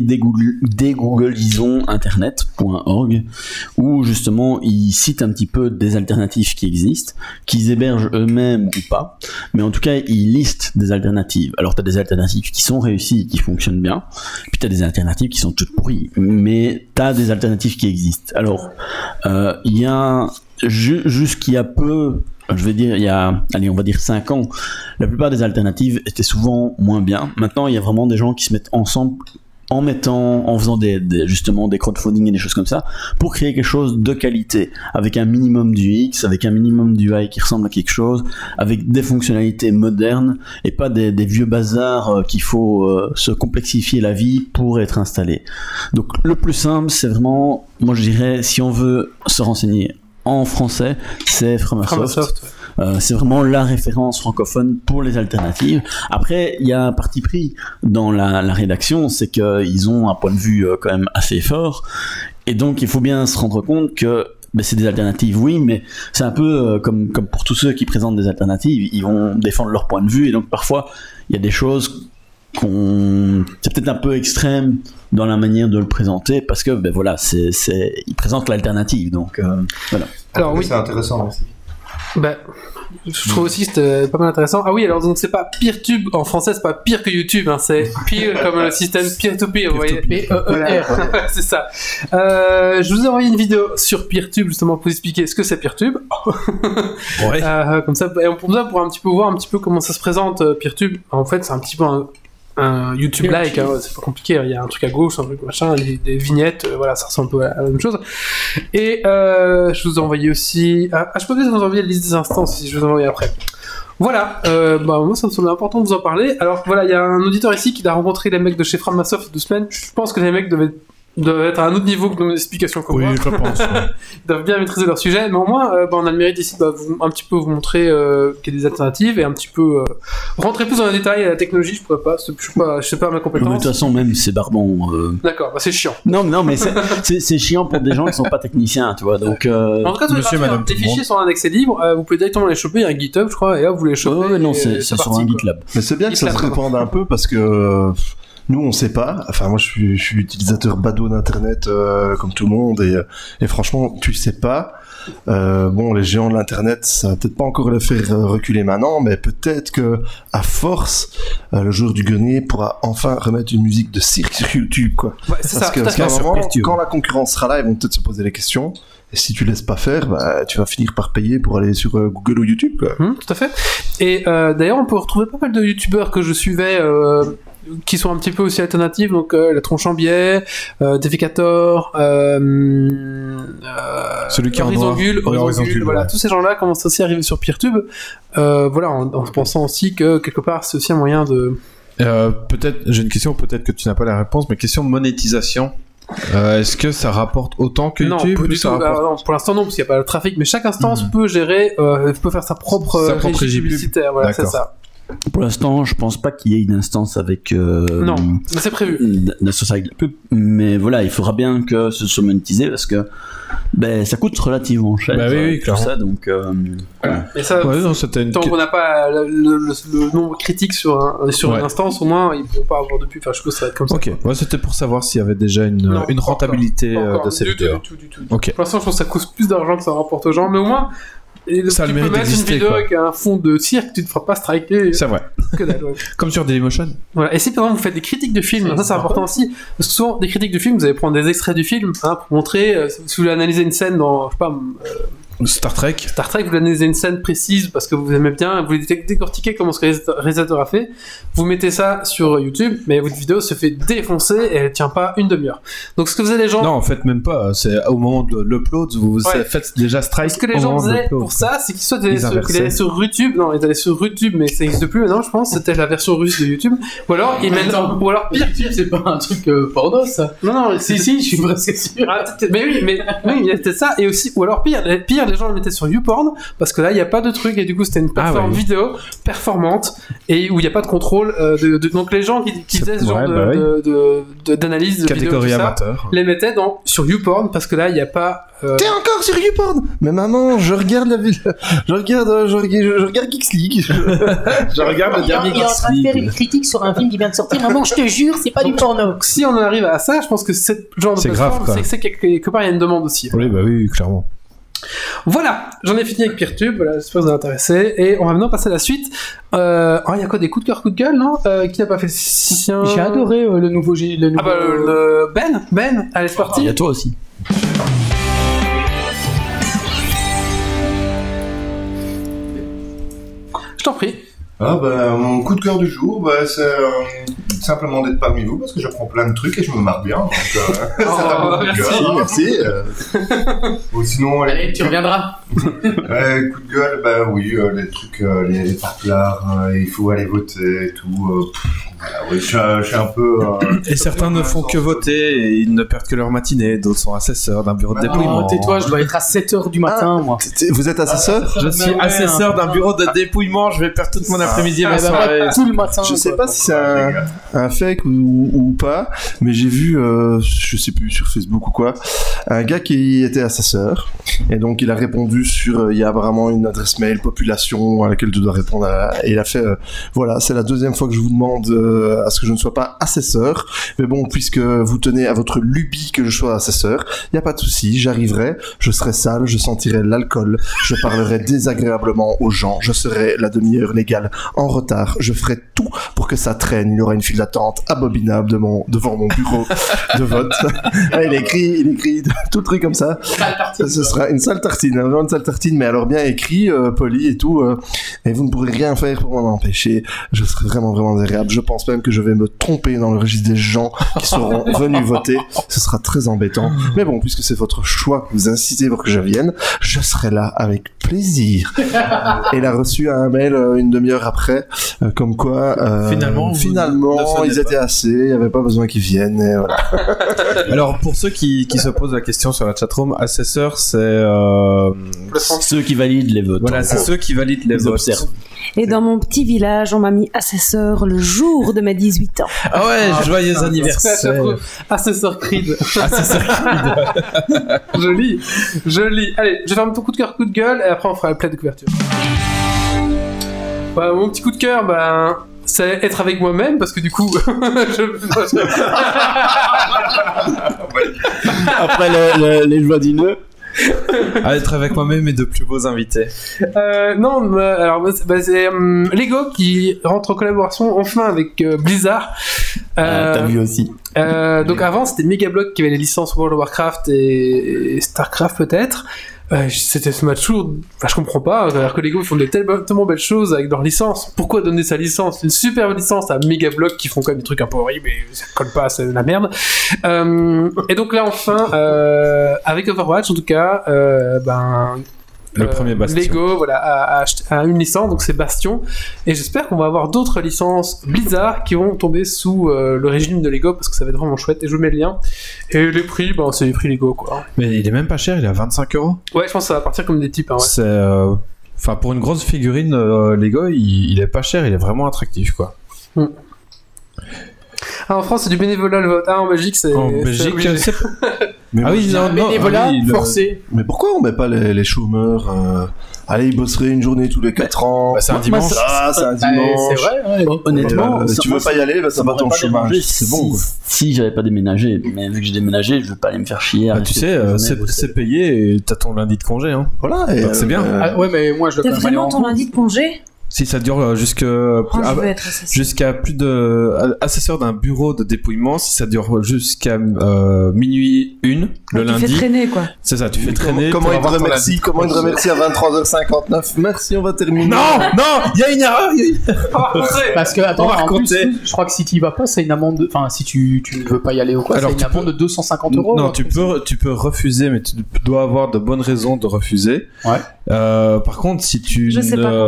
dégooglisons internet point org, où justement ils citent un petit peu des alternatives qui existent, qu'ils hébergent eux-mêmes ou pas, mais en tout cas ils listent des alternatives. Alors tu as des alternatives qui sont réussies, qui fonctionnent bien, puis tu as des alternatives qui sont toutes pourries, mais tu as des alternatives qui existent. Alors euh, il y a ju- jusqu'il y a peu, je vais dire, il y a, allez, on va dire cinq ans, la plupart des alternatives étaient souvent moins bien. Maintenant, il y a vraiment des gens qui se mettent ensemble en mettant, en faisant des, des, justement des crowdfunding et des choses comme ça, pour créer quelque chose de qualité, avec un minimum d'U X, avec un minimum d'U I qui ressemble à quelque chose, avec des fonctionnalités modernes, et pas des, des vieux bazars euh, qu'il faut euh, se complexifier la vie pour être installé. Donc, le plus simple, c'est vraiment, moi je dirais, si on veut se renseigner en français, c'est Framasoft. Framasoft ouais. Euh, c'est vraiment la référence francophone pour les alternatives. Après, il y a un parti pris dans la, la rédaction, c'est qu'ils ont un point de vue euh, quand même assez fort, et donc il faut bien se rendre compte que ben, c'est des alternatives, oui, mais c'est un peu euh, comme, comme pour tous ceux qui présentent des alternatives, ils vont défendre leur point de vue, et donc parfois il y a des choses qu'on... c'est peut-être un peu extrême dans la manière de le présenter, parce que ben voilà, c'est, c'est... ils présentent l'alternative, donc euh, voilà. Alors oui, c'est intéressant aussi. Bah, je trouve aussi que c'était pas mal intéressant. Ah oui, alors donc c'est pas Peertube en français, c'est pas pire que YouTube, hein, c'est peer comme le système peer-to-peer, vous voyez. P E E R. C'est ça. Euh, je vous ai envoyé une vidéo sur Peertube justement pour expliquer ce que c'est Peertube. Ouais. Euh, comme ça, et on pourra un petit peu voir un petit peu comment ça se présente Peertube. En fait, c'est un petit peu un un YouTube-like, hein, c'est pas compliqué, il y a un truc à gauche, un truc machin, des, des vignettes, euh, voilà, ça ressemble un peu à la même chose. Et euh, je vous ai envoyé aussi... Ah, je peux peut-être vous envoyer la liste des instances si je vous envoie après. Voilà, euh, bah, moi ça me semble important de vous en parler. Alors voilà, il y a un auditeur ici qui a rencontré les mecs de chez Framasoft il y a deux semaines. Je pense que les mecs devaient doivent être à un autre niveau que nos explications que Oui, moi. je pense. Ils doivent bien maîtriser leur sujet, mais au moins, euh, bah, on a le mérite ici de bah, vous, un petit peu vous montrer euh, qu'il y a des alternatives et un petit peu euh, rentrer plus dans les détails. La technologie, je pourrais pas, je sais pas, je sais pas ma Mais de compétence. toute façon, même c'est barbant. euh. D'accord, bah, c'est chiant. Non, mais non, mais c'est, c'est, c'est chiant pour des gens qui sont pas techniciens, tu vois. Donc, euh... En tout cas, tous les Monsieur, parties, madame, hein, les tout le fichiers sont indexés libres, euh, vous pouvez directement les choper, il y a un GitHub, je crois, et hop, vous les chopez. ouais, ouais, non, et c'est, c'est sur parti, un quoi. GitLab. Mais c'est bien que ça se GitLab. répande un peu parce que euh, nous on sait pas. Enfin moi je suis, je suis utilisateur badaud d'internet euh, comme tout le monde et, et franchement tu sais pas. Euh, bon les géants de l'internet ça va peut-être pas encore le faire euh, reculer maintenant, mais peut-être que à force euh, le jour du grenier pourra enfin remettre une musique de cirque sur YouTube quoi. Ouais, c'est Parce ça, que tout à parce qu'à fait. un moment, Sur YouTube. quand la concurrence sera là, ils vont peut-être se poser les questions. Et si tu laisses pas faire, bah, tu vas finir par payer pour aller sur euh, Google ou YouTube quoi. Hum, tout à fait. Et euh, d'ailleurs, on peut retrouver pas mal de youtubeurs que je suivais euh, qui sont un petit peu aussi alternatifs, donc euh, La Tronche en Biais, euh, Defecator, euh, euh, Celui qui est en Horizon noir. Gull, Ouais, Horizon Horizon Gull, Gull, voilà, ouais. tous ces gens-là commencent aussi à arriver sur PeerTube, euh, voilà, en, en pensant aussi que quelque part c'est aussi un moyen de... Euh, peut-être, j'ai une question, peut-être que tu n'as pas la réponse, mais question de monétisation. Euh, est-ce que ça rapporte autant que Non, YouTube pas ou du ça tout. rapporte... Alors, non, pour l'instant non, parce qu'il n'y a pas le trafic, mais chaque instance Mhm. peut gérer, euh, peut faire sa propre, Sa euh, propre régie régie pub. publicitaire, voilà, c'est D'accord. ça. Pour l'instant, je pense pas qu'il y ait une instance avec. Euh, Non, mais c'est prévu. Une instance avec la pub. Mais voilà, il faudra bien que ce soit monétisé parce que ben, ça coûte relativement cher. Bah oui, oui, euh, tout clairement. ça, donc. Euh, voilà. Et ça, Ouais, non, c'était une... tant qu'on n'a pas le, le- le- le nombre critique sur, un, sur Ouais. une instance, au moins, ils ne pourront pas avoir de pub. Enfin, je suppose que ça va être comme ça. Ok, ouais, c'était pour savoir s'il y avait déjà une, Non, une pas rentabilité Pas euh, encore, de ces du tout, vidéos. du tout, du tout. Ok. Pour l'instant, je pense que ça coûte plus d'argent que ça rapporte aux gens, mais au moins, et Ça a tu le peux mérite mettre une d'exister, vidéo quoi. avec un fond de cirque, tu te feras pas striker. C'est vrai. Que dalle, ouais. Comme sur Dailymotion. Voilà. Et si par exemple vous faites des critiques de films, ça c'est important aussi, parce que souvent des critiques de films, vous allez prendre des extraits du film hein, pour montrer, euh, si vous voulez analyser une scène dans, je sais pas, euh, Star Trek. Star Trek, vous voulez analyser une scène précise parce que vous aimez bien, vous voulez dé- décortiquer comment ce réalisateur- réalisateur a fait, vous mettez ça sur YouTube, mais votre vidéo se fait défoncer et elle tient pas une demi-heure. Donc ce que faisaient les gens... Non, en fait, même pas. C'est au moment de l'upload, vous Ouais. faites déjà strike. Ce que les au gens moment de faisaient l'upload. pour ça, c'est qu'ils soit allaient Ils sur, inversaient. qu'ils allaient sur YouTube, non, ils allaient sur YouTube, mais ça n'existe plus maintenant, je pense, c'était la version russe de YouTube, ou alors ils mettent, Attends. ou alors pire, YouTube, c'est pas un truc euh, porno, ça. non, non, Si, si, je suis presque sûr. Ah, peut-être- mais oui, mais oui, il y a peut-être ça, et aussi, ou alors pire, les- pire, les gens le mettaient sur YouPorn, parce que là, il n'y a pas de truc, et du coup, c'était une plateforme ouais. vidéo performante, et où il n'y a pas de contrôle, euh, de, de- donc les gens qui, qui faisaient ce genre Ouais, de, bah oui. de, de- de- d'analyse de vidéos, Catégorie tout ça, amateur. les mettaient dans, sur YouPorn, parce que là, il n'y a pas, euh, T'es encore sur YouPorn? Mais maman, je regarde la ville, je regarde, euh, je regarde, je regarde Geeks League. je regarde le Il est en dernier il est en Geeks train de faire League. une critique sur un film qui vient de sortir. Maman, je te jure, c'est pas du porno. donc, si on en arrive à ça, je pense que ce genre de C'est grave, plateforme, quoi. c'est que c'est quelque, quelque part, il y a une demande aussi. Oui, bah oui, clairement. Voilà, j'en ai fini avec PeerTube, voilà, j'espère que vous êtes intéressés, et on va maintenant passer à la suite. Euh, oh, il y a quoi, des coups de cœur, coups de gueule, non euh, Qui n'a pas fait le sien J'ai adoré euh, le nouveau. G- Le nouveau... Ah bah, le, le- Ben Ben Allez, c'est Il y parti. a toi aussi. Je t'en prie. Ah bah, mon coup de cœur du jour, bah, c'est euh, simplement d'être parmi vous parce que j'apprends plein de trucs et je me marre bien. Donc, euh, c'est un bon coup de cœur. Merci, euh, Ou sinon, les Allez, tu reviendras. ouais, coup de gueule, bah oui, euh, les trucs, euh, les, les parclards, euh, il faut aller voter et tout. Euh, pff, voilà, ouais, je, suis un- je suis un peu. euh, Et certains ne font que voter et ils ne perdent que leur matinée. D'autres sont assesseurs d'un bureau de Bah non, dépouillement. Oh, tais-toi, je dois être à sept heures du matin, moi. t'es- vous êtes assesseur? Je suis assesseur d'un bureau de dépouillement. Je vais perdre toute mon après-midi et Ah, ma bah, soirée. pas tout le matin. Je sais quoi. pas si c'est un, un fake ou, ou pas, mais j'ai vu, euh, je sais plus, sur Facebook ou quoi, un gars qui était assesseur, et donc il a répondu sur, euh, il y a vraiment une adresse mail population à laquelle tu dois répondre, à, et il a fait, euh, voilà, c'est la deuxième fois que je vous demande euh, à ce que je ne sois pas assesseur, mais bon, puisque vous tenez à votre lubie que je sois assesseur, il n'y a pas de souci, j'arriverai, je serai sale, je sentirai l'alcool, je parlerai désagréablement aux gens, je serai la demi-heure légale en retard, je ferai tout pour que ça traîne, il y aura une file d'attente abominable de mon, devant mon bureau de vote. Ah, il écrit, il écrit tout le truc comme ça. Ce sera une sale tartine, vraiment une sale tartine, mais alors bien écrit, euh, poli et tout, euh, et vous ne pourrez rien faire pour m'en empêcher. Je serai vraiment, vraiment agréable. Je pense pense même que je vais me tromper dans le registre des gens qui seront venus voter. Ce sera très embêtant. Mais bon, puisque c'est votre choix que vous incitez pour que je vienne, je serai là avec plaisir. Et il a reçu un mail euh, une demi-heure après, euh, comme quoi euh, Finalement, vous finalement ne venez ils pas. étaient assez, il n'y avait pas besoin qu'ils viennent. Et voilà. Alors, pour ceux qui, qui se posent la question sur la chatroom, assesseur, c'est euh, Ceux qui valident les votes. voilà, c'est ceux qui valident les Ils votes. observent. Et dans mon petit village, on m'a mis assesseur le jour de mes dix-huit ans. Ah ouais, joyeux C'est anniversaire. Assesseur Creed. Assesseur Joli, joli. Allez, je vais faire mon coup de cœur, coup de gueule, et après on fera la plaide de couverture. Bah, mon petit coup de cœur, ben, c'est être avec moi-même, parce que du coup, je... Après le- le- les joies du nœud. À être avec moi-même et de plus beaux invités. Euh, non, bah, alors bah, c'est, bah, c'est euh, Lego qui rentre en collaboration enfin avec euh, Blizzard. Euh, T'as vu aussi. Euh, donc avant c'était Megablock qui avait les licences World of Warcraft et, et Starcraft peut-être. Euh, c'était ce match lourd, enfin, je comprends pas, alors que Lego font de tellement, tellement belles choses avec leur licence. Pourquoi donner sa licence, une superbe licence à Megablock qui font quand même des trucs un peu horribles et ça colle pas, c'est de la merde. Euh, et donc là enfin, euh, avec Overwatch en tout cas, euh, ben Le premier Bastion. Lego, voilà, a, a acheté- a une licence, donc c'est Bastion. Et j'espère qu'on va avoir d'autres licences Blizzard qui vont tomber sous euh, le régime de Lego parce que ça va être vraiment chouette. Et je vous mets le lien. Et les prix, ben, c'est les prix Lego, quoi. Mais il est même pas cher, il est à vingt-cinq euros. Ouais, je pense que ça va partir comme des types. Hein, ouais. C'est. euh, Enfin, pour une grosse figurine euh, Lego, il, il est pas cher, il est vraiment attractif, quoi. Ah, en France, c'est du bénévolat le vote. Ah, en Belgique, c'est. En c'est Belgique, obligé. c'est. Mais Ah moi, oui, je dis- non, non, Bénévolat ah oui, le- forcé. Mais pourquoi on met pas les, les chômeurs euh, allez, ils bosseraient une journée tous les quatre ans. Bah, c'est un Moi, dimanche. ça, c'est un Bah, dimanche. c'est vrai, ouais. Honnêtement, Euh, ça- tu moi, veux pas y aller, bah, ça va ton m'aurait pas chômage. dérangé C'est si, bon, quoi. si j'avais pas déménagé. Mais vu que j'ai déménagé, je veux pas aller me faire chier. à Bah, tu rester sais, toute la euh, journée c'est bosser. c'est payé et t'as ton lundi de congé, hein. Voilà. Et, Donc, c'est bien. euh, Ah, ouais, mais moi je dois T'as quand même aller vraiment en ton cours. lundi de congé? Si ça dure euh, jusque. Oh, ah, je bah, veux être assesseur. jusqu'à plus de euh, assesseur d'un bureau de dépouillement, si ça dure jusqu'à euh, minuit une le Tu lundi, fais traîner, quoi. c'est ça, tu fais Comment, traîner. comment pour il te avoir ton remercie lundi de Comment il te congé. remercie à vingt-trois heures cinquante-neuf Merci, on va terminer. Non, non, il y a une erreur. il y a une- Parce que, attends, On va en plus, raconter. je crois que si tu y vas pas, c'est une amende. de- Enfin, si tu, tu ne veux pas y aller ou quoi, Alors, c'est une tu amende peux- de deux cent cinquante euros. Non, un tu truc peux, tu peux refuser, mais tu dois avoir de bonnes raisons de refuser. Ouais. Euh, par contre, si tu Je ne, sais pas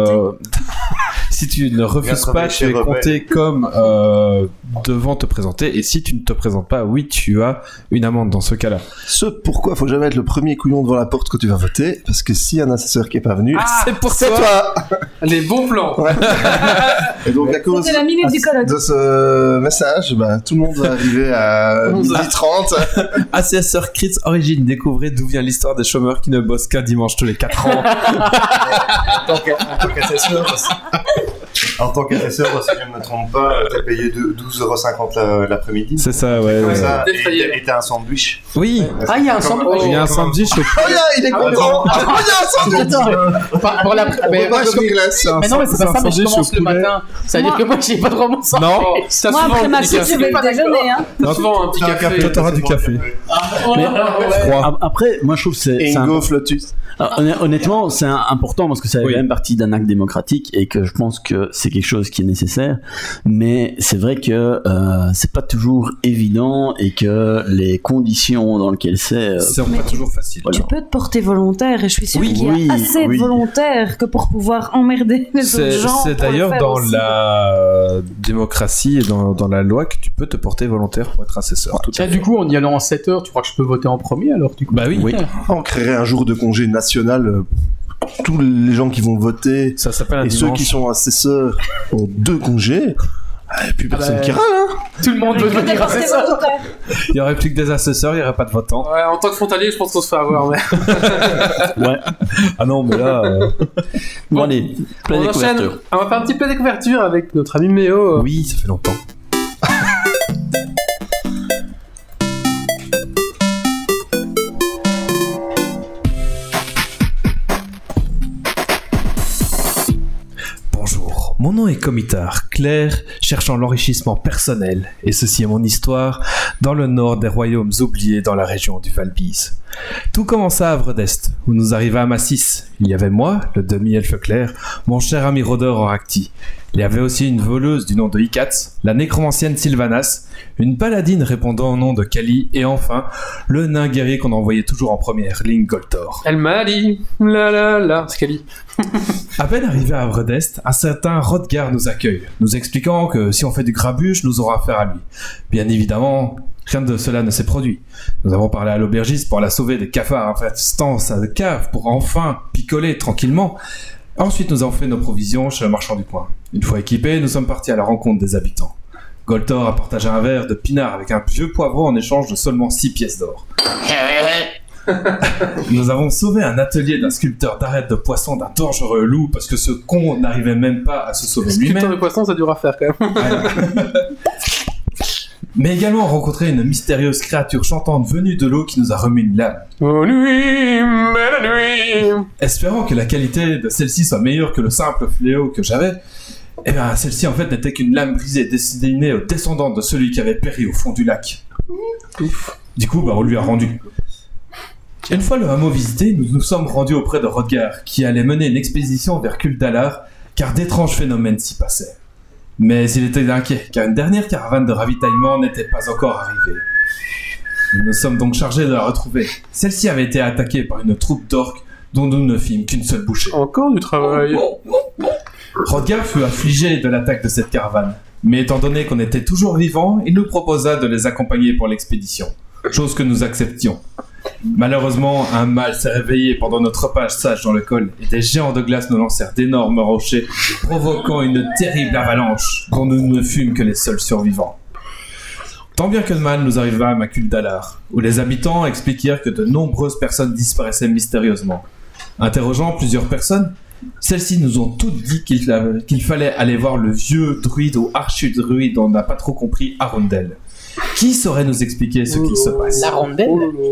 si tu ne refuses Viens pas, travailler tu chez es Rebelle. compté comme euh, devant te présenter. Et si tu ne te présentes pas, oui, tu as une amende dans ce cas-là. Ce pourquoi faut jamais être le premier couillon devant la porte quand tu vas voter, parce que s'il y a un assesseur qui est pas venu, Ah, c'est pour c'est toi. toi. Les bons plans. Ouais. Et donc à cause C'était la minute du colloque. de ce message, bah, tout le monde va arriver à onze heures midi trente. Assesseur Crits Origine, découvrez d'où vient l'histoire des chômeurs qui ne bossent qu'un dimanche tous les quatre ans. En tant qu'a- en tant qu'assesseur, en tant qu'assesseur, si je ne me trompe pas, t'es payé de douze euros cinquante la- l'après-midi. C'est ça, ouais. Comme ouais. ça, et Défrayé. t'as- et t'as un sandwich. Oui, Ah, il y a un sandwich. il y a un sandwich au Oh là, il est content. Oh, il y a un sandwich. Enfin, pour la... On mais peut moi, pas je- comme glace. mais non, mais c'est pas ça, mais je sandwich commence au le poulet. matin. Ça veut dire Moi- que moi, j'ai pas vraiment ça. Non. T'as Moi, souvent après un ma petit soupe, je café. vais déjeuner, hein. T'as souvent un petit café. Toi, t'auras du café. Mais, Froid. ap- après, moi je trouve que c'est. Et c'est Ingo un- Flotus. Alors, honn- honnêtement, c'est un- important parce que ça fait Oui. quand même partie d'un acte démocratique et que je pense que c'est quelque chose qui est nécessaire. Mais c'est vrai que euh, c'est pas toujours évident et que les conditions dans lesquelles c'est. euh, C'est Mais pas tu- toujours facile. voilà. Tu peux te porter volontaire et je suis sûre Oui, qu'il y a oui, assez oui. de volontaires que pour pouvoir emmerder les C'est autres gens. c'est pour le d'ailleurs faire dans aussi. la démocratie et dans, dans la loi que tu peux te porter volontaire pour être assesseur. Tout à Tiens, fait. du coup, en y allant en sept heures, tu crois que je peux voter en premier alors du coup? Bah oui, Oui. On créerait un jour de congé national. euh, Tous les gens qui vont voter ça s'appelle un et ceux dimanche. qui sont assesseurs ont deux congés. Et puis Ah personne bah, qui râle, hein. Tout le monde veut Tu peux te devenir porter assesseur. volontaire. Il y aurait plus que des assesseurs, il y aurait pas de votants. Ouais, en tant que frontalier, je pense qu'on se fait avoir. Mais... Ouais. Ah non, mais là. euh, Bon, allez, plein On de enchaîne. couvertures. On va faire un petit peu de couverture avec notre ami Méo. Oui, ça fait longtemps. Bonjour, mon nom est Comitard, Claire, cherchant l'enrichissement personnel, et ceci est mon histoire dans le nord des royaumes oubliés dans la région du Val-Bise. Tout commença à Havre d'Est, où nous arrivâmes à six. Il y avait moi, le demi-elfe clair, mon cher ami rôdeur Oracti, Il y avait aussi une voleuse du nom de Hikats, la nécromancienne Sylvanas, une paladine répondant au nom de Kali, et enfin, le nain guerrier qu'on envoyait toujours en première ligne, Goltor. Elle m'a dit, la la la, c'est Kali. À peine arrivé à Vredest, un certain Rodgar nous accueille, nous expliquant que si on fait du grabuge, nous aurons affaire à lui. Bien évidemment, rien de cela ne s'est produit. Nous avons parlé à l'aubergiste pour la sauver des cafards infestant sa cave pour enfin picoler tranquillement. Ensuite, nous avons fait nos provisions chez le marchand du coin. Une fois équipés, nous sommes partis à la rencontre des habitants. Goltor a partagé un verre de pinard avec un vieux poivron en échange de seulement six pièces d'or. Nous avons sauvé un atelier d'un sculpteur d'arêtes de poisson d'un dangereux loup parce que ce con n'arrivait même pas à se sauver lui-même. Sculpteur de poisson, ça dure à faire quand même. Mais également rencontré une mystérieuse créature chantante venue de l'eau qui nous a remis une lame. Oh nuit, belle nuit. Espérant que la qualité de celle-ci soit meilleure que le simple fléau que j'avais, eh bien celle-ci en fait n'était qu'une lame brisée destinée aux descendants de celui qui avait péri au fond du lac. Ouf. Du coup, bah, on lui a rendu. Une fois le hameau visité, nous nous sommes rendus auprès de Rodgar, qui allait mener une expédition vers Kuldalar, car d'étranges phénomènes s'y passaient. Mais il était inquiet, car une dernière caravane de ravitaillement n'était pas encore arrivée. Nous nous sommes donc chargés de la retrouver. Celle-ci avait été attaquée par une troupe d'orques dont nous ne fîmes qu'une seule bouchée. Encore du travail. Rodgar fut affligé de l'attaque de cette caravane, mais étant donné qu'on était toujours vivants, il nous proposa de les accompagner pour l'expédition, chose que nous acceptions. Malheureusement, un mâle s'est réveillé pendant notre passage dans le col et des géants de glace nous lancèrent d'énormes rochers, provoquant une terrible avalanche dont nous ne fûmes que les seuls survivants. Tant bien que mal, nous arrivâmes à Kuldalar, où les habitants expliquèrent que de nombreuses personnes disparaissaient mystérieusement. Interrogeant plusieurs personnes, celles-ci nous ont toutes dit qu'il, qu'il fallait aller voir le vieux druide ou archi-druide, on n'a pas trop compris, Arundel. Qui saurait nous expliquer ce qui se passe ? La rondelle.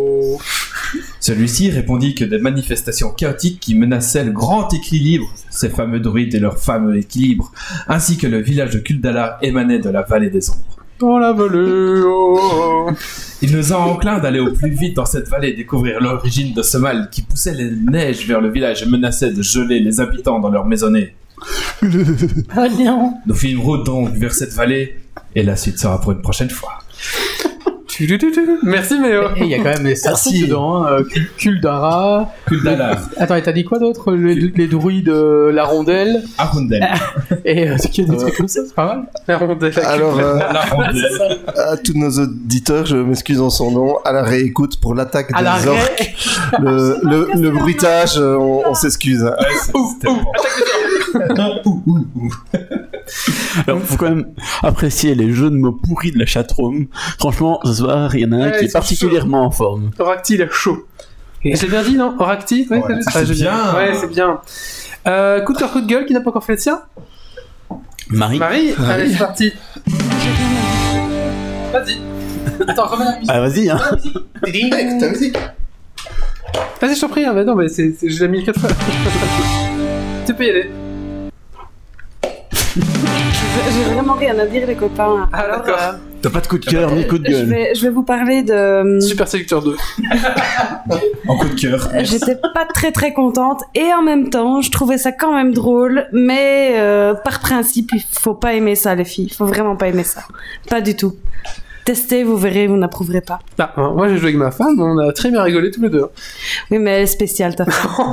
Celui-ci répondit que des manifestations chaotiques qui menaçaient le grand équilibre, ces fameux druides et leur fameux équilibre, ainsi que le village de Kuldalar émanaient de la vallée des ombres. Dans la vallée, oh. Il nous a enclin d'aller au plus vite dans cette vallée et découvrir l'origine de ce mal qui poussait les neiges vers le village et menaçait de geler les habitants dans leurs maisonnées. Oh non. Nous fîmes route donc vers cette vallée et la suite sera pour une prochaine fois. Merci Méo. Et il y a quand même les sorties dedans, hein, euh, Kuldara. Kuldalar. Attends, et t'as dit quoi d'autre ? les, les druides, euh, la rondelle. Arundel. Et euh, qu'il y a des trucs comme ça, c'est pas mal. La rondelle. Alors, euh, La rondelle. à tous nos auditeurs, je m'excuse en son nom, à la réécoute pour l'attaque À la des ré- orques. Le, le, le bruitage, euh, on, on s'excuse. Ouais, c'est- c'était bon. Alors, faut quand même apprécier les jeux de mots pourris de la chatroom. Franchement, ce soir, il y en a un Ouais, qui est c'est particulièrement en forme. Oracti, il est chaud. J'ai bien dit, non Oracti ouais, Oracti, ah, c'est j'ai bien. Ouais, c'est bien. Euh, coup de cœur, coup de gueule, qui n'a pas encore fait le sien Marie. Marie, allez, c'est parti. Vas-y. Attends, remets la musique. Ah, vas-y, hein. Avec ta musique. Vas-y, je t'en prie. Hein. Bah non, mais c'est, c'est, je l'ai mis quatre fois. Tu peux y aller. J'ai vraiment rien à dire, les copains. Ah, d'accord. euh, T'as pas de coup de cœur ni de coup de je, gueule. vais, je vais vous parler de. Super Sélecteur deux. En coup de cœur. J'étais pas très très contente et en même temps, je trouvais ça quand même drôle, mais euh, par principe, il faut pas aimer ça, les filles. Il faut vraiment pas aimer ça. Pas du tout. Testez, vous verrez, vous n'approuverez pas. Ah, hein, moi j'ai joué avec ma femme, on a très bien rigolé tous les deux. Oui, mais elle est spéciale, ta femme.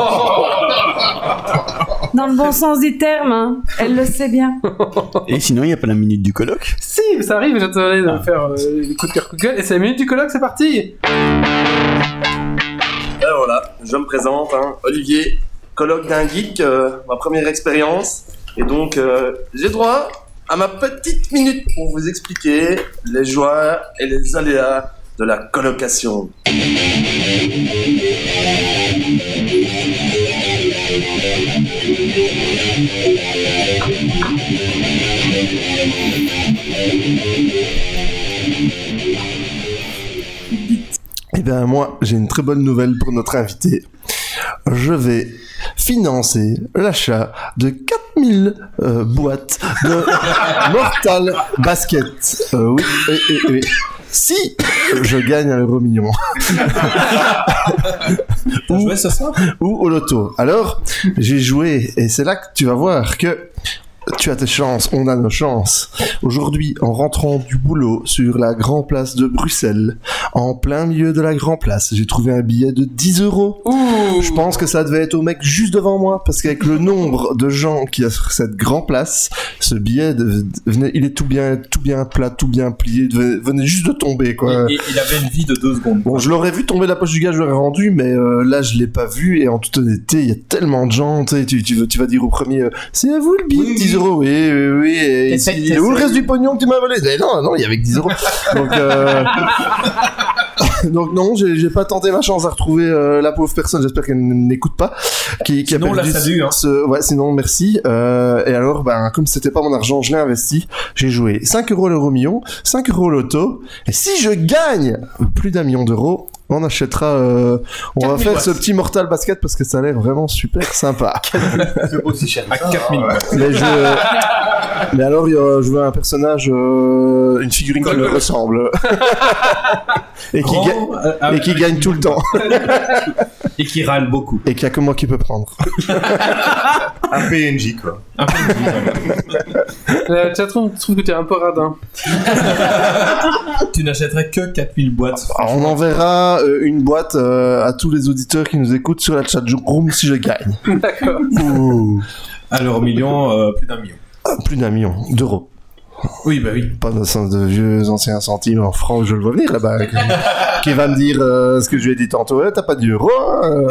Dans le bon sens du terme, hein. Elle le sait bien. Et sinon, il n'y a pas la minute du colloque. Si, ça arrive, j'attendais de faire euh, les coups de cœur, coup de gueule, et c'est la minute du colloque, c'est parti. Et voilà, je me présente, hein, Olivier, colloque d'un geek, euh, ma première expérience. Et donc, euh, j'ai droit à ma petite minute pour vous expliquer les joies et les aléas de la colocation. Eh bien, moi, j'ai une très bonne nouvelle pour notre invité. Je vais financer l'achat de quatre mille euh, boîtes de Mortal Basket. Euh, oui, oui, oui, oui. Si je gagne un euro million. T'as joué ce soir ? Ou au loto. Alors, j'ai joué, et c'est là que tu vas voir que Tu as tes chances, on a nos chances. Aujourd'hui, en rentrant du boulot sur la Grand Place de Bruxelles, en plein milieu de la Grand Place, j'ai trouvé un billet de dix euros. Je pense que ça devait être au mec juste devant moi, parce qu'avec le nombre de gens qu'il y a sur cette Grand Place, ce billet, de, venait, il est tout bien, tout bien plat, tout bien plié, il venait, venait juste de tomber, quoi. Et, et il avait une vie de deux secondes. Bon, je l'aurais vu tomber de la poche du gars, je l'aurais rendu, mais euh, là, je l'ai pas vu, et en toute honnêteté, il y a tellement de gens, tu sais, tu, tu, tu vas dire au premier, euh, c'est à vous le billet de dix euros, oui, oui, oui, et, et, et, et où le reste du pognon que tu m'as volé? Mais non, non, il y avait que dix euros. Donc, euh... Donc non, j'ai, j'ai pas tenté ma chance à retrouver euh, la pauvre personne, j'espère qu'elle n'écoute pas. Qui, qui sinon, a perdu on la salue. Hein. Ce... Ouais, sinon, merci. Euh, et alors, ben, comme c'était pas mon argent, je l'ai investi. J'ai joué cinq euros l'euro million, cinq euros loto. Et si je gagne plus d'un million d'euros, on achètera... Euh, on va faire watts. Ce petit Mortal Basket parce que ça a l'air vraiment super sympa. C'est aussi cher. À quatre mille watts. Mais je... Mais alors, je veux un personnage, euh, une figurine qui me ressemble. Et qui, ga... euh, et qui gagne tout le temps. Et qui râle beaucoup. Et qu'il n'y a que moi qui peux prendre. Un P N J, quoi. Un P N J, La chatroom trouve que t'es un peu radin. Tu n'achèterais que quatre mille boîtes. Alors, on enverra euh, une boîte euh, à tous les auditeurs qui nous écoutent sur la chatroom si je gagne. D'accord. Ouh. Alors, million, euh, plus d'un million. Ah, plus d'un million d'euros. Oui, bah oui. Pas de sens de vieux anciens centimes en francs, je le vois venir là-bas. Qui, qui va me dire euh, ce que je lui ai dit tantôt. Ouais, t'as pas d'euros hein.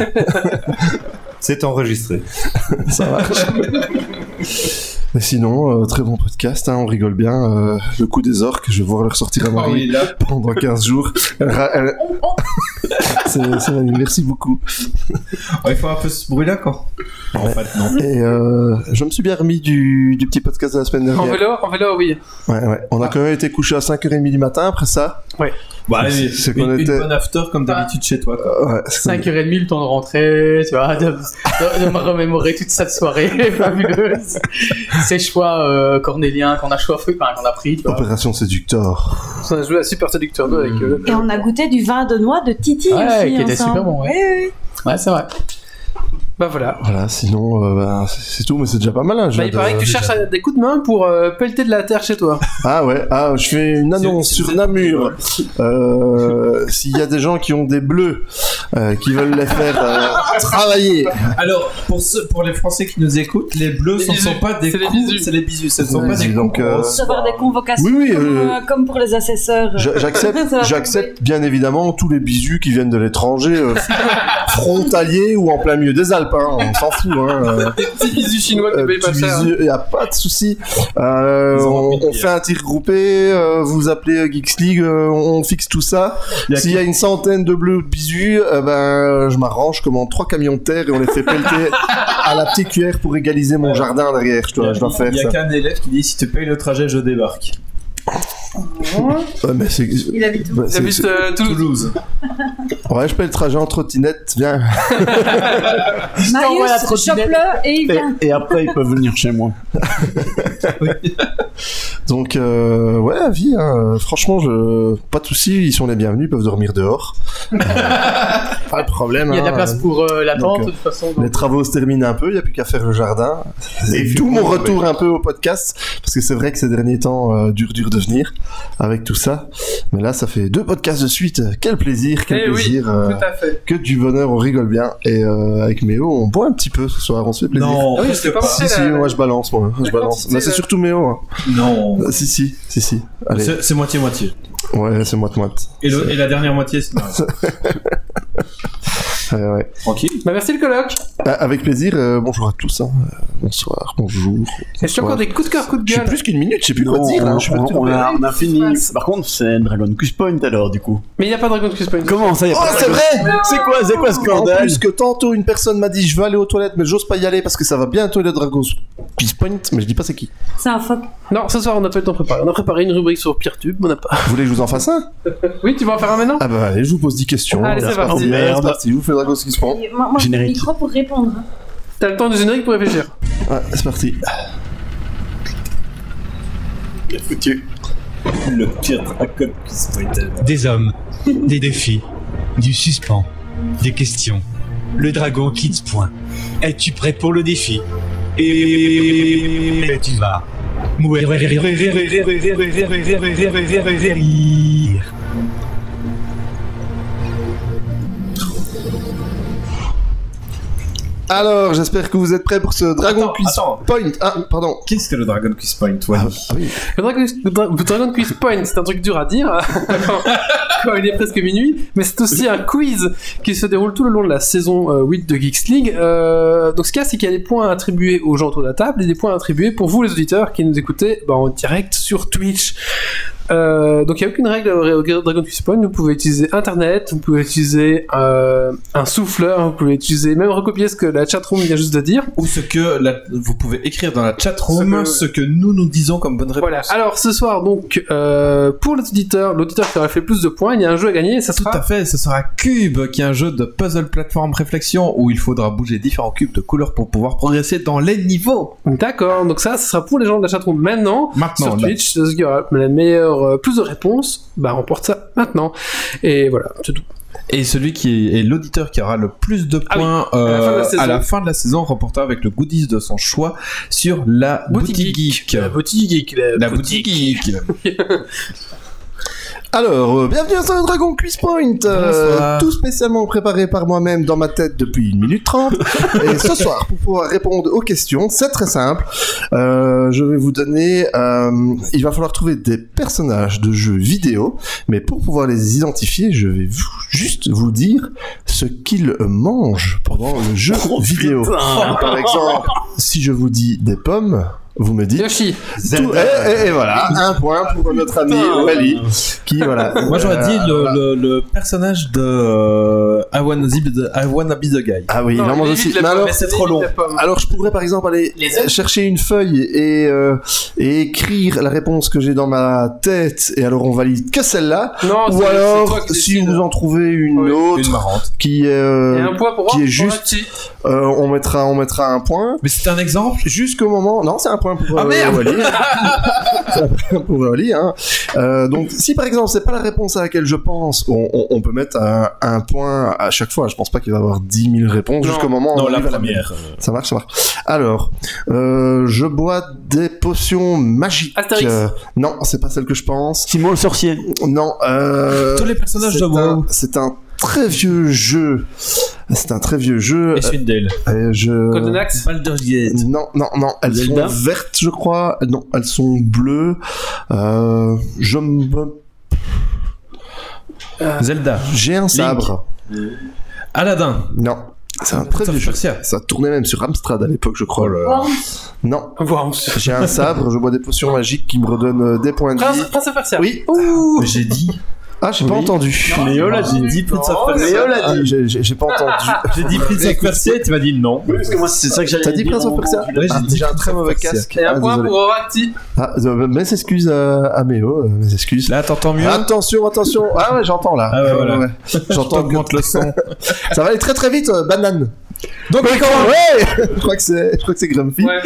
C'est enregistré. Ça marche. Mais sinon, euh, très bon podcast, hein, on rigole bien. Euh, le coup des orques, je vais voir le ressortir à Marie oh, oui, là. pendant quinze jours. Ra- elle... c'est, c'est... Merci beaucoup. Oh, il faut un peu ce bruit-là, quoi. En ouais. fait, non. Et euh, je me suis bien remis du, du petit podcast de la semaine dernière. En vélo, en vélo, oui. Ouais, ouais. On a ah. quand même été couché à cinq heures trente du matin après ça. Ouais. Bah, c'est, c'est qu'on une, était... une bonne after comme d'habitude chez toi, quoi. Ouais, cinq heures trente, le temps de rentrer, tu vois, de, de, de me remémorer toute cette soirée fabuleuse. Ces choix euh, cornéliens qu'on a choisi, enfin, qu'on a pris, tu vois. Opération Séducteur. On a joué à Super Séducteur deux avec eux. Et on a goûté du vin de noix de Titi ouais, aussi. qui était ensemble. super bon, ouais. Oui, oui. Ouais, c'est vrai. Bah voilà. Voilà, sinon, euh, bah, c'est, c'est tout, mais c'est déjà pas mal. Hein, bah, il paraît que tu déjà... cherches des coups de main pour euh, pelleter de la terre chez toi. Ah ouais, ah, je fais une annonce c'est, sur c'est Namur. Euh, s'il y a des gens qui ont des bleus, euh, qui veulent les faire euh, travailler. Alors, pour, ceux, pour les Français qui nous écoutent, les bleus ce ne sont pas des c'est coups, les bisus. C'est les bisus, ce ne sont les pas bisus, des donc, euh... Recevoir des convocations oui, oui, comme, euh... euh, comme pour les assesseurs. J'accepte, j'accepte bien évidemment tous les bisus qui viennent de l'étranger, euh, frontaliers ou en plein milieu des Alpes, hein, on s'en fout. Hein. Des petits bisous chinois qui euh, payent pas cher. Il n'y a pas de souci. Euh, on, on fait un tir groupé, euh, vous appelez Geeks League, euh, on fixe tout ça. S'il y a une centaine de bleus bisus, euh, ben, je m'arrange, commande trois camions de terre et on les fait pelleter à la petite cuillère pour égaliser mon jardin derrière. Je dois, je dois faire ça. Il y a qu'un élève qui dit si tu payes le trajet, je débarque. Ouais, mais c'est... Il habite où bah, Il c'est, habite c'est... euh, Toulouse. Toulouse. Ouais, je paye le trajet en trottinette, viens. Marius, chope-le et il vient. Et, et après, ils peuvent venir chez moi. Donc, euh, ouais, la vie, hein, franchement, je... pas de soucis, ils sont les bienvenus, ils peuvent dormir dehors. Euh, pas de problème. Il y a de la hein. place pour euh, la tente, donc, de toute façon. Donc... Les travaux se terminent un peu, il n'y a plus qu'à faire le jardin. Et d'où mon retour un peu au podcast, parce que c'est vrai que ces derniers temps, euh, dur, dur de venir avec tout ça. Mais là, ça fait deux podcasts de suite. Quel plaisir, quel eh plaisir. Oui, euh, tout à fait. Que du bonheur, on rigole bien. Et euh, avec Méo, on boit un petit peu ce soir, on se fait plaisir. Non, ah oui, je pas Si, si, moi je balance, moi. Je balance. Mais c'est surtout Méo. Hein. Non. Euh, si, si, si, si. Allez. C'est, c'est moitié-moitié. Ouais, c'est moite-moite. Et, le, et la dernière moitié, c'est ouais, ouais. Tranquille. Bah merci le coloc. Ah, avec plaisir, euh, bonjour à tous. Hein. Bonsoir, bonjour. Est-ce qu'il y a encore des coups de cœur, coups de gueule? J'ai plus qu'une minute, je sais plus non, quoi dire. On, hein. on, on, a, on a fini. Par contre, c'est Dragon Quest Point alors, du coup. Mais il n'y a pas de Dragon Quest Point. Comment ça, y a Oh, pas c'est vrai. C'est quoi, c'est quoi ce scandale? En plus que tantôt, une personne m'a dit je veux aller aux toilettes, mais j'ose pas y aller parce que ça va bientôt le Dragon Quest Point, mais je dis pas c'est qui. C'est un phoque. Non, ce soir on a pas le temps de préparer. On a préparé une rubrique sur Peertube, on n'a pas. Vous voulez que je vous en fasse un? Oui, tu vas en faire un maintenant? Ah bah allez, je vous pose dix questions. Allez, c'est parti. Oh, merde. C'est parti, je vous fais le Dragon Quest Point. Moi, moi j'ai le Générique. micro pour répondre. T'as le temps du générique pour réfléchir. Ouais, c'est parti. Bien foutu. Le pire Dragon Quest Point. Des hommes, des défis, du suspens, des questions. Le dragon quitte point. Es-tu prêt pour le défi? Et tu vas mourir. Alors, j'espère que vous êtes prêts pour ce Dragon Attends, Quiz attends. Point. Ah, pardon. Qu'est-ce que le Dragon Quiz Point, Wally? Ah oui. Le Dragon, le Dra- le Dragon Quiz Point, c'est un truc dur à dire quand, quand il est presque minuit, mais c'est aussi un quiz qui se déroule tout le long de la saison euh, huit de Geeks League. Euh, donc ce qu'il y a, c'est qu'il y a des points attribués aux gens autour de la table et des points attribués pour vous les auditeurs qui nous écoutez bah, en direct sur Twitch. Euh, donc il n'y a aucune règle au Dragon Quiz Point. Vous pouvez utiliser internet, vous pouvez utiliser euh, un souffleur, vous pouvez utiliser même recopier ce que la chatroom vient juste de dire. Ou ce que la- vous pouvez écrire dans la chatroom, Ce ce que- que... nous nous disons comme bonne réponse. Voilà. Alors ce soir donc euh, pour l'auditeur, l'auditeur qui aura fait plus de points, il y a un jeu à gagner. Et ça Tout sera à fait, ce sera Cube, qui est un jeu de puzzle plateforme réflexion où il faudra bouger différents cubes de couleurs pour pouvoir progresser dans les niveaux. D'accord. Donc ça, ce sera pour les gens de la chatroom maintenant. Maintenant, Sur là. Twitch, ce qui aura la meilleure euh, plus de réponses, bah remporte ça maintenant. Et voilà, c'est tout. Et celui qui est, est l'auditeur qui aura le plus de Ah oui, points à la fin de la euh, saison. à la fin de la saison remportera avec le goodies de son choix sur la boutique, geek. La boutique geek. La, La boutique geek. Alors, euh, bienvenue sur le Dragon Quiz Point, euh, Bonsoir. tout spécialement préparé par moi-même dans ma tête depuis une minute trente. Et ce soir, pour pouvoir répondre aux questions, c'est très simple. Euh, je vais vous donner... euh, il va falloir trouver des personnages de jeux vidéo, mais pour pouvoir les identifier, je vais vous- juste vous dire ce qu'ils mangent pendant le jeu vidéo. Par exemple, si je vous dis des pommes... Vous me dites Yoshi. tout, et, et- et voilà, un point pour notre ami Wally, qui voilà. Moi j'aurais dit le, voilà. le, le personnage de euh, I, wanna be the, I Wanna Be the Guy. Ah oui, il en mange aussi. Mais alors, mais c'est trop long. alors je pourrais par exemple aller Les œufs. chercher une feuille et, euh, et écrire la réponse que j'ai dans ma tête, et alors on valide que celle-là. Non, Ou c'est- c'est alors, toi qui si décides. vous en trouvez une Oui, autre Une marrante. qui est, euh, Il y a un point pour qui moi, est pour juste, Maxi. euh, on mettra, on mettra un point. Mais c'est un exemple. Jusqu'au moment, non, c'est un point pour Ah, euh, merde. Wally. C'est un point pour Wally, hein. Euh, donc, si par exemple c'est pas la réponse à laquelle je pense, on, on, on peut mettre un, un point à chaque fois. Je pense pas qu'il va y avoir dix mille réponses Non. jusqu'au moment où Non, on la arrive à première. Ça marche, ça marche. Alors, euh, je bois des potions magiques. Astérix. Euh, non, c'est pas celle que je pense. Simon le sorcier. Non. Euh, Tous les personnages c'est de un- WoW. C'est un très vieux jeu. C'est un très vieux jeu. Et Swindale. Euh, je... Golden Axe. Baldur's Gate. Non, non, non, elles Zelda. sont vertes, je crois. Non, elles sont bleues. Euh, je me... Zelda. J'ai un sabre. Aladdin. Non, c'est un très Prince of vieux jeu. Persia. Ça tournait même sur Amstrad à l'époque, je crois. Non, Worms. j'ai un sabre, je bois des potions magiques qui me redonnent euh, des points de vie. Prince, Prince of Persia. Oui. Ouh. J'ai dit. Ah, j'ai pas Oui. entendu. Léo l'a dit. dit Prince of Non, Persia. Léo l'a Ah, dit. j'ai- j'ai j'ai pas entendu. J'ai dit Prince of Persia et tu m'as dit non. Parce que moi, c'est ça que j'allais T'as dit dire Prince of en- Persia Ouais, j'ai Ah, dit J'ai un Prince très of mauvais Persia. casque. Et un Ah, point désolé. pour Oracti. Ah, euh, mes excuses à, à Méo, euh, mes excuses. Là, t'entends mieux. Attention, attention. Ah ouais, j'entends là. Ah ouais, voilà. J'entends J'augmente le son. Ça va aller très très vite, euh, banane. Donc, Ouais, ouais Je crois que c'est, je crois que c'est Grumpy. Ouais.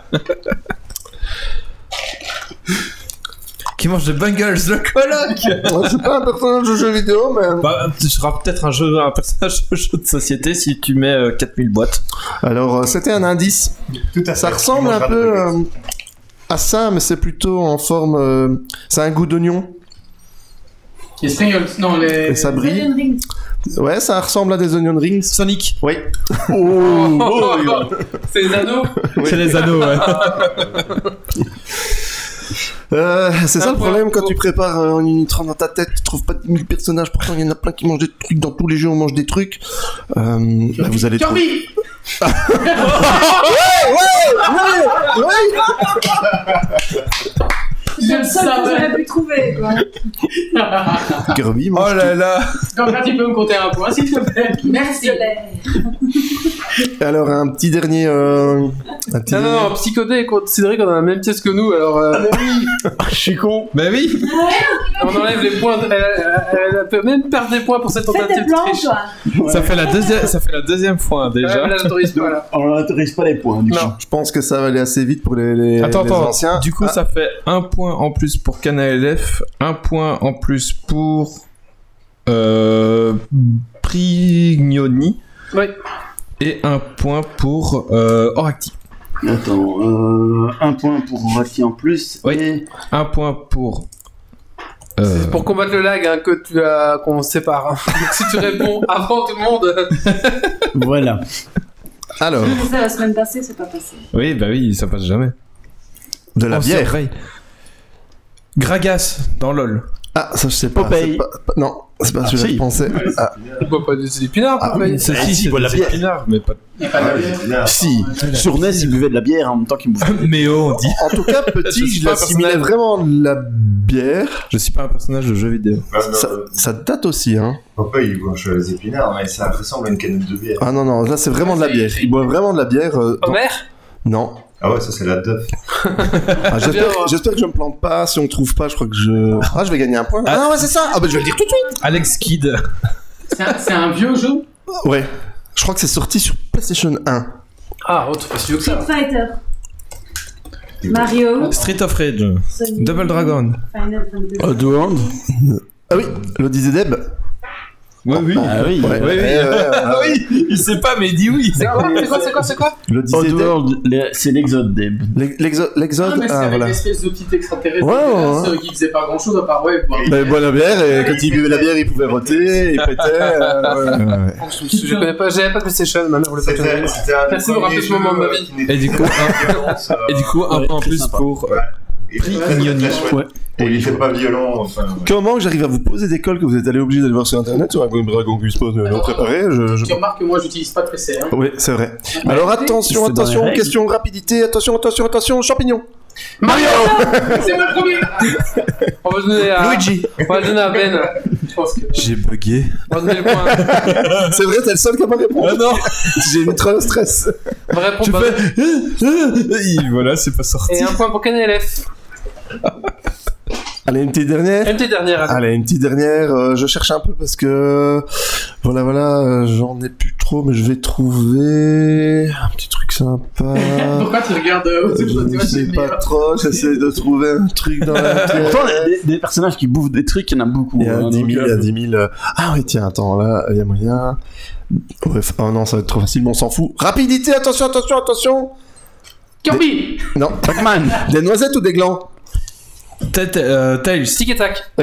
qui mange des bungles, le coloc. Ouais, c'est pas un personnage de jeu vidéo, mais. Bah, ce sera peut-être un jeu, un personnage de jeu de société si tu mets euh, quatre mille boîtes. Alors, euh, c'était un indice. Tout à fait. Ça ressemble Il un mangera peu de nuggets. euh, à ça, mais c'est plutôt en forme. euh, c'est un goût d'oignon. Les Strangles, non, les. Et ça brille. Ouais, ça ressemble à des onion rings. Sonic. Oui. Oh, c'est les anneaux. C'est les anneaux, ouais. Euh, c'est ça Un le point problème quand pour- tu prépares euh, en une trente dans ta tête, tu trouves pas de mille personnages, pourtant il y en a plein qui mangent des trucs, dans tous les jeux on mange des trucs. Euh, bah, vous allez trouver. Kirby. C'est le seul que j'aurais pu trouver, quoi. Kirby, Oh mange là là. Donc là, tu peux me compter un point, s'il te plaît. Merci. tout. Alors un petit dernier. Euh, un petit Non, non, dernier- non, Psychodé est considéré comme dans la même pièce que nous, alors euh, Je suis con. Bah oui. on enlève les points. Elle, elle- elle peut même perdre des points pour cette Fais tentative tes de plans, triche. toi. Ça fait la deuxième, ça fait la deuxième fois hein, Ouais, déjà. mais là, j'autorise pas, là. On n'autorise pas les points, du coup. Non. Je pense que ça va aller assez vite pour les, les, Attends, les attends. anciens. Du coup, Ah, ça fait un point en plus pour Cana L F, un point en plus pour euh, Prignoni Oui. et un point pour euh, Oracti. Attends, euh, un point pour Raki en plus. Oui. Et... Un point pour. Euh... C'est pour combattre le lag hein, que tu as qu'on se sépare. Hein. Donc si tu réponds avant tout le monde. Voilà. Alors, J'ai fait ça la semaine passée, c'est pas passé. Oui, bah oui, ça passe jamais. de la Oh, c'est bière. vrai. Gragas dans LoL. Ah, ça je sais pas. Popeye. c'est pas- pas- Non, c'est pas Ah, celui-là que si. je pensais. Ah, On boit pas des épinards, Ah, Popeye. Ça, Ah, si, si, c'est boit de la des bière. épinards, mais pas. Il y a pas de bière. si. Sur N E S, il buvait de la bière en même temps qu'il bouffaient. Méo, on dit. En tout cas, Je petit, suis je pas un l'assimilais personnage. vraiment de la bière. Je suis pas un personnage de jeu vidéo. Ça, ça date aussi, hein. Papa, il mange les épinards, mais ça ressemble à une canette de bière. Ah non, non, là c'est vraiment de la bière. Il boit vraiment de la bière. euh, dans- Homer Non. Ah ouais, ça c'est la duff. Ah, j'espère, Bien, ouais. j'espère que je me plante pas. Si on trouve pas, je crois que je. Ah, je vais gagner un point. Ah, non, ouais, c'est ça. Ah, bah je vais le dire tout de suite. Alex Kidd. C'est un, c'est un vieux jeu. Ouais. Je crois que c'est sorti sur PlayStation un. Ah, oh, c'est pas si vieux que ça. Street Fighter. Mario. Street of Rage. Sonic. Double Dragon. Final Fantasy. Oddworld. Ah oui, l'Odyssée d'Eb. Ouais, oui. Ah oui. Ouais, oui, oui. ouais, ouais, ouais. Ah oui, il sait pas, mais il dit oui. C'est quoi C'est quoi C'est quoi C'est quoi L'Odyssée d'Eb. Oddworld, les- c'est l'Exode d'Eb. L'Ex- L'exode. Ah, L'exode. mais c'est Ah, avec voilà. l'espèce de petit extraterrestre Ouais, dégueulasse, ouais, euh, qui faisait pas grand chose à part ouais, boire. Bah, il boit la bière et quand il buvait la bière, il pouvait voter, il pétait. euh, ouais, ouais, ouais. je, je connais pas, j'avais pas de PlayStation, ma mère voulait pas C'était que c'était un Merci de me rappeler ce moment de ma vie. Et du coup, un, et du coup, un Ouais, point en très plus sympa. pour. euh, Prix Ouais. Et il était pas violent, enfin. ouais. Comment que j'arrive à vous poser des cols que vous êtes allé obligé d'aller voir sur internet sur un Game Dragon Quiz Post non préparé je, je... Tu remarques que moi j'utilise pas de P C. Hein. Oui, c'est vrai. Alors attention, c'est dans les attention, règles. question rapidité, attention, attention, attention, champignon. Mario. C'est mon premier. On va donner à. Luigi. On va donner à Ben. Je pense que. J'ai bugué. On va donner le point. C'est vrai, t'es le seul qui a pas répondu. Ah non. J'ai mis trop de stress. On va répondre. Tu bah, fais. Et voilà, c'est pas sorti. Et un point pour K N L F. Allez, une petite dernière. M T dernière. allez. Allez, une petite dernière. euh, je cherche un peu parce que voilà, voilà, euh, j'en ai plus trop, mais je vais trouver un petit truc sympa. Pourquoi tu regardes euh, je tu vois, ne c'est sais le pas meilleur. trop. J'essaie de trouver un truc dans la pièce. Pourtant, des, des personnages qui bouffent des trucs, il y en a beaucoup. Il y a hein, dix donc, mille, il y euh, a dix mille. euh, Ah oui, tiens, attends, là, il y a moyen. Bref, oh non, ça va être trop facile, mais on s'en fout. Rapidité, attention, attention, attention. Kirby. Non, Pac-Man. des noisettes ou des glands? Tête, euh, Tails. Tic et tac. Oui,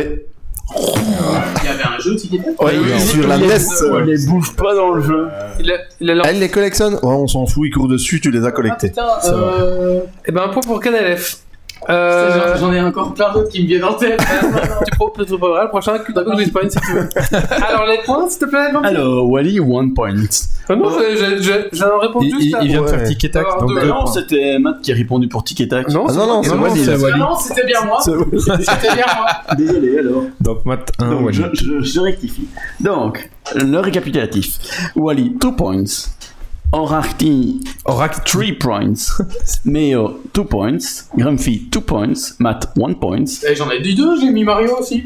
Il y avait un jeu Tic et Tac. oui, oui, sur oui, la oui, N E oui, S. oui, euh, On les bouffe pas dans le jeu. Il a, il a lancé. Elle les collectionne? Ouais, on s'en fout, il court dessus, tu les as Ah, collectés. putain, euh... Et ben un point pour K N L F. putain, Euh. j'en- J'en ai encore plein d'autres qui me viennent en tête. Tu proposes le prochain Dragon Quiz Point si tu veux. Alors les points, s'il te plaît. Vampire. Alors, Wally, one point. Ah non, j'ai- j'ai- j'ai- j'en réponds Il, juste il- là. il vient de Ouais. faire tic et tac, Alors, donc deux, deux Non, points. c'était Matt qui a répondu pour Tic et Tac. Non, Ah c'est non, non, moi qui c'est ai Wally, répondu. c'est Wally. Non, c'était bien moi. C'était bien moi. Désolé alors. Donc, Matt un, Donc, Wally. je, je, je rectifie. Donc, le récapitulatif. Wally, two points. Oracti, Oracle three points. Meo, two points. Grumpy, two points. Matt, one point. Eh, J'en ai dit deux, j'ai mis Mario aussi.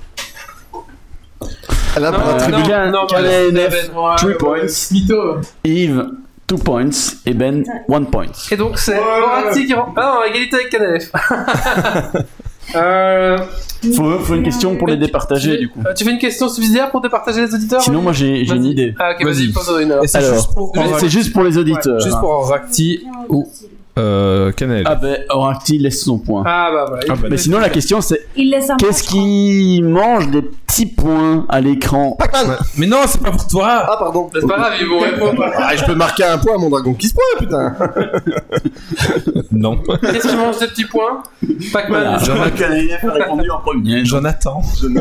Là, Non, pour la Euh, tribune. Tribune, non, K N F, voilà, three Ouais, points. Mytho. Yves, two points. Et Ben, one point. Et donc c'est Ouais. Horatie qui rend. Ah non, égalité avec K N L F. euh, Faut, faut une question pour les départager du coup. euh, tu fais une question subsidiaire pour départager les auditeurs Sinon, moi j'ai j'ai une Vas-y. idée. Ah ok, vas-y, Vas-y. pose une alors. Et c'est Alors, juste pour Mais c'est juste pour les auditeurs. Juste hein. pour Oracti ou euh, Canel. Ah ben, Oracti laisse son point. Ah bah voilà. Ah, bah, Mais sinon, la question c'est Il laisse un qu'est-ce qui mange des petits points à l'écran? Pac-Man. Mais non, c'est pas pour toi. Ah, pardon. C'est pas grave, ils vont répondre. Ah, je peux marquer un point à mon dragon qui se pointe, putain. Non. Qu'est-ce qui mange ces petits points Pac-Man. Voilà. Jonathan. K N F a répondu en premier. Jonathan.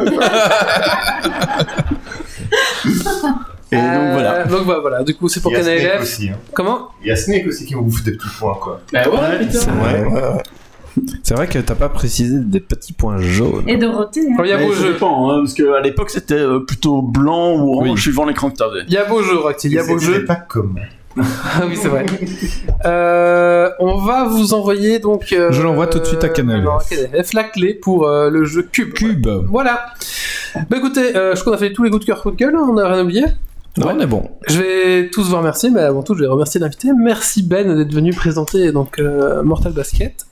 Et donc Euh, voilà. Donc voilà, voilà. Du coup, c'est pour Il y a K N L Snake F. aussi. Hein. Comment Il y a Snake aussi qui me bouffe des petits points, quoi. Bah ouais, putain. Ouais, ouais, ouais. C'est vrai que t'as pas précisé des petits points jaunes. Et Dorothée. Hein. Il y a Mais beau ça jeu. dépend, hein, parce qu'à l'époque c'était euh, plutôt blanc ou orange Oui. suivant l'écran que t'avais. Il y a beau jeu, Horatie. Il y a beau C'était jeu. pas comme. Ah oui, c'est vrai. Euh, on va vous envoyer donc. euh, Je l'envoie tout de suite à K N L F. non, à K N L F, la clé pour euh, le jeu Cube. Cube. Voilà. Bah écoutez, euh, je crois qu'on a fait tous les coups de cœur, coups de gueule, hein, on a rien oublié. Non, on est bon. Je vais tous vous remercier, mais avant tout, je vais remercier l'invité. Merci Ben d'être venu présenter donc euh, Mortal Basket.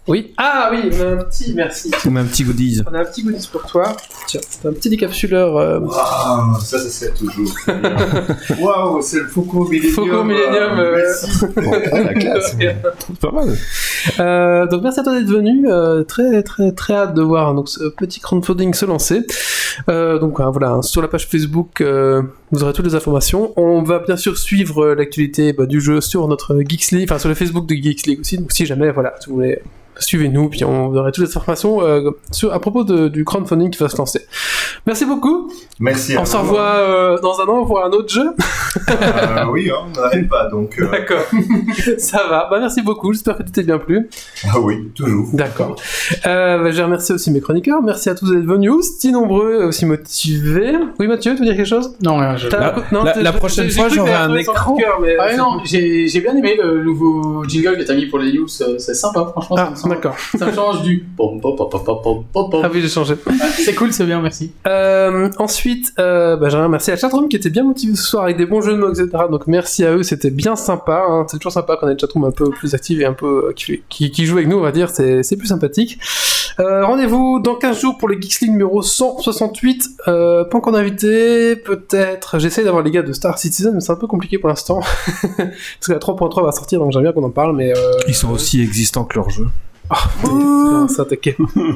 Oui. Ah oui, on a un petit, merci. On met un petit goodies. On a un petit goodies pour toi. Tiens, c'est un petit décapsuleur. Euh... Ah, ça, ça sert toujours. Waouh, c'est le Foucault Millennium. Foucault Millennium, euh, merci. Bon, la classe. Pas mal. Euh, donc merci à toi d'être venu. Euh, très très très hâte de voir donc ce petit crowdfunding se lancer. Euh, donc euh, voilà, sur la page Facebook, euh, vous aurez toutes les informations. On va bien sûr suivre euh, l'actualité bah, du jeu sur notre Geeks League, enfin sur le Facebook de Geeks League aussi. Donc si jamais voilà, si vous voulez, suivez-nous, puis on aura toutes les informations euh, sur, à propos de, du crowdfunding qui va se lancer. Merci beaucoup. Merci. On se revoit euh, dans un an pour un autre jeu. euh, oui, hein, on n'arrête pas donc. Euh... D'accord. Ça va. Bah merci beaucoup. J'espère que tu t'es bien plu. Ah oui, toujours. D'accord. Euh, bah, je remercie aussi mes chroniqueurs. Merci à tous d'être venus, si nombreux, aussi motivés. Oui, Mathieu, tu veux dire quelque chose? Non, rien. Je... La, non, la, la prochaine j'ai, fois, j'ai j'aurai un écran. Cœur, mais... Ah non, j'ai, j'ai bien aimé le nouveau jingle que t'as mis pour les news. C'est sympa, franchement. Ah, ça me d'accord. Ça me change du. Pom, pom, pom, pom, pom, pom, pom. Ah oui, j'ai changé. C'est cool, c'est bien, merci. Euh, ensuite, euh, bah, j'aimerais remercier la chatroom qui était bien motivée ce soir avec des bons jeux de mots, et cetera. Donc merci à eux, c'était bien sympa. Hein. C'est toujours sympa quand on a une chatroom un peu plus active et un peu euh, qui, qui, qui joue avec nous, on va dire. C'est, c'est plus sympathique. Euh, rendez-vous dans quinze jours pour le Geeks League numéro cent soixante-huit. Euh, pas encore d'invité, peut-être. J'essaie d'avoir les gars de Star Citizen, mais c'est un peu compliqué pour l'instant. Parce que la trois point trois va sortir, donc j'aimerais bien qu'on en parle. Mais euh... Ils sont aussi existants que leur jeu. Oh, ça attaqué.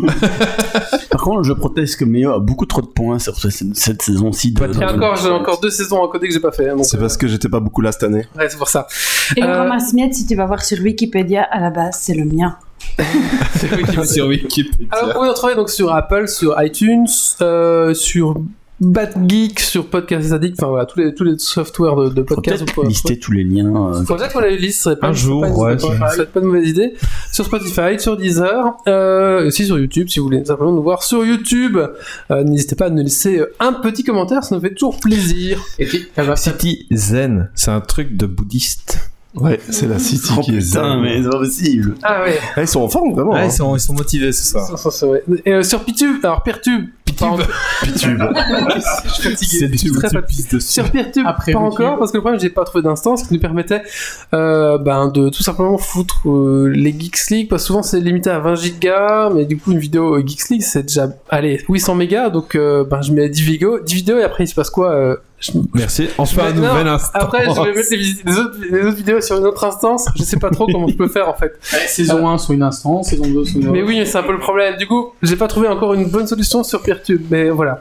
Par contre, je proteste que Méo a beaucoup trop de points sur cette, cette saison-ci. De, Et encore, j'ai encore deux saisons en codé que j'ai pas fait. Hein, donc, c'est parce que j'étais pas beaucoup là cette année. Ouais, c'est pour ça. Et le Euh, ramasse-miettes, si tu vas voir sur Wikipédia, à la base, c'est le mien. c'est Wikipédia. Sur Wikipédia. Alors, vous pouvez nous trouver donc sur Apple, sur iTunes, euh, sur BatGeek, sur Podcast Addict, enfin voilà, tous les, tous les softwares de, de Faut podcast. peut-être lister tous les liens. Euh... Faut peut-être qu'on les liste, ce serait pas, Un jour, pas, ouais, c'est c'est- pas, c'est pas une mauvaise idée. Sur Spotify, sur Deezer, euh, aussi sur YouTube, si vous voulez simplement nous voir sur YouTube. Euh, n'hésitez pas à nous laisser un petit commentaire, ça nous fait toujours plaisir. Et puis, ça va. City Zen, c'est un truc de bouddhiste. Ouais, c'est la City Oh, qui est putain, zen. mais c'est pas possible. Ah ouais. Ah, ils sont en forme, vraiment. Ouais, hein. ils, sont, ils sont motivés ce soir. Ça, ça, ça, ouais. Et, euh, sur Pitube, alors Peertube, pardon. Pitube. Je suis fatigué. C'est Je suis du très fatigué. piste dessus. Sur Peertube, Après pas YouTube. encore, parce que le problème, j'ai pas trouvé d'instance qui nous permettait euh, ben, de tout simplement foutre euh, les Geeks League, parce que souvent c'est limité à vingt gigas, mais du coup, une vidéo euh, Geeks League, c'est déjà, allez, huit cents mégas, donc euh, ben, je mets dix vidéos, dix vidéos, et après, il se passe quoi euh, je- Merci. Enfin, un Mais non, nouvel instant. Après, je vais mettre les, vis- les autres, les autres vidéos sur une autre instance, je sais pas trop comment je peux faire en fait. Ouais, saison un sur une instance, saison deux sur une autre. Mais oui, mais c'est un peu le problème. Du coup, j'ai pas trouvé encore une bonne solution sur Peertube, mais voilà.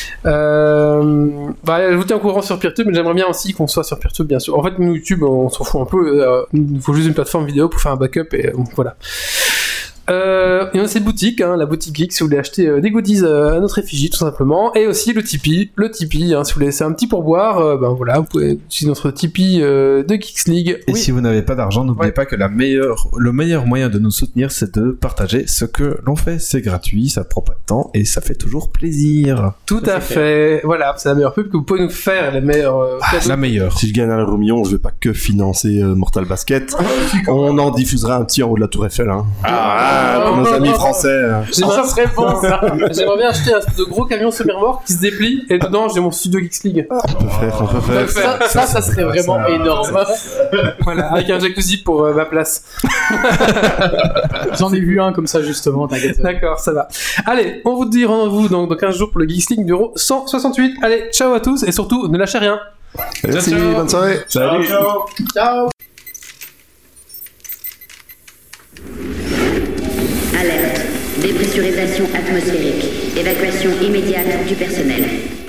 Euh... Bah, je vous tiens au courant sur Peertube, mais j'aimerais bien aussi qu'on soit sur Peertube, bien sûr. En fait, nous, YouTube, on s'en fout un peu. euh, Il nous faut juste une plateforme vidéo pour faire un backup et euh, voilà. Euh, et on a cette boutique, hein, la boutique Geek, si vous voulez acheter euh, des goodies euh, à notre effigie, tout simplement. Et aussi le Tipeee, le Tipeee, hein, si vous voulez laisser un petit pourboire, euh, ben voilà, vous pouvez utiliser notre Tipeee euh, de Geeks League. Et Oui. si vous n'avez pas d'argent, n'oubliez Ouais. pas que la meilleure, le meilleur moyen de nous soutenir, c'est de partager ce que l'on fait. C'est gratuit, ça prend pas de temps et ça fait toujours plaisir. Tout à fait. Voilà, c'est la meilleure pub que vous pouvez nous faire, les meilleurs euh, cadeaux. La meilleure. Si je gagne un euro million, je vais pas que financer euh, Mortal Basket. On en diffusera un petit en haut de la Tour Eiffel. Hein. Ah, pour nos amis français. hein. J'aimerais- Ça serait bon, ça. J'aimerais bien acheter un de gros camion semi-remorque qui se déplie et dedans j'ai mon studio Geeks League. On peut faire, on peut faire. Ça, ça, ça serait vraiment énorme. Voilà, avec un jacuzzi pour euh, ma place. J'en ai vu un comme ça, justement, t'inquiète. D'accord, ça va. Allez, on vous dit rendez-vous dans, dans quinze jours pour le Geeks League numéro cent soixante-huit. Allez, ciao à tous et surtout ne lâchez rien. Merci, Ciao, ciao. bonne soirée. Ciao, ciao. Ciao. Alerte. Dépressurisation atmosphérique. Évacuation immédiate du personnel.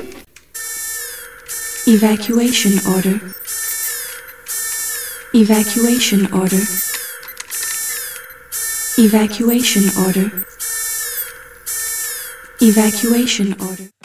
Evacuation order. Evacuation order. Evacuation order. Evacuation order.